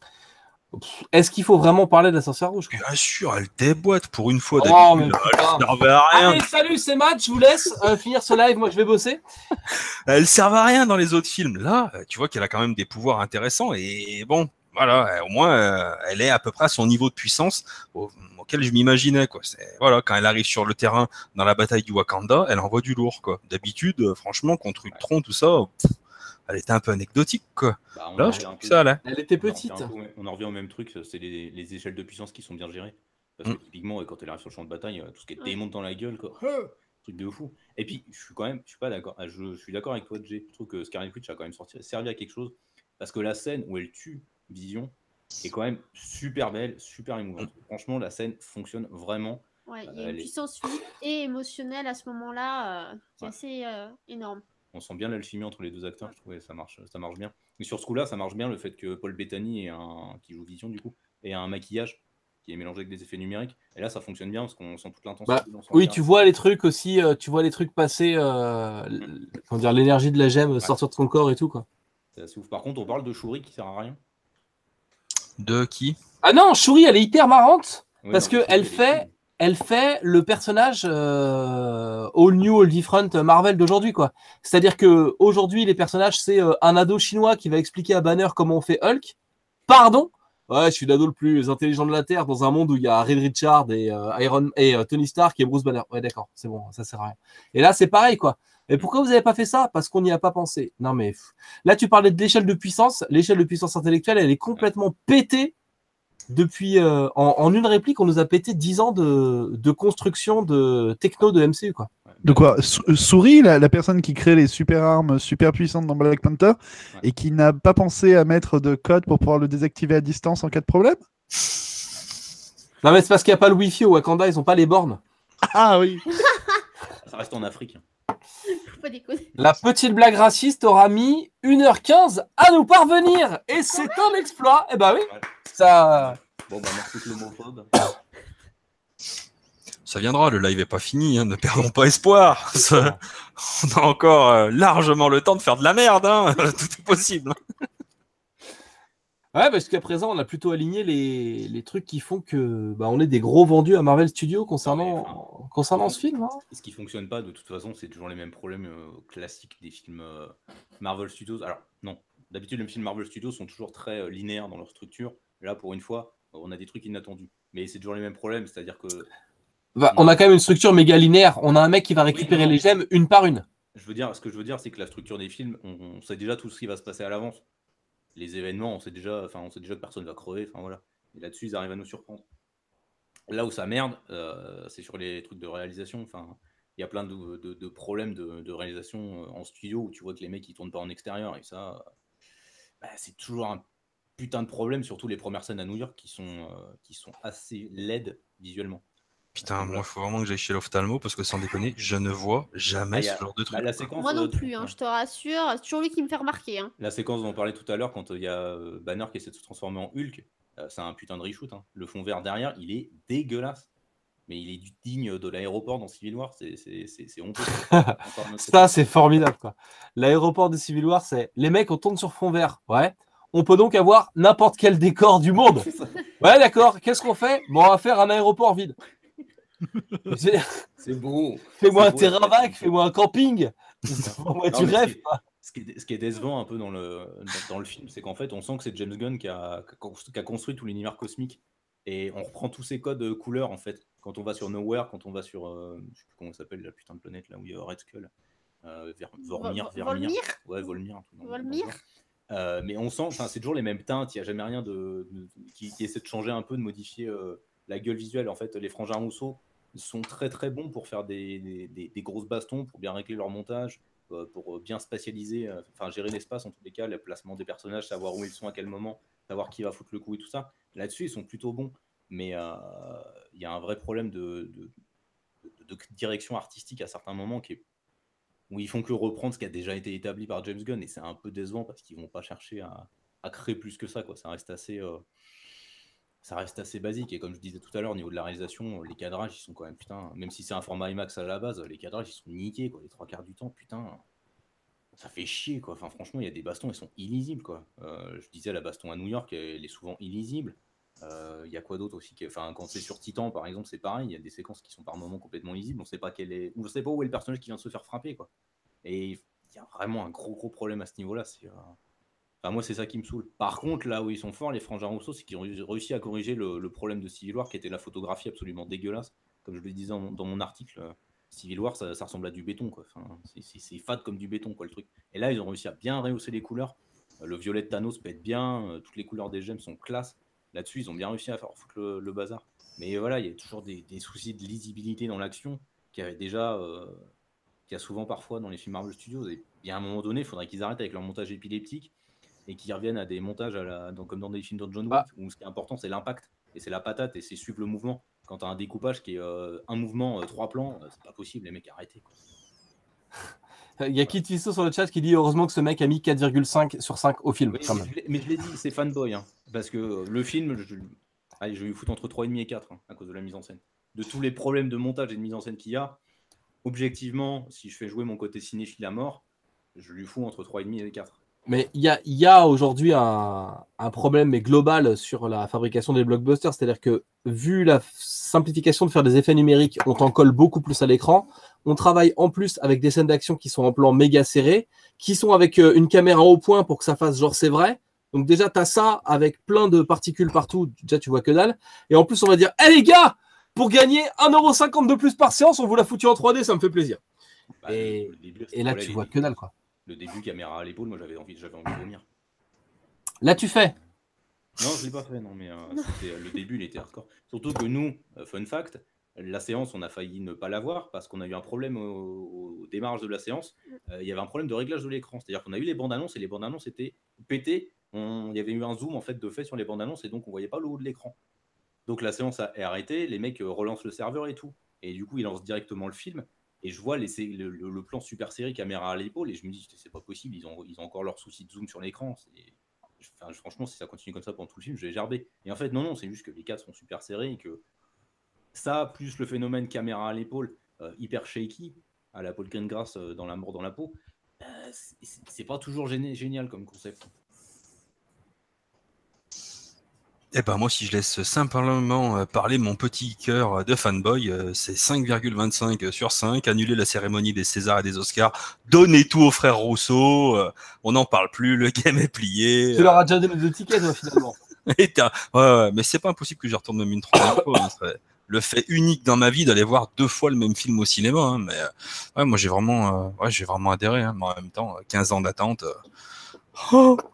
Est-ce qu'il faut vraiment parler de la sorcière rouge? Bien sûr, elle déboîte pour une fois. Oh, mais elle servait à rien. Allez, salut, c'est Matt, je vous laisse finir ce live, moi je vais bosser. Elle servait à rien dans les autres films. Là, tu vois qu'elle a quand même des pouvoirs intéressants et bon, voilà, au moins elle est à peu près à son niveau de puissance auquel je m'imaginais quoi. Voilà, quand elle arrive sur le terrain dans la bataille du Wakanda, elle envoie du lourd quoi. D'habitude, franchement, contre Ultron, tout ça, elle était un peu anecdotique quoi. Bah, là, je trouve que ça allait. Elle était petite. On en revient au même truc, c'est les échelles de puissance qui sont bien gérées. Parce que typiquement, quand elle arrive sur le champ de bataille, tout ce qui est démonte dans la gueule, quoi. Truc de fou. Et puis, je suis pas d'accord. Je suis d'accord avec toi, Jay. Je trouve que Scarlet Witch a quand même servi à quelque chose. Parce que la scène où elle tue Vision est quand même super belle, super émouvante. Franchement, la scène fonctionne vraiment. Ouais, il y a une puissance physique et émotionnelle à ce moment-là qui est assez énorme. On sent bien l'alchimie entre les deux acteurs, je trouvais ça marche bien. Et sur ce coup-là, ça marche bien le fait que Paul Bettany qui joue Vision du coup, ait un maquillage qui est mélangé avec des effets numériques. Et là, ça fonctionne bien parce qu'on sent toute l'intensité. Oui, tu vois les trucs aussi, tu vois les trucs passer, comment dire, l'énergie de la gemme sortir de son corps et tout quoi. C'est assez ouf. Par contre, on parle de Shuri qui sert à rien. De qui? Ah non, Shuri, elle est hyper marrante parce que elle fait le personnage all new, all different Marvel d'aujourd'hui quoi. C'est-à-dire que aujourd'hui les personnages c'est un ado chinois qui va expliquer à Banner comment on fait Hulk. Pardon? Ouais, je suis l'ado le plus intelligent de la Terre dans un monde où il y a Reed Richards et Tony Stark et Bruce Banner. Ouais, d'accord, c'est bon, ça sert à rien. Et là, c'est pareil, quoi. Et pourquoi vous n'avez pas fait ça? Parce qu'on n'y a pas pensé. Non, mais là, tu parlais de l'échelle de puissance. L'échelle de puissance intellectuelle, elle est complètement pétée depuis. En une réplique, on nous a pété 10 ans de construction de techno de MCU, quoi. De quoi? Souris, la personne qui crée les super armes super puissantes dans Black Panther et qui n'a pas pensé à mettre de code pour pouvoir le désactiver à distance en cas de problème? Non, mais c'est parce qu'il n'y a pas le Wi-Fi au Wakanda, ils n'ont pas les bornes. Ah oui. Ça reste en Afrique. Faut pas déconner. La petite blague raciste aura mis 1h15 à nous parvenir. Et c'est un exploit. Eh ben oui, ça. Bon, bah, merci l'homophobe. Ça viendra, le live est pas fini, hein, ne perdons pas espoir. On a encore largement le temps de faire de la merde, hein. Tout est possible. Ouais, parce qu'à présent, on a plutôt aligné les trucs qui font que on est des gros vendus à Marvel Studios concernant ce film. Hein. Ce qui fonctionne pas, de toute façon, c'est toujours les mêmes problèmes classiques des films Marvel Studios. Alors, non, d'habitude, les films Marvel Studios sont toujours très linéaires dans leur structure. Là, pour une fois, on a des trucs inattendus. Mais c'est toujours les mêmes problèmes, c'est-à-dire que... On a quand même une structure méga linéaire. On a un mec qui va récupérer les gemmes une par une. Ce que je veux dire, c'est que la structure des films, on sait déjà tout ce qui va se passer à l'avance. les événements, on sait déjà que personne va crever. Enfin voilà. Et là-dessus, ils arrivent à nous surprendre. Là où ça merde, c'est sur les trucs de réalisation. Enfin, il y a plein de problèmes de réalisation en studio où tu vois que les mecs ils tournent pas en extérieur et ça, c'est toujours un putain de problème, surtout les premières scènes à New York qui sont assez laides visuellement. Putain, Voilà. moi, il faut vraiment que j'aille chez l'ophtalmo parce que sans déconner, je ne vois jamais Il y a ce genre de truc. la séquence. Moi non plus, hein, je te rassure, c'est toujours lui qui me fait remarquer. Hein. La séquence dont on parlait tout à l'heure, quand il y a Banner qui essaie de se transformer en Hulk, c'est un putain de reshoot. Hein. Le fond vert derrière, il est dégueulasse. Mais il est digne de l'aéroport dans Civil War, c'est honteux. Ça, c'est formidable, quoi. L'aéroport de Civil War, c'est les mecs, on tourne sur fond vert. Ouais. On peut donc avoir n'importe quel décor du monde. Ouais, d'accord. Qu'est-ce qu'on fait? Bon, on va faire un aéroport vide. C'est beau. Fais-moi un terrain vague, fais-moi un camping. Ouais, tu rêves. Ce qui est décevant un peu dans le film, c'est qu'en fait, on sent que c'est James Gunn qui a construit tout l'univers cosmique. Et on reprend tous ces codes couleurs, en fait. Quand on va sur Nowhere, quand on va sur... je sais plus comment ça s'appelle, la putain de planète, là où il y a Red Skull. Vormir. Ouais, Volmir. Volmir. Mais on sent, c'est toujours les mêmes teintes, il n'y a jamais rien qui essaie de changer un peu, de modifier la gueule visuelle. En fait, les frangins Rousseau sont très très bons pour faire des grosses bastons, pour bien régler leur montage, pour bien spatialiser, gérer l'espace en tous les cas, le placement des personnages, savoir où ils sont à quel moment, savoir qui va foutre le coup et tout ça. Là-dessus, ils sont plutôt bons, mais il y a un vrai problème de direction artistique à certains moments où ils font que reprendre ce qui a déjà été établi par James Gunn, et c'est un peu décevant parce qu'ils vont pas chercher à créer plus que ça, quoi. Ça reste assez basique, et comme je disais tout à l'heure, au niveau de la réalisation, les cadrages, ils sont quand même, putain, même si c'est un format IMAX à la base, les cadrages, ils sont niqués, quoi, les 3/4 du temps, putain, ça fait chier, quoi. Enfin, franchement, il y a des bastons, ils sont illisibles, quoi. Je disais, la baston à New York, elle est souvent illisible. Il y a quoi d'autre aussi quand c'est sur Titan, par exemple, c'est pareil, il y a des séquences qui sont par moments complètement illisibles, on sait pas on sait pas où est le personnage qui vient de se faire frapper, quoi. Et il y a vraiment un gros problème à ce niveau-là. Moi, c'est ça qui me saoule. Par contre, là où ils sont forts, les frangins Rousseau, c'est qu'ils ont réussi à corriger le problème de Civil War, qui était la photographie absolument dégueulasse. Comme je le disais dans mon article, Civil War, ça ressemble à du béton, quoi. C'est fade comme du béton, quoi, le truc. Et là, ils ont réussi à bien rehausser les couleurs. Le violet de Thanos pète bien, toutes les couleurs des gemmes sont classe. Là-dessus, ils ont bien réussi à faire foutre le bazar. Mais voilà, il y a toujours des soucis de lisibilité dans l'action qui avait déjà... qu'il y a souvent parfois dans les films Marvel Studios. Et à un moment donné, il faudrait qu'ils arrêtent avec leur montage épileptique et qu'ils reviennent à des montages comme dans des films de John Wick, où ce qui est important, c'est l'impact, et c'est la patate, et c'est suivre le mouvement. Quand tu as un découpage qui est un mouvement, 3 plans, c'est pas possible, les mecs, arrêtez, quoi. Il y a Kit Fisto sur le chat qui dit heureusement que ce mec a mis 4,5 sur 5 au film. Mais je l'ai dit, c'est fanboy, hein, parce que le film, je vais lui foutre entre 3,5 et 4 à cause de la mise en scène. De tous les problèmes de montage et de mise en scène qu'il y a, objectivement, si je fais jouer mon côté cinéphile à mort, je lui fous entre 3,5 et 4. Mais il y a aujourd'hui un problème mais global sur la fabrication des blockbusters, c'est-à-dire que vu la simplification de faire des effets numériques, on t'en colle beaucoup plus à l'écran. On travaille en plus avec des scènes d'action qui sont en plan méga serré, qui sont avec une caméra au point pour que ça fasse genre c'est vrai. Donc déjà, tu as ça avec plein de particules partout, déjà tu vois que dalle. Et en plus, on va dire, hé les gars, pour gagner 1,50 € de plus par séance, on vous l'a foutu en 3D, ça me fait plaisir. Et là, tu vois que dalle, quoi. Le début, caméra à l'épaule, moi j'avais envie de vomir. Là, tu fais. Non, je l'ai pas fait, non, mais le début, il était hardcore. Surtout que nous, fun fact, la séance, on a failli ne pas l'avoir parce qu'on a eu un problème au démarrage de la séance. Il y avait un problème de réglage de l'écran. C'est-à-dire qu'on a eu les bandes annonces et les bandes annonces étaient pétées. Il y avait eu un zoom en fait de fait sur les bandes annonces et donc on voyait pas le haut de l'écran. Donc la séance est arrêtée, les mecs relancent le serveur et tout. Et du coup, ils lancent directement le film. Et je vois le plan super serré, caméra à l'épaule, et je me dis, c'est pas possible, ils ont encore leur souci de zoom sur l'écran. Franchement, si ça continue comme ça pendant tout le film, je vais gerber. Et en fait, non, c'est juste que les cadres sont super serrés et que ça, plus le phénomène caméra à l'épaule, hyper shaky, à la Paul Greengrass dans la mort dans la peau, c'est pas toujours génial comme concept. Eh ben moi, si je laisse simplement parler mon petit cœur de fanboy, c'est 5,25 sur 5, annuler la cérémonie des Césars et des Oscars, donner tout aux frères Rousseau, on n'en parle plus, le game est plié. Tu leur as déjà donné 2 tickets, toi, finalement. Ouais, mais c'est pas impossible que j'y retourne même une 3e fois. Hein, c'est le fait unique dans ma vie d'aller voir 2 fois le même film au cinéma. Hein, mais ouais, moi, j'ai vraiment adhéré. Hein, mais en même temps, 15 ans d'attente.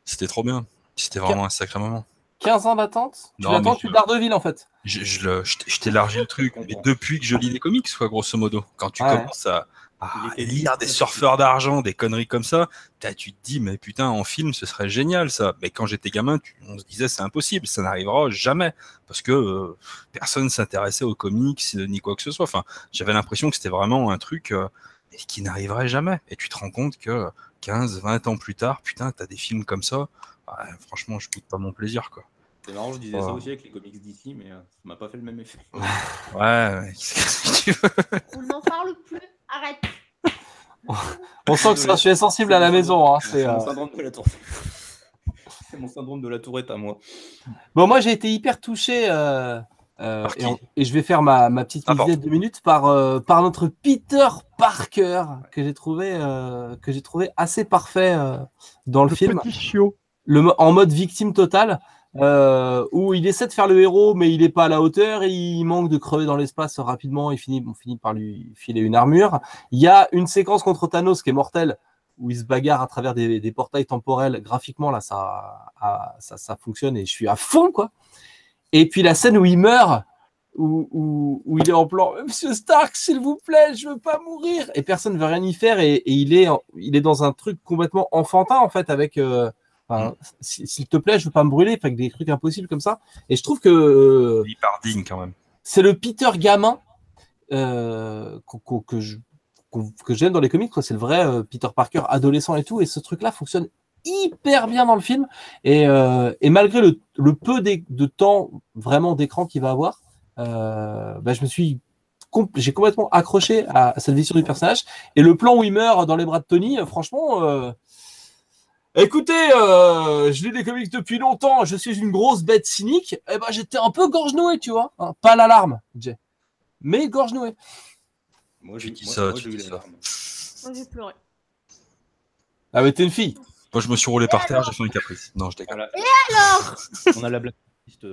C'était trop bien. C'était vraiment un sacré moment. 15 ans d'attente. Tu Non, l'attends mais depuis Daredevil en fait. Je t'élargis le truc, mais depuis que je lis les comics, quoi, grosso modo. Quand tu Ouais. commences à Il était lire des surfeurs d'argent, des conneries comme ça, tu te dis, mais putain, en film, ce serait génial ça. Mais quand j'étais gamin, on se disait, c'est impossible, ça n'arrivera jamais. Parce que personne ne s'intéressait aux comics ni quoi que ce soit. Enfin, j'avais l'impression que c'était vraiment un truc qui n'arriverait jamais. Et tu te rends compte que 15, 20 ans plus tard, putain, t'as des films comme ça. Ouais, franchement, je goûte pas mon plaisir, quoi. C'est marrant, je disais ça aussi avec les comics d'ici, mais ça m'a pas fait le même effet. Ouais, qu'est-ce que tu veux? On n'en parle plus. Arrête. On sent que je suis sensible à la maison. Hein. C'est mon syndrome de la tourette. C'est mon syndrome de la tourette à moi. Bon, moi j'ai été hyper touché et je vais faire ma petite visite de 2 minutes par notre Peter Parker que j'ai trouvé assez parfait dans le film. Petit chiot. En mode victime totale. Où il essaie de faire le héros, mais il n'est pas à la hauteur, et il manque de crever dans l'espace rapidement, on finit par lui filer une armure. Il y a une séquence contre Thanos qui est mortelle, où il se bagarre à travers des portails temporels. Graphiquement, là, ça fonctionne, et je suis à fond, quoi. Et puis la scène où il meurt, où il est en plan « Monsieur Stark, s'il vous plaît, je veux pas mourir !» Et personne ne veut rien y faire, et il est dans un truc complètement enfantin, en fait, avec... s'il te plaît, je veux pas me brûler, avec des trucs impossibles comme ça. Et je trouve que hyper digne quand même. C'est le Peter gamin que j'aime dans les comics. C'est le vrai Peter Parker adolescent et tout. Et ce truc-là fonctionne hyper bien dans le film. Et malgré le peu de temps vraiment d'écran qu'il va avoir, j'ai complètement accroché à cette vision du personnage. Et le plan où il meurt dans les bras de Tony, franchement. Écoutez, je lis les comics depuis longtemps, je suis une grosse bête cynique, et ben j'étais un peu gorge nouée, tu vois. Hein, pas l'alarme, Jay, mais gorge nouée. Moi, j'ai eu l'alarme. Moi, j'ai pleuré. Ah, mais t'es une fille. Moi, je me suis roulé par terre, j'ai fait un caprice. Non, je déconne. Et alors On a la blacklist.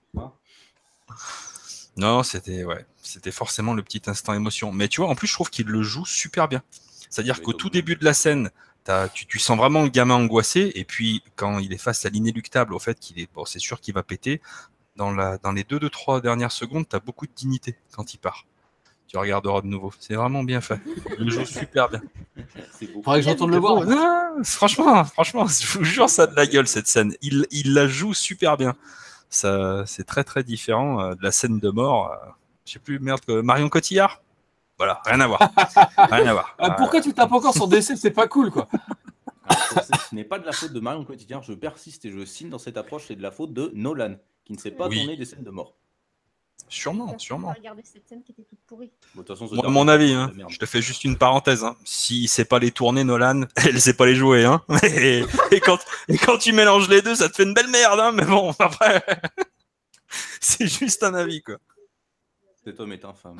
Non, c'était forcément le petit instant émotion. Mais tu vois, en plus, je trouve qu'il le joue super bien. C'est-à-dire qu'au tout début de la scène, tu sens vraiment le gamin angoissé, et puis quand il est face à l'inéluctable, au fait c'est sûr qu'il va péter, dans les 2-3 dernières secondes, tu as beaucoup de dignité quand il part. Tu regarderas de nouveau. C'est vraiment bien fait. Il joue super bien. Faudrait que je retourne le voir. Non, franchement, je vous jure, ça a de la gueule cette scène. Il la joue super bien. Ça, c'est très très différent de la scène de mort. Je sais plus, Marion Cotillard. Voilà, rien à voir. Rien à voir. Pourquoi tu tapes encore sur DC? C'est pas cool, quoi. Alors, ce n'est pas de la faute de Marion Cotillard, je persiste et je signe dans cette approche, c'est de la faute de Nolan, qui ne sait pas tourner des scènes de mort. Sûrement. Regarder cette scène qui était toute pourrie. Bon, de toute façon, Moi, à mon avis, hein, je te fais juste une parenthèse. Hein. S'il ne sait pas les tourner, Nolan, elle ne sait pas les jouer. Hein. Et quand tu mélanges les deux, ça te fait une belle merde. Hein. Mais bon, après, c'est juste un avis, quoi. Cet homme est infâme.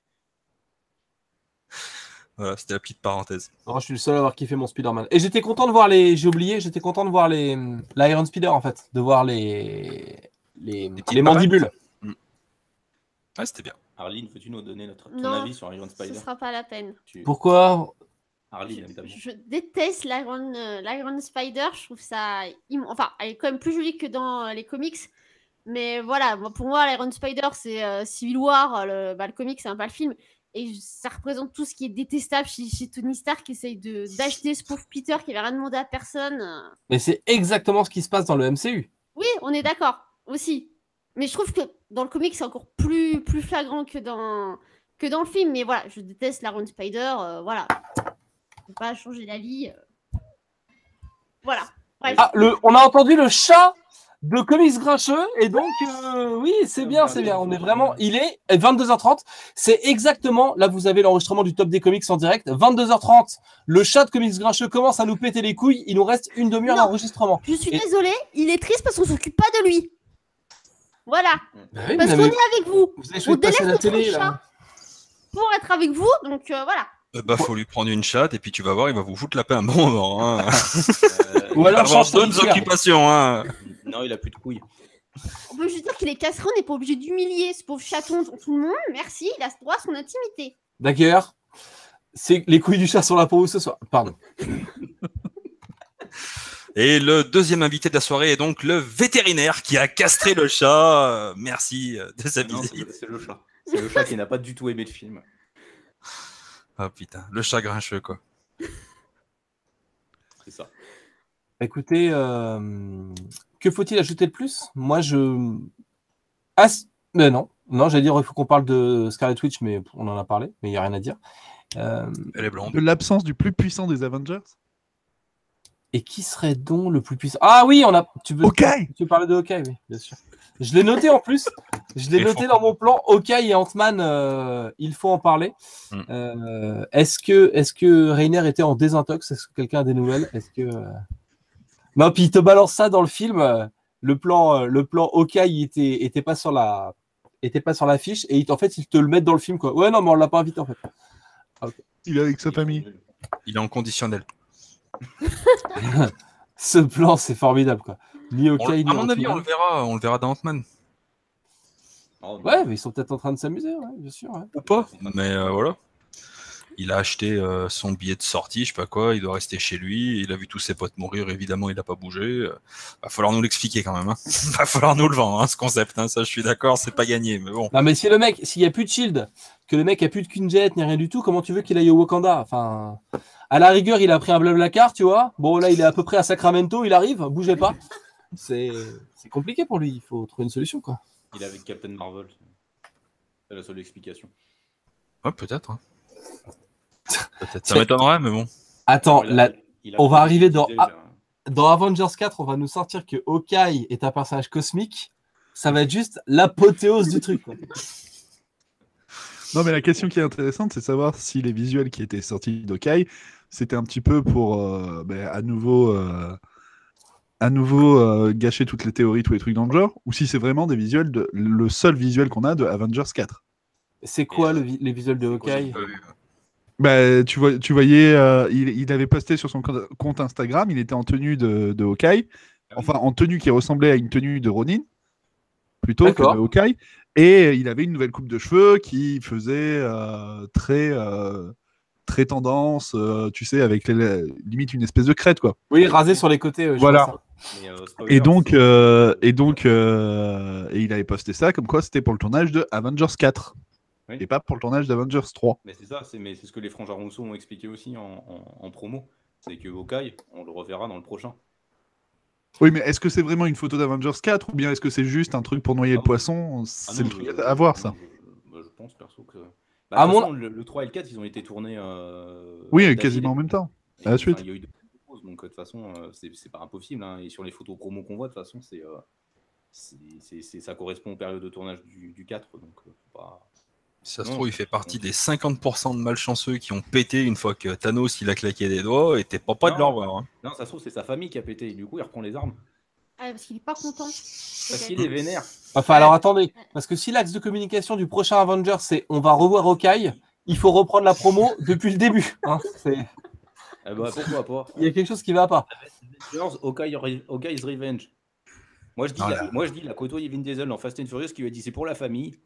Voilà, c'était la petite parenthèse. Alors, je suis le seul à avoir kiffé mon Spider-Man. Et j'étais content de voir j'étais content de voir l'Iron Spider, en fait. De voir les mandibules. Ouais, c'était bien. Arline, peux-tu nous donner ton avis sur Iron Spider? Ce sera pas la peine. Pourquoi? Arline, évidemment. Je déteste l'Iron Spider. Je trouve ça... Enfin, elle est quand même plus jolie que dans les comics. Mais voilà, pour moi, l'Iron Spider, c'est Civil War. Le comic, c'est un pas le film. Et ça représente tout ce qui est détestable chez Tony Stark, qui essaye d'acheter ce pauvre Peter qui n'avait rien demandé à personne. Mais c'est exactement ce qui se passe dans le MCU. Oui, on est d'accord, aussi. Mais je trouve que dans le comic, c'est encore plus flagrant que dans le film. Mais voilà, je déteste l'Iron Spider. Voilà. On peut pas changer d'avis. Voilà. Bref. Ah, on a entendu le chat de Comics Grincheux, et donc oui, c'est bien. On est vraiment, il est 22h30, c'est exactement, là vous avez l'enregistrement du top des comics en direct, 22h30, le chat de Comics Grincheux commence à nous péter les couilles, il nous reste une demi-heure d'enregistrement. Je suis désolée, il est triste parce qu'on s'occupe pas de lui. Voilà. Bah oui, parce qu'on est avec vous. Vous avez choisi de passer à la télé, là. Pour être avec vous, donc voilà. Faut lui prendre une chatte et puis tu vas voir, il va vous foutre la paix un bon moment. Hein. Ou alors avoir d'autres occupations. Hein. Non, il a plus de couilles. On peut juste dire qu'il est casseré, on n'est pas obligé d'humilier ce pauvre chaton devant tout le monde. Merci, il a ce droit à son intimité. D'accord. C'est les couilles du chat sur la peau ce soir. Pardon. Et le deuxième invité de la soirée est donc le vétérinaire qui a castré le chat. Merci de sa Non, visite. c'est le chat. C'est le chat qui n'a pas du tout aimé le film. Ah putain, le chat grincheux quoi. C'est ça. Écoutez, que faut-il ajouter de plus? Moi, mais non, j'allais dire il faut qu'on parle de Scarlet Witch, mais on en a parlé, mais il n'y a rien à dire. Elle est blonde. De l'absence du plus puissant des Avengers. Et qui serait donc le plus puissant? Ah oui, tu veux parler de Hawkeye, oui, bien sûr. Je l'ai noté en plus. Je l'ai noté dans mon plan. Hawkeye et Ant-Man, il faut en parler. Est-ce que Rainer était en désintox? Est-ce que quelqu'un a des nouvelles? Non, puis il te balance ça dans le film. Le plan Hawkeye était pas sur l'affiche et en fait ils te le mettent dans le film quoi. Ouais non mais on l'a pas invité en fait. Ah, okay. Il est avec sa famille. Il est en conditionnel. Ce plan c'est formidable quoi. Ni Hawkeye ni à mon avis on le verra dans Ant-Man. Ouais mais ils sont peut-être en train de s'amuser ouais, bien sûr. Ouais. Ou pas. Mais voilà. Il a acheté son billet de sortie, je sais pas quoi, il doit rester chez lui, il a vu tous ses potes mourir, évidemment il n'a pas bougé. Va falloir nous l'expliquer quand même. Hein. Va falloir nous le vendre, hein, ce concept. Hein. Ça je suis d'accord, c'est pas gagné, mais bon. Non mais si le mec, s'il n'y a plus de shield, que le mec a plus de Quinjet ni rien du tout, comment tu veux qu'il aille au Wakanda? Enfin, à la rigueur il a pris un Blablacar, tu vois. Bon là il est à peu près à Sacramento, il arrive, bougez pas. C'est compliqué pour lui, il faut trouver une solution quoi. Il est avec Captain Marvel. C'est la seule explication. Ouais peut-être. Hein. Peut-être. Ça m'étonnerait, mais bon. Attends, on va arriver dans Avengers 4, on va nous sortir que Hawkeye est un personnage cosmique. Ça va être juste l'apothéose du truc. Quoi. Non, mais la question qui est intéressante, c'est savoir si les visuels qui étaient sortis d'Hawkeye, c'était un petit peu pour à nouveau gâcher toutes les théories, tous les trucs dans le genre, ou si c'est vraiment des visuels le seul visuel qu'on a de Avengers 4. C'est quoi les visuels de Hawkeye? Bah, tu voyais, il avait posté sur son compte Instagram, il était en tenue de Hawkeye, enfin en tenue qui ressemblait à une tenue de Ronin, plutôt que de Hawkeye, et il avait une nouvelle coupe de cheveux qui faisait très tendance, tu sais, avec limite une espèce de crête, quoi. Oui, rasé sur les côtés. Voilà. Et donc, et il avait posté ça comme quoi c'était pour le tournage de Avengers 4. Oui. Et pas pour le tournage d'Avengers 3. Mais c'est ça, c'est ce que les frangins Rousseau ont expliqué aussi en promo. C'est que Hawkeye, on le reverra dans le prochain. Oui, mais est-ce que c'est vraiment une photo d'Avengers 4 ou bien est-ce que c'est juste un truc pour noyer le poisson? C'est le truc à voir, ça. Je pense perso que... le 3 et le 4, ils ont été tournés... oui, quasiment en même temps. À la suite. Il y a eu 2 pauses, donc de toute façon, c'est pas impossible. Hein. Et sur les photos promo qu'on voit, de toute façon, ça correspond aux périodes de tournage du 4. Donc, faut pas... Ça se trouve, il fait partie des 50% de malchanceux qui ont pété une fois que Thanos il a claqué des doigts et t'es pas prêt de le revoir. Hein. Non, ça se trouve, c'est sa famille qui a pété et du coup, il reprend les armes. Ah, parce qu'il est pas content. Parce qu'il est vénère. Enfin, alors attendez, parce que si l'axe de communication du prochain Avengers c'est on va revoir Hawkeye, il faut reprendre la promo depuis le début. Hein, pourquoi pas? Il y a quelque chose qui va pas. Hawkeye's Revenge. Moi je dis, il a côtoyé Vin Diesel dans Fast and Furious qui lui a dit c'est pour la famille.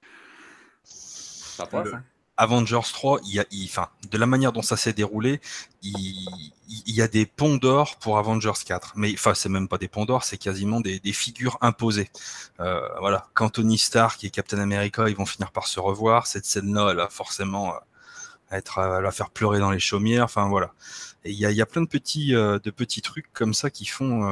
Ça passe, hein. Avengers 3, de la manière dont ça s'est déroulé, il y a des ponts d'or pour Avengers 4. Mais enfin, c'est même pas des ponts d'or, c'est quasiment des figures imposées. Voilà, quand Tony Stark et Captain America, ils vont finir par se revoir, cette scène-là, elle va forcément elle va faire pleurer dans les chaumières. Enfin voilà. Et il y a plein de petits trucs comme ça qui font,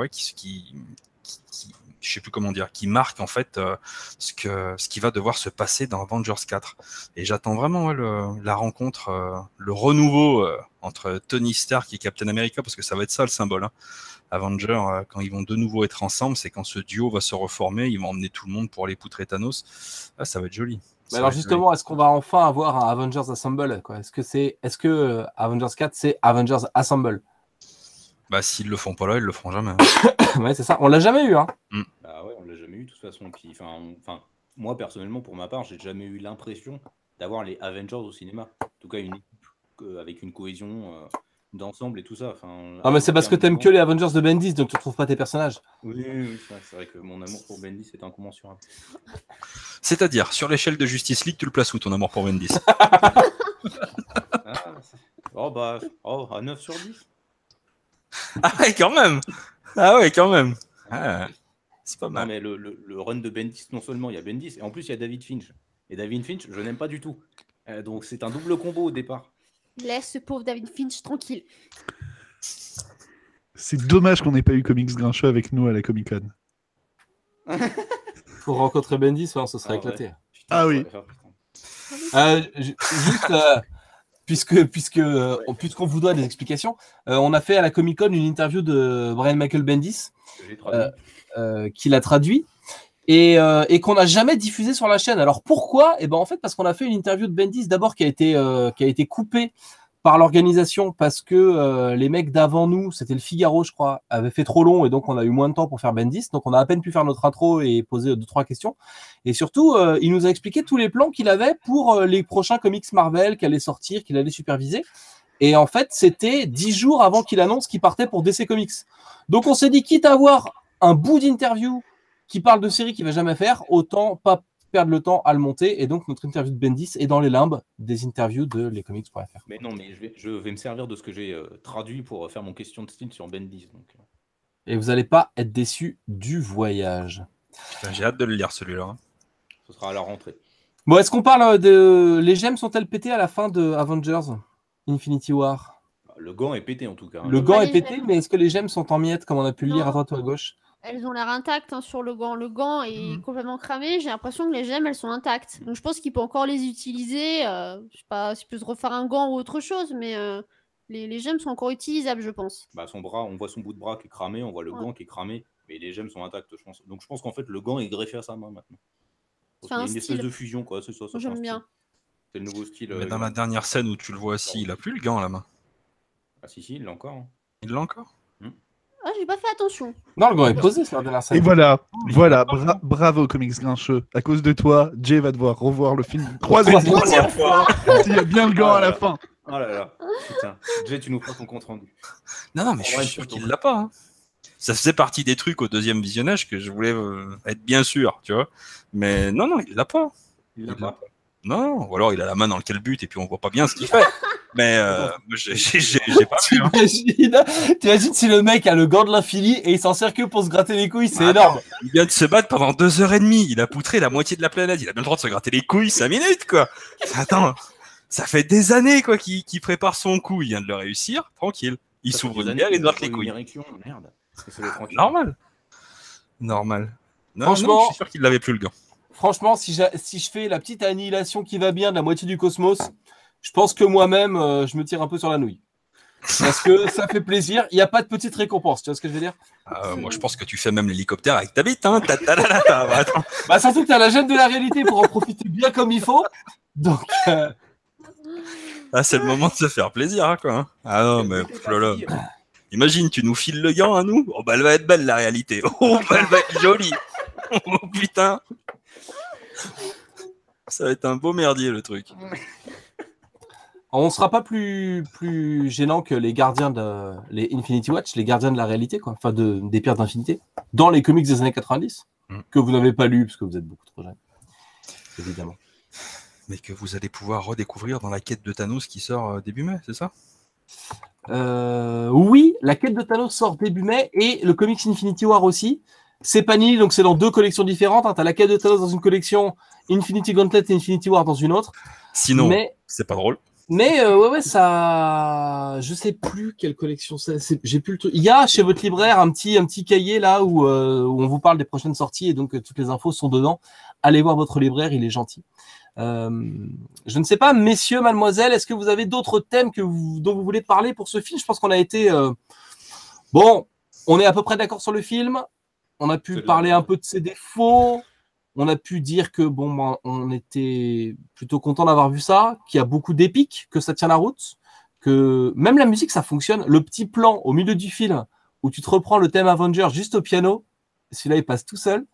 je sais plus comment dire, qui marque en fait ce qui va devoir se passer dans Avengers 4. Et j'attends vraiment la rencontre, le renouveau entre Tony Stark et Captain America, parce que ça va être ça le symbole. Hein. Avengers, quand ils vont de nouveau être ensemble, c'est quand ce duo va se reformer, ils vont emmener tout le monde pour aller poutrer Thanos. Ah, ça va être joli. Mais alors justement, est-ce qu'on va enfin avoir un Avengers Assemble quoi? Est-ce que Avengers 4 c'est Avengers Assemble? Bah s'ils le font pas là, ils le feront jamais. Ouais, c'est ça. On l'a jamais eu, hein. Bah ouais, on l'a jamais eu de toute façon. Puis, moi personnellement, pour ma part, j'ai jamais eu l'impression d'avoir les Avengers au cinéma. En tout cas, une équipe avec une cohésion d'ensemble et tout ça. Non, mais c'est parce que t'aimes que les Avengers de Bendis, donc tu retrouves pas tes personnages. Oui, c'est vrai que mon amour pour Bendis est incommensurable. C'est-à-dire, sur l'échelle de Justice League, tu le places où ton amour pour Bendis? À 9 sur 10. Ah ouais, quand même. Ah ouais, quand même. Ah, c'est pas Non, mal. mais le run de Bendis, non seulement il y a Bendis, et en plus il y a David Finch. Et David Finch, je n'aime pas du tout. Donc c'est un double combo au départ. Laisse ce pauvre David Finch tranquille. C'est dommage qu'on n'ait pas eu Comics Grincheux avec nous à la Comic Con. Pour rencontrer Bendis, ouais, ça serait Ah, éclaté. ouais. Putain, Ah ça oui. aurait fait, putain. Juste, puisqu'on vous doit des explications, on a fait à la Comic Con une interview de Brian Michael Bendis, Que j'ai traduit. qui l'a traduit, et qu'on n'a jamais diffusé sur la chaîne. Alors pourquoi? Eh ben en fait parce qu'on a fait une interview de Bendis d'abord qui a été coupée par l'organisation parce que les mecs d'avant nous, c'était le Figaro je crois, avaient fait trop long et donc on a eu moins de temps pour faire Bendis, donc on a à peine pu faire notre intro et poser 2-3 questions. Et surtout, il nous a expliqué tous les plans qu'il avait pour les prochains comics Marvel qui allaient sortir, qu'il allait superviser. Et en fait, c'était 10 jours avant qu'il annonce qu'il partait pour DC Comics. Donc on s'est dit, quitte à avoir un bout d'interview qui parle de séries qu'il va jamais faire, autant pas perdre le temps à le monter. Et donc notre interview de Bendis est dans les limbes des interviews de lescomics.fr. Mais non, mais je vais me servir de ce que j'ai traduit pour faire mon question de style sur Bendis. Donc, Et vous n'allez pas être déçus du voyage. Putain, j'ai hâte de le lire celui-là. Hein. ce sera à la rentrée. Bon, est-ce qu'on parle de... Les gemmes sont-elles pétées à la fin de Avengers Infinity War? Le gant est pété en tout cas. hein. Le Pas gant les est pété, gemmes. mais est-ce que les gemmes sont en miettes comme on a pu le lire à Non. droite ou à gauche? Elles ont l'air intactes sur le gant. Le gant est complètement cramé. J'ai l'impression que les gemmes, elles sont intactes. Donc je pense qu'il peut encore les utiliser. Je sais pas s'il peut se refaire un gant ou autre chose, mais les gemmes sont encore utilisables, je pense. Bah, son bras, on voit son bout de bras qui est cramé, on voit le Ouais. gant qui est cramé, mais les gemmes sont intactes, je pense. Donc je pense qu'en fait le gant est greffé à sa main maintenant. C'est Il y a un une espèce style. de fusion, quoi. C'est ça. Moi, c'est un j'aime style. bien. C'est le nouveau style. Mais dans la dernière scène où tu le vois assis, il a plus le gant à la main. Ah si, il l'a encore. hein. Il l'a encore? Ah, j'ai pas fait attention. Non, le gant est posé sur la dernière scène. Et voilà, Oui, voilà, d'accord. bravo Comics Grincheux. À cause de toi, Jay va devoir revoir le film une troisième fois. S'il y a bien le gant à la fin. Oh là là. Putain. Jay, tu nous feras ton compte rendu. Non, mais je Ouais, suis sûr surtout. qu'il l'a pas. Hein. Ça faisait partie des trucs au deuxième visionnage que je voulais être bien sûr, tu vois. Mais non, il l'a pas. Il l'a Il l'a pas. Non, ou alors il a la main dans le calbut et puis on voit pas bien ce qu'il fait. Mais j'ai pas vu. Hein. T'imagines si le mec a le gant de l'infini et il s'en sert que pour se gratter les couilles, c'est énorme. Il vient de se battre pendant 2h30. Il a poutré la moitié de la planète. Il a bien le droit de se gratter les couilles 5 minutes, quoi. Attends, ça fait des années, quoi, qu'il prépare son coup. Il vient de le réussir, tranquille. Il Ça fait s'ouvre des une années bière et il qu'il a se gratte pas les eu une couilles. érection, merde. C'est tranquille. Normal. Non, Franchement- je suis sûr qu'il l'avait plus le gant. Franchement, si je fais la petite annihilation qui va bien de la moitié du cosmos, je pense que moi-même, je me tire un peu sur la nouille. Parce que ça fait plaisir. Il n'y a pas de petite récompense, tu vois ce que je veux dire? Moi, je pense que tu fais même l'hélicoptère avec ta bite. Hein. Attends. Bah, surtout que tu as la gêne de la réalité pour en profiter bien comme il faut. Donc, Ah, c'est le moment de se faire plaisir, hein, quoi. Hein. Ah non, mais C'était oh là là. fille. Imagine, tu nous files le gant à nous. Oh, bah, elle va être belle, la réalité. Oh, bah, elle va être jolie. Oh, putain. Ça va être un beau merdier, le truc. on ne sera pas plus gênant que les gardiens les Infinity Watch, les gardiens de la réalité, quoi. Enfin, des pierres d'infinité, dans les comics des années 90, que vous n'avez pas lu parce que vous êtes beaucoup trop jeune, évidemment. Mais que vous allez pouvoir redécouvrir dans la quête de Thanos qui sort début mai, c'est ça? Oui, la quête de Thanos sort début mai et le comics Infinity War aussi. C'est Panini, donc c'est dans 2 collections différentes. Hein. Tu as la quête de Thanos dans une collection, Infinity Gauntlet et Infinity War dans une autre. Sinon, Mais c'est pas drôle. ouais, ça. Je sais plus quelle collection c'est. J'ai plus le truc. Il y a chez votre libraire un petit cahier là où on vous parle des prochaines sorties et donc toutes les infos sont dedans. Allez voir votre libraire, il est gentil. Je ne sais pas, messieurs, mademoiselle, est-ce que vous avez d'autres thèmes dont vous voulez parler pour ce film? Je pense qu'on a été. Bon, on est à peu près d'accord sur le film. On a pu parler un peu de ses défauts. On a pu dire que bon, on était plutôt content d'avoir vu ça, qu'il y a beaucoup d'épiques, que ça tient la route, que même la musique ça fonctionne. Le petit plan au milieu du film où tu te reprends le thème Avengers juste au piano, celui-là il passe tout seul.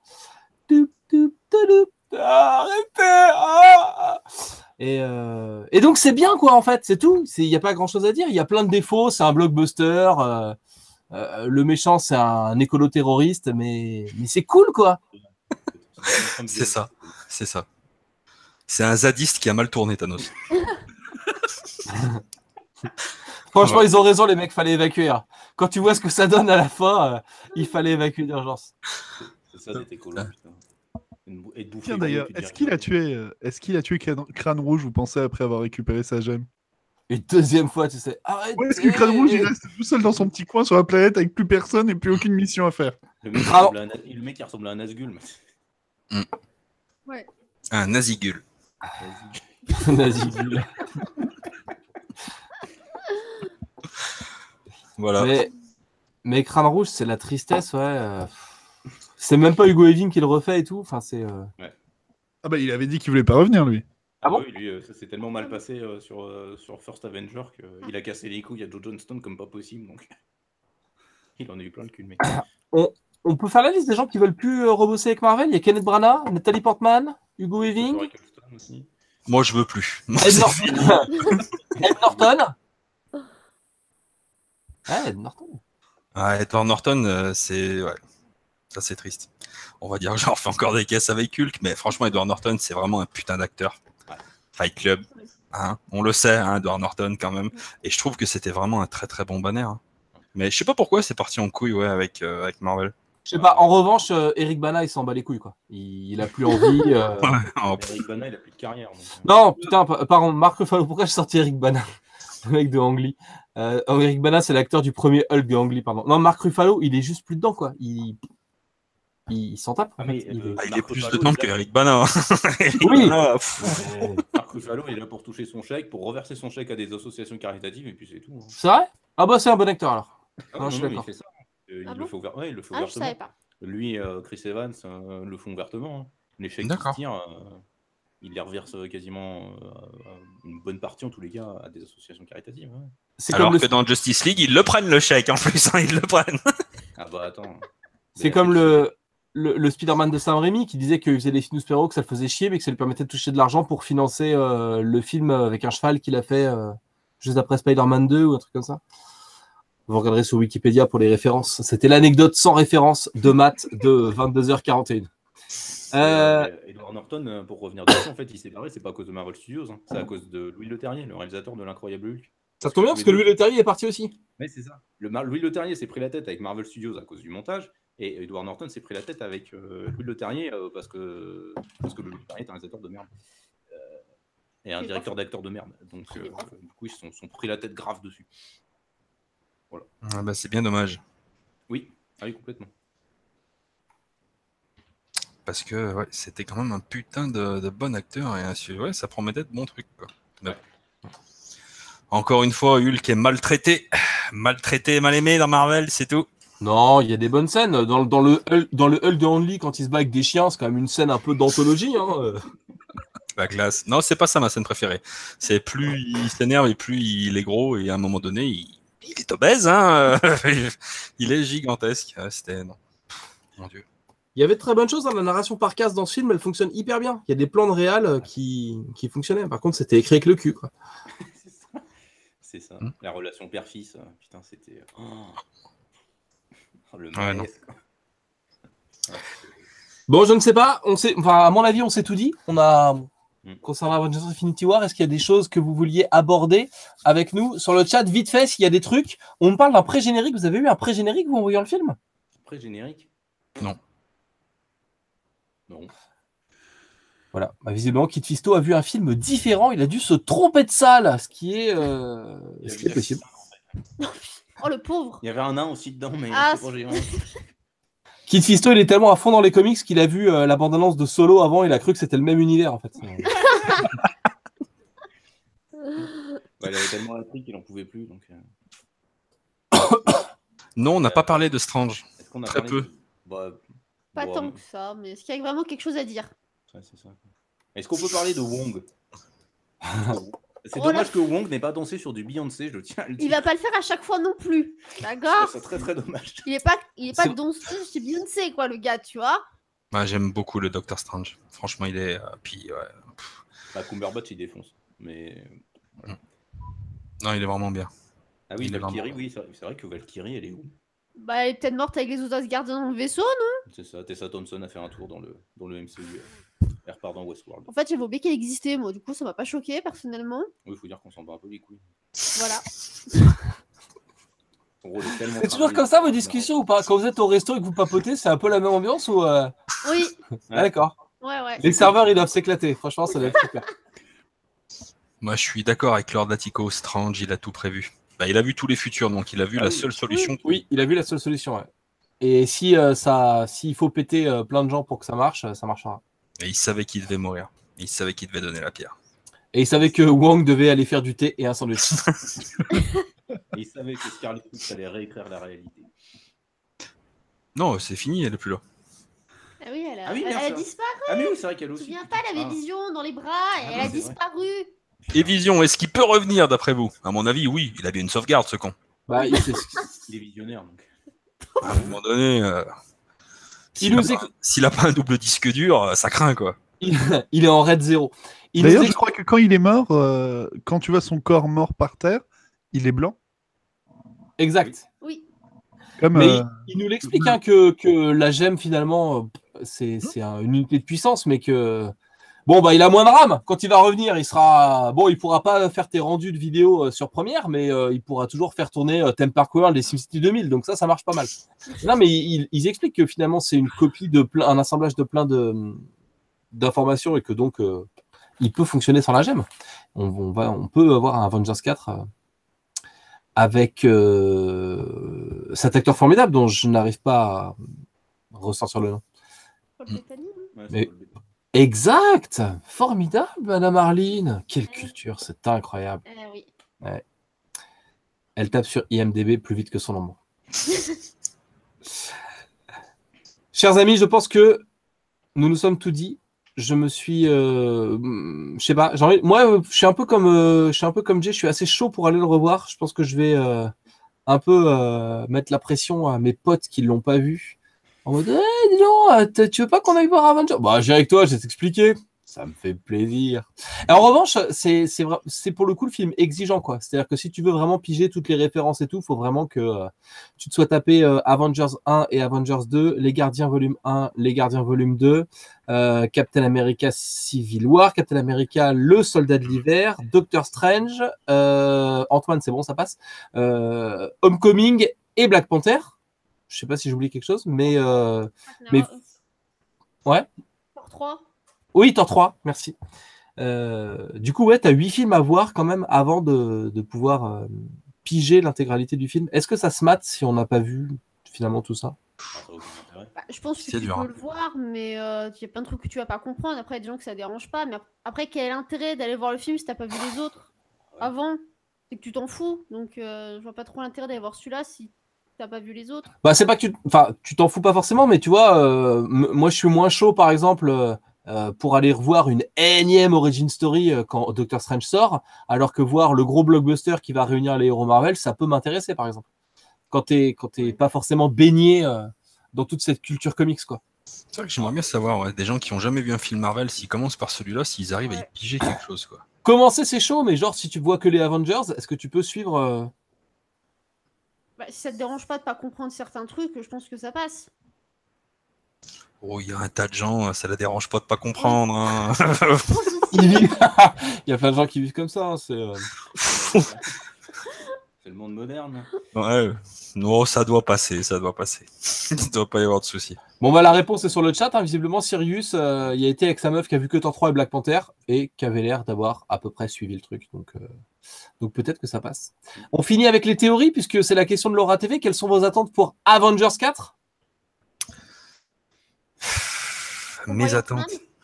Arrêtez. Et donc c'est bien quoi en fait, c'est tout. Il n'y a pas grand chose à dire. Il y a plein de défauts. C'est un blockbuster. Le méchant c'est un écolo-terroriste, mais c'est cool quoi. C'est ça. C'est un zadiste qui a mal tourné, Thanos. Franchement, Ouais. ils ont raison, les mecs, fallait évacuer. Hein. Quand tu vois ce que ça donne à la fin, il fallait évacuer d'urgence. C'est ça d'être écolo, putain. Et de bouffer Tiens gros, d'ailleurs, tu te est-ce dis qu'il rien. a tué Crâne Rouge, vous pensez, après avoir récupéré sa gemme? Et deuxième fois, tu sais, Ou est-ce que Crâne Rouge, il arrêtez! reste tout seul dans son petit coin sur la planète avec plus personne et plus aucune mission à faire? Le mec, Bravo. le mec, il ressemble à un Nazgûl. Ouais. Un Nazigul. Vas-y. Nazigul. Voilà. Mais Crâne Rouge, c'est la tristesse, ouais. C'est même pas Hugo Weaving qui le refait et tout. Enfin, c'est. Ah bah il avait dit qu'il voulait pas revenir, lui. Ah bon Oui, lui, ça s'est tellement mal passé sur First Avenger qu'il a cassé les couilles à Joe Johnston comme pas possible. Donc, il en a eu plein le cul, le mec. On peut faire la liste des gens qui veulent plus rebosser avec Marvel. Il y a Kenneth Branagh, Natalie Portman, Hugo Weaving, Christopher Eccleston aussi. Moi, je veux plus. Ed Norton. Ed Norton. Ah, Ed Norton. Ah, Edward Norton, c'est. Ouais. Ça, c'est triste. On va dire, genre, fait encore des caisses avec Hulk, mais franchement, Edward Norton, c'est vraiment un putain d'acteur. Ouais. Fight Club. Hein, on le sait, hein, Edward Norton, quand même. Et je trouve que c'était vraiment un très très bon banner. Hein. Mais je sais pas pourquoi c'est parti en couille, ouais, avec Marvel. Je sais pas. En revanche, Eric Bana, il s'en bat les couilles, quoi. Il a plus envie. Oh, Eric Bana, il a plus de carrière. Donc, Non, putain, pardon, Marc Ruffalo. Pourquoi j'ai sorti Eric Bana, le mec de Ang Lee. Eric Bana, c'est l'acteur du premier Hulk de Ang Lee, pardon. Non, Marc Ruffalo, il est juste plus dedans, quoi. Il s'en tape. En fait. mais, Il est- il est Marc plus Ruffalo, dedans il est que là- Eric Bana. Eric Oui. Bana, pff. Marc Ruffalo, il est là pour toucher son chèque, pour reverser son chèque à des associations caritatives, et puis c'est tout. Hein. C'est vrai? Ah bah c'est un bon acteur alors. Ah, Non, je suis il d'accord. fait ça. Ah Il bon le fait ouais, il le fait Ah, je ouvertement. savais pas. Lui, Chris Evans le font ouvertement. Hein. Les chèques qui D'accord. se tirent, il les reverse quasiment une bonne partie, en tous les cas, à des associations caritatives. Ouais. C'est Alors comme que dans Justice League, ils le prennent le chèque en plus, hein, ils le prennent. Ah bah attends. c'est comme le Spider-Man de Sam Raimi qui disait qu'il faisait des films de super-héros, que ça le faisait chier, mais que ça lui permettait de toucher de l'argent pour financer le film avec un cheval qu'il a fait juste après Spider-Man 2 ou un truc comme ça. Vous regarderez sur Wikipédia pour les références. C'était l'anecdote sans référence de Matt de 22h41. Edward Norton, pour revenir dessus, en fait, il s'est barré, c'est pas à cause de Marvel Studios, hein. C'est à cause de Louis Leterrier, le réalisateur de l'Incroyable Hulk. Ça tombe bien parce que Louis Leterrier est parti aussi. Mais c'est ça. Louis Leterrier s'est pris la tête avec Marvel Studios à cause du montage, et Edward Norton s'est pris la tête avec Louis Leterrier parce que Louis Leterrier est un réalisateur de merde. Et un directeur d'acteur de merde. Donc, du coup, ils se sont pris la tête grave dessus. Ah bah, c'est bien dommage. Oui, ah oui, complètement. Parce que ouais, c'était quand même un putain de bon acteur et ouais, ça promettait de bons trucs. Quoi. Mais bon. Encore une fois, Hulk est maltraité. Maltraité, mal aimé dans Marvel, c'est tout. Non, il y a des bonnes scènes. Dans le Hulk de Ang Lee, quand il se bat avec des chiens, c'est quand même une scène un peu d'anthologie. Hein. La glace. Non, c'est pas ça ma scène préférée. C'est plus il s'énerve et plus il est gros et à un moment donné, il est obèse. Hein. Il est gigantesque. C'était... Non. Mon Dieu. Il y avait de très bonnes choses. Hein. La narration par case dans ce film, elle fonctionne hyper bien. Il y a des plans de réal qui fonctionnaient. Par contre, c'était écrit avec le cul. Quoi. C'est ça. Hmm. La relation père-fils, putain, c'était... Oh, le Ouais, malaise, quoi. Bon, je ne sais pas. Enfin, à mon avis, on s'est tout dit. On a... Concernant Avengers Infinity War, est-ce qu'il y a des choses que vous vouliez aborder avec nous sur le chat? Vite fait, s'il y a des trucs. On me parle d'un pré-générique. Vous avez eu un pré-générique, vous, en voyant le film? Pré-générique? Non. Non. Voilà. Bah, visiblement, Kit Fisto a vu un film différent. Il a dû se tromper de salle, ce qui est possible. Oh, le pauvre. Il y avait un nain aussi dedans, mais Ah, c'est pas géant. Kit Fisto, il est tellement à fond dans les comics qu'il a vu la bande-annonce de Solo avant. Il a cru que c'était le même univers, en fait. Ouais, il avait tellement appris qu'il en pouvait plus. Donc, Non, on n'a pas parlé de Strange. est-ce qu'on a Très parlé peu. de- Bah, Pas bon, tant que ça, mais est-ce qu'il y a vraiment quelque chose à dire? ouais, c'est ça. Est-ce qu'on peut parler de Wong? C'est Oh dommage là. que Wong n'ait pas dansé sur du Beyoncé, je tiens à le dire. Il va pas le faire à chaque fois non plus. D'accord? C'est très très dommage. Il est pas C'est- dansé chez Beyoncé, quoi, le gars, tu vois? Ouais, j'aime beaucoup le Doctor Strange. Franchement, il est... puis, ouais. Bah, Cumberbatch il défonce. Mais. Non, il est vraiment bien. Ah oui, Il est Valkyrie, vraiment- oui, c'est vrai que Valkyrie, elle est où? Bah, elle est peut-être morte avec les autres gardiens dans le vaisseau, non? C'est ça, Tessa Thompson a fait un tour dans le MCU. Elle repart dans Westworld. En fait, j'avais oublié qu'elle existait, moi, du coup, ça m'a pas choqué personnellement. Oui, il faut dire qu'on s'en bat un peu les couilles. Voilà. Son rôle est tellement C'est toujours travaillé. comme ça vos discussions ou pas? Quand vous êtes au resto et que vous papotez, c'est un peu la même ambiance ou Oui, Ah, d'accord. ouais. Les serveurs, ils doivent s'éclater. Franchement, ça doit être super. Moi, je suis d'accord avec Lord Attico. Strange, il a tout prévu. Bah, il a vu tous les futurs, donc il a vu Ah la oui. seule solution. Oui, il a vu la seule solution. Ouais. Et si s'il faut péter plein de gens pour que ça marche, ça marchera. Et il savait qu'il devait mourir. Il savait qu'il devait donner la pierre. Et il savait que Wang devait aller faire du thé et un sandwich. Et il savait que Scarlet Witch allait réécrire la réalité. Non, c'est fini, elle est plus là. Ah oui, elle a, Ah oui, elle merde, a ça. disparu. Ah mais oui, c'est vrai qu'elle Je me aussi. souviens pas, elle avait Ah. Vision dans les bras et Ah elle oui, a c'est vrai. disparu. Et Vision, est-ce qu'il peut revenir d'après vous? À mon avis, oui. Il a bien une sauvegarde, ce con. Bah, il sait- Il est visionnaire donc. À un moment donné, Il nous s'il a pas un double disque dur, ça craint, quoi. il est en raid 0. Il D'ailleurs, nous je crois que quand il est mort, quand tu vois son corps mort par terre, il est blanc. Exact. Oui. Comme, Mais il nous l'explique hein, que la gemme, finalement, c'est une unité de puissance, mais que. Bon, bah, il a moins de RAM. Quand il va revenir, il sera. Bon, il pourra pas faire tes rendus de vidéos sur Premiere, mais il pourra toujours faire tourner Theme Park World et SimCity 2000. Donc, ça marche pas mal. Non, mais ils expliquent que finalement, c'est une copie de un assemblage de plein d'informations et que donc, il peut fonctionner sans la gemme. On peut avoir un Avengers 4 avec cet acteur formidable dont je n'arrive pas à ressortir le nom. Paul Bettany, hein. Ouais, c'est Mais- pas le but. Exact! Formidable, Madame Arline! Quelle culture, c'est incroyable. Oui. Elle tape sur IMDb plus vite que son nom. Chers amis, je pense que nous nous sommes tout dit. Je me suis, je sais pas, moi, je suis un peu comme Jay, je suis assez chaud pour aller le revoir. Je pense que je vais un peu mettre la pression à mes potes qui l'ont pas vu. En mode, dis donc, tu veux pas qu'on aille voir Avengers? Bah, j'irai avec toi, je vais t'expliquer. Ça me fait plaisir. Et en revanche, c'est pour le coup le film exigeant, quoi. C'est-à-dire que si tu veux vraiment piger toutes les références et tout, il faut vraiment que tu te sois tapé Avengers 1 et Avengers 2, Les Gardiens volume 1, Les Gardiens volume 2, Captain America Civil War, Captain America Le Soldat de l'Hiver, Doctor Strange, Antoine, c'est bon, ça passe, Homecoming et Black Panther. Je sais pas si j'oublie quelque chose, mais Mais- ouais. Pour 3. Oui, Thor 3, merci. Du coup, ouais, tu as 8 films à voir quand même avant de pouvoir piger l'intégralité du film. Est-ce que ça se mate si on n'a pas vu finalement tout ça? Ah, ça a aucun intérêt. Bah, je pense que C'est tu dur, peux hein. le voir, mais il y a plein de trucs que tu vas pas comprendre. Après, il y a des gens que ça dérange pas. Mais après, quel est l'intérêt d'aller voir le film si t'as pas vu les autres avant? C'est que tu t'en fous. Donc, je vois pas trop l'intérêt d'aller voir celui-là si t'as pas vu les autres. Bah, c'est pas que tu t'en fous pas forcément, mais tu vois, moi je suis moins chaud par exemple pour aller revoir une énième origin story quand Doctor Strange sort, alors que voir le gros blockbuster qui va réunir les héros Marvel, ça peut m'intéresser par exemple. Quand t'es Ouais. pas forcément baigné dans toute cette culture comics, quoi. C'est vrai que j'aimerais bien savoir, ouais, des gens qui ont jamais vu un film Marvel, s'ils commencent par celui-là, s'ils arrivent à y Ouais. piger quelque chose, quoi. Commencer, c'est chaud, mais genre, si tu vois que les Avengers, est-ce que tu peux suivre Bah, si ça te dérange pas de pas comprendre certains trucs, je pense que ça passe. Oh, il y a un tas de gens, ça la dérange pas de pas comprendre, hein. Il y a plein de gens qui vivent comme ça. Hein, C'est le monde moderne. Ouais, non, ça doit passer, ça doit passer. Il doit pas y avoir de soucis. Bon, bah, la réponse est sur le chat. Hein. Visiblement, Sirius, il a été avec sa meuf qui a vu que Thor 3 et Black Panther et qui avait l'air d'avoir à peu près suivi le truc. Donc peut-être que ça passe. On finit avec les théories, puisque c'est la question de Laura TV. Quelles sont vos attentes pour Avengers 4? Mes attentes.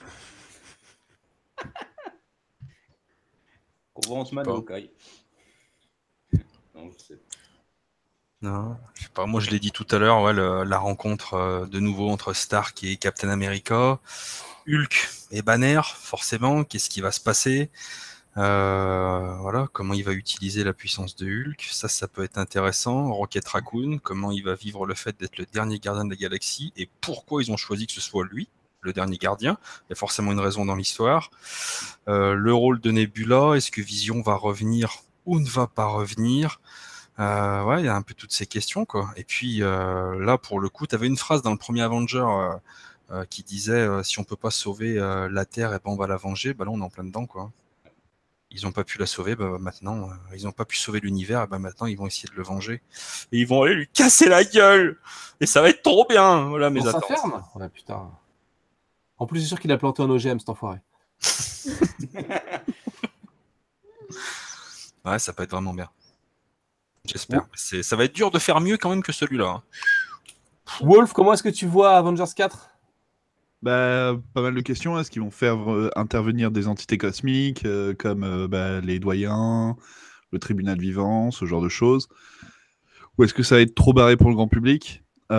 Qu'on voit Ant-Man Pas. ou Hawkeye. Non, je sais. Non, je sais pas, moi je l'ai dit tout à l'heure, ouais, la rencontre de nouveau entre Stark et Captain America, Hulk et Banner, forcément, qu'est-ce qui va se passer? Voilà, comment il va utiliser la puissance de Hulk, ça peut être intéressant. Rocket Raccoon, comment il va vivre le fait d'être le dernier gardien de la galaxie et pourquoi ils ont choisi que ce soit lui, le dernier gardien. Il y a forcément une raison dans l'histoire. Le rôle de Nebula, est-ce que Vision va revenir ou ne va pas revenir? Ouais, il y a un peu toutes ces questions, quoi. Et puis là, pour le coup, tu avais une phrase dans le premier Avenger qui disait si on peut pas sauver la Terre, et ben on va la venger. Bah là, on est en plein dedans, quoi. ils n'ont pas pu la sauver, bah maintenant, ils n'ont pas pu sauver l'univers, et bah maintenant ils vont essayer de le venger. Et ils vont aller lui casser la gueule. Et ça va être trop bien. Voilà mes Dans sa attentes. ferme. Ouais, putain. En plus, c'est sûr qu'il a planté un OGM, cet enfoiré. Ouais, ça peut être vraiment bien. J'espère. Ça va être dur de faire mieux quand même que celui-là. Hein. Wolf, comment est-ce que tu vois Avengers 4? Bah, pas mal de questions. Est-ce qu'ils vont faire intervenir des entités cosmiques comme les doyens, le tribunal vivant, ce genre de choses? Ou est-ce que ça va être trop barré pour le grand public?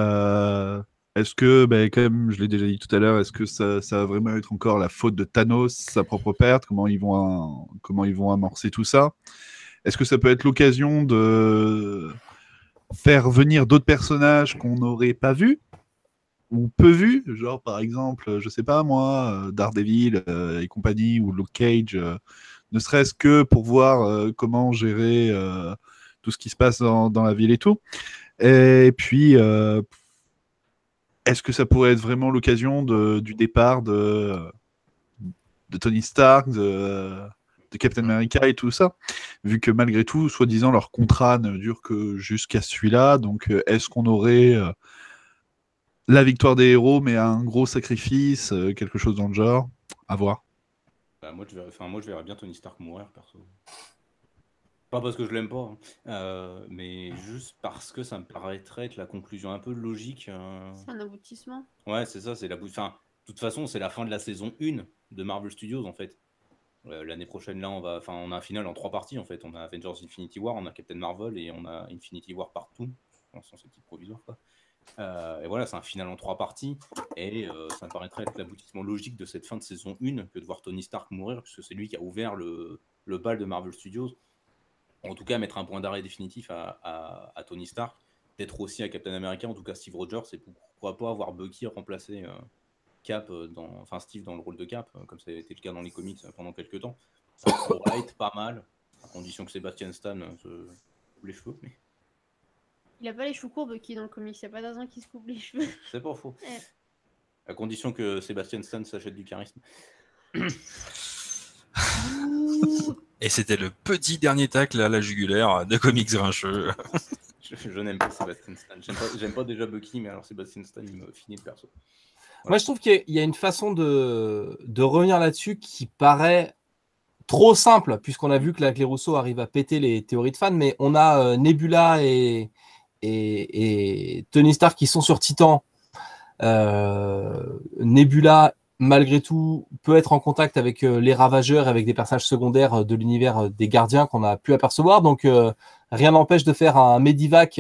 Est-ce que, comme je l'ai déjà dit tout à l'heure, est-ce que ça va vraiment être encore la faute de Thanos, sa propre perte? Comment ils vont amorcer tout ça? Est-ce que ça peut être l'occasion de faire venir d'autres personnages qu'on n'aurait pas vus ou peu vus, genre par exemple, je sais pas moi, Daredevil et compagnie, ou Luke Cage, ne serait-ce que pour voir comment gérer tout ce qui se passe dans la ville et tout. Et puis, est-ce que ça pourrait être vraiment l'occasion du départ de Tony Stark, de Captain America et tout ça, vu que malgré tout, soi-disant, leur contrat ne dure que jusqu'à celui-là, donc est-ce qu'on aurait la victoire des héros, mais un gros sacrifice, quelque chose dans le genre? À voir. Bah, moi, je verrais bien Tony Stark mourir, perso. Pas parce que je l'aime pas, mais juste parce que ça me paraîtrait être la conclusion un peu logique. C'est un aboutissement. Ouais, c'est ça, c'est la enfin, de toute façon, c'est la fin de la saison 1 de Marvel Studios, en fait. L'année prochaine, là, on a un final en 3 parties, en fait. On a Avengers Infinity War, on a Captain Marvel et on a Infinity War Partout. Dans ce titre provisoire, quoi. Et voilà, c'est un final en 3 parties. Et ça me paraîtrait être l'aboutissement logique de cette fin de saison 1 que de voir Tony Stark mourir, puisque c'est lui qui a ouvert le bal de Marvel Studios. En tout cas, mettre un point d'arrêt définitif à Tony Stark, peut-être aussi à Captain America, en tout cas Steve Rogers, et pourquoi pas avoir Bucky remplacer Cap, Steve dans le rôle de Cap, comme ça a été le cas dans les comics pendant quelques temps. Ça pourrait être pas mal, à condition que Sebastian Stan se coupe les cheveux. Mais... Il a pas les cheveux courts, Bucky, dans le comics, il n'y a pas d'argent qui se coupe les cheveux. C'est pas faux. Ouais. À condition que Sebastian Stan s'achète du charisme. Et c'était le petit dernier tacle à la jugulaire de Comics Grincheux. Je n'aime pas Sebastian Stan. J'aime pas déjà Bucky, mais alors Sebastian Stan, il me finit le perso. Voilà. Moi, je trouve qu'il y a une façon de revenir là-dessus qui paraît trop simple, puisqu'on a vu que les Rousseau arrivent à péter les théories de fans, mais on a Nebula et Tony Stark qui sont sur Titan. Nebula, malgré tout, peut être en contact avec les Ravageurs, avec des personnages secondaires de l'univers des Gardiens qu'on a pu apercevoir. Donc, rien n'empêche de faire un Medivac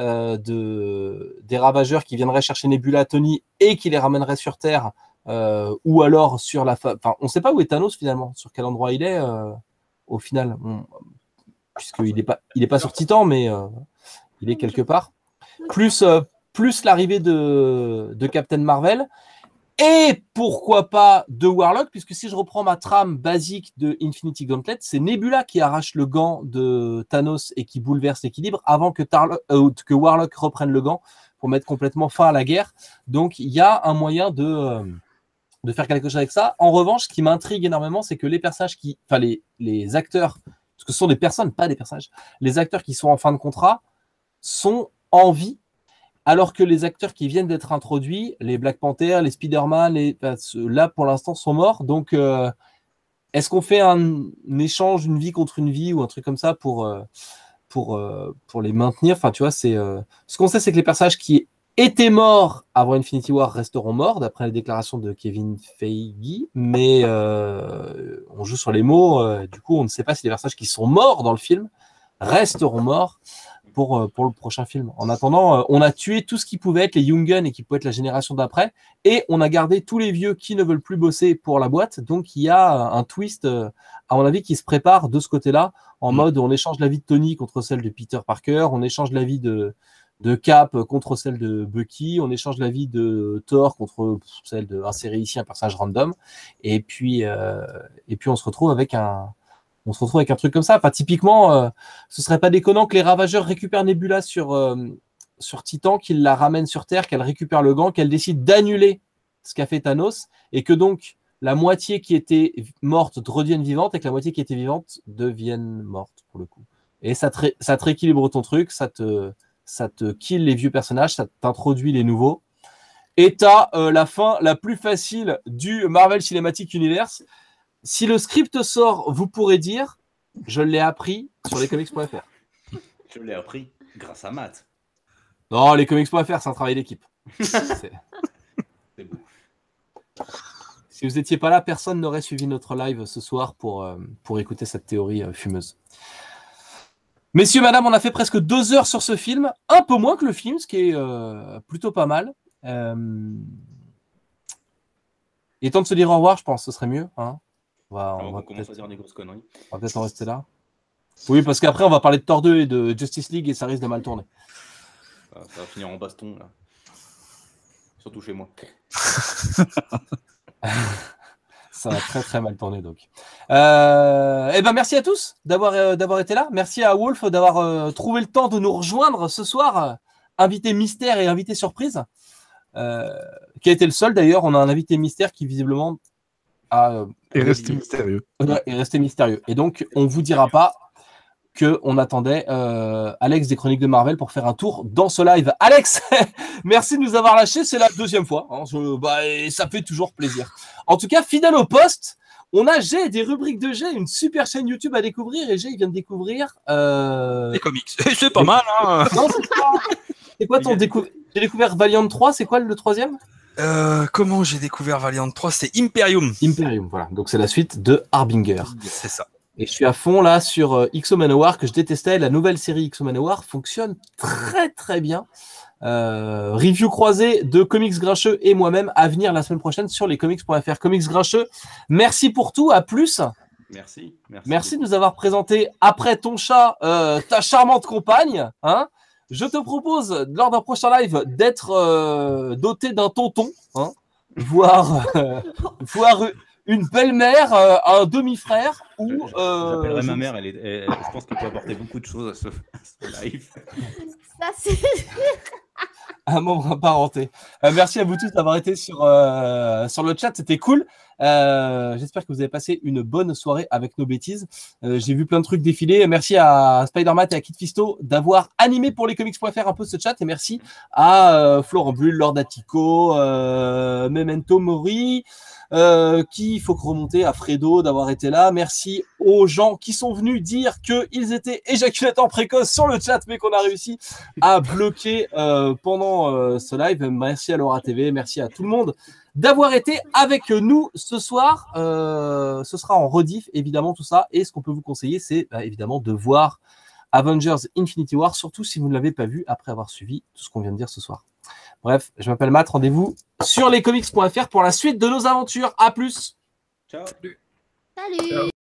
des Ravageurs qui viendraient chercher Nebula, Tony, et qui les ramèneraient sur Terre, ou alors sur la... Enfin, on ne sait pas où est Thanos, finalement, sur quel endroit il est, au final. Puisqu'il n'est pas sur Titan, mais il est quelque part. Plus l'arrivée de Captain Marvel, et pourquoi pas de Warlock, puisque si je reprends ma trame basique de Infinity Gauntlet, c'est Nebula qui arrache le gant de Thanos et qui bouleverse l'équilibre avant que Warlock reprenne le gant pour mettre complètement fin à la guerre. Donc il y a un moyen de faire quelque chose avec ça. En revanche, ce qui m'intrigue énormément, c'est que les personnages les acteurs, parce que ce sont des personnes, pas des personnages, les acteurs qui sont en fin de contrat sont en vie, alors que les acteurs qui viennent d'être introduits, les Black Panther, les Spider-Man, là pour l'instant sont morts. Donc, est-ce qu'on fait un échange, une vie contre une vie ou un truc comme ça pour les maintenir? Enfin, tu vois, ce qu'on sait, c'est que les personnages qui étaient morts avant Infinity War resteront morts, d'après la déclaration de Kevin Feige, mais on joue sur les mots. Du coup, on ne sait pas si les personnages qui sont morts dans le film resteront morts pour le prochain film. En attendant, on a tué tout ce qui pouvait être les Young Guns et qui pouvait être la génération d'après, et on a gardé tous les vieux qui ne veulent plus bosser pour la boîte. Donc il y a un twist, à mon avis, qui se prépare de ce côté-là, en mode on échange la vie de Tony contre celle de Peter Parker, on échange la vie de Cap contre celle de Bucky, on échange la vie de Thor contre celle de insérer ici un personnage random, et puis on se retrouve avec un truc comme ça. Enfin, typiquement, ce serait pas déconnant que les Ravageurs récupèrent Nebula sur Titan, qu'ils la ramènent sur Terre, qu'elle récupère le gant, qu'elle décide d'annuler ce qu'a fait Thanos, et que donc la moitié qui était morte redevienne vivante et que la moitié qui était vivante devienne morte pour le coup. Et ça te rééquilibre ton truc, ça te kill les vieux personnages, ça t'introduit les nouveaux. Et t'as la fin la plus facile du Marvel Cinematic Universe. Si le script sort, vous pourrez dire je l'ai appris sur lescomics.fr. Je l'ai appris grâce à Matt. Non, lescomics.fr, c'est un travail d'équipe. C'est beau. Si vous n'étiez pas là, personne n'aurait suivi notre live ce soir pour écouter cette théorie fumeuse. Messieurs, madame, on a fait presque 2 heures sur ce film, un peu moins que le film, ce qui est plutôt pas mal. Il est temps de se dire au revoir, je pense, ce serait mieux. Hein, on va commencer à dire des grosses conneries. On va peut-être en rester là. Oui, parce qu'après, on va parler de Thor 2 et de Justice League et ça risque de mal tourner. Ça va finir en baston, là. Surtout chez moi. Ça va très très mal tourner donc. Merci à tous d'avoir été là. Merci à Wolf d'avoir trouvé le temps de nous rejoindre ce soir. Invité mystère et invité surprise. Qui a été le seul d'ailleurs. On a un invité mystère qui visiblement est resté mystérieux. Est resté mystérieux. Et donc on vous dira pas qu'on attendait Alex des Chroniques de Marvel pour faire un tour dans ce live. Alex, merci de nous avoir lâchés, c'est la 2e fois. Hein, et ça fait toujours plaisir. En tout cas, fidèle au poste, on a G, des rubriques de G, une super chaîne YouTube à découvrir. Et G, il vient de découvrir... Les comics. C'est pas mal, hein. Non, c'est quoi ton découvert? J'ai découvert Valiant 3, c'est quoi le 3e? Comment j'ai découvert Valiant 3? C'est Imperium. Imperium, voilà. Donc c'est la suite de Harbinger. C'est ça. Et je suis à fond là sur XO Manowar que je détestais. La nouvelle série XO Manowar fonctionne très très bien. Review croisée de Comics Grincheux et moi-même à venir la semaine prochaine sur lescomics.fr. Comics Grincheux, merci pour tout, à plus. Merci de nous avoir présenté après ton chat ta charmante compagne. Hein. Je te propose lors d'un prochain live d'être doté d'un tonton, hein, voire une belle-mère, un demi-frère ou... J'appellerai ma mère, je pense qu'elle peut apporter beaucoup de choses à ce live. Ça, c'est... Un membre apparenté. Merci à vous tous d'avoir été sur le chat, c'était cool. J'espère que vous avez passé une bonne soirée avec nos bêtises. J'ai vu plein de trucs défiler. Merci à Spider-Man et à Kid Fisto d'avoir animé pour lescomics.fr un peu ce chat. Et merci à Florent Bull, Lord Attico, Memento Mori, qui il faut remonter à Fredo d'avoir été là. Merci aux gens qui sont venus dire qu'ils étaient éjaculateurs précoces sur le chat, mais qu'on a réussi à bloquer pendant ce live. Merci à Laura TV, merci à tout le monde d'avoir été avec nous ce soir. Ce sera en rediff, évidemment, tout ça. Et ce qu'on peut vous conseiller, c'est évidemment de voir Avengers Infinity War, surtout si vous ne l'avez pas vu après avoir suivi tout ce qu'on vient de dire ce soir. Bref, je m'appelle Matt, rendez-vous sur lescomics.fr pour la suite de nos aventures. À plus. Ciao. Salut.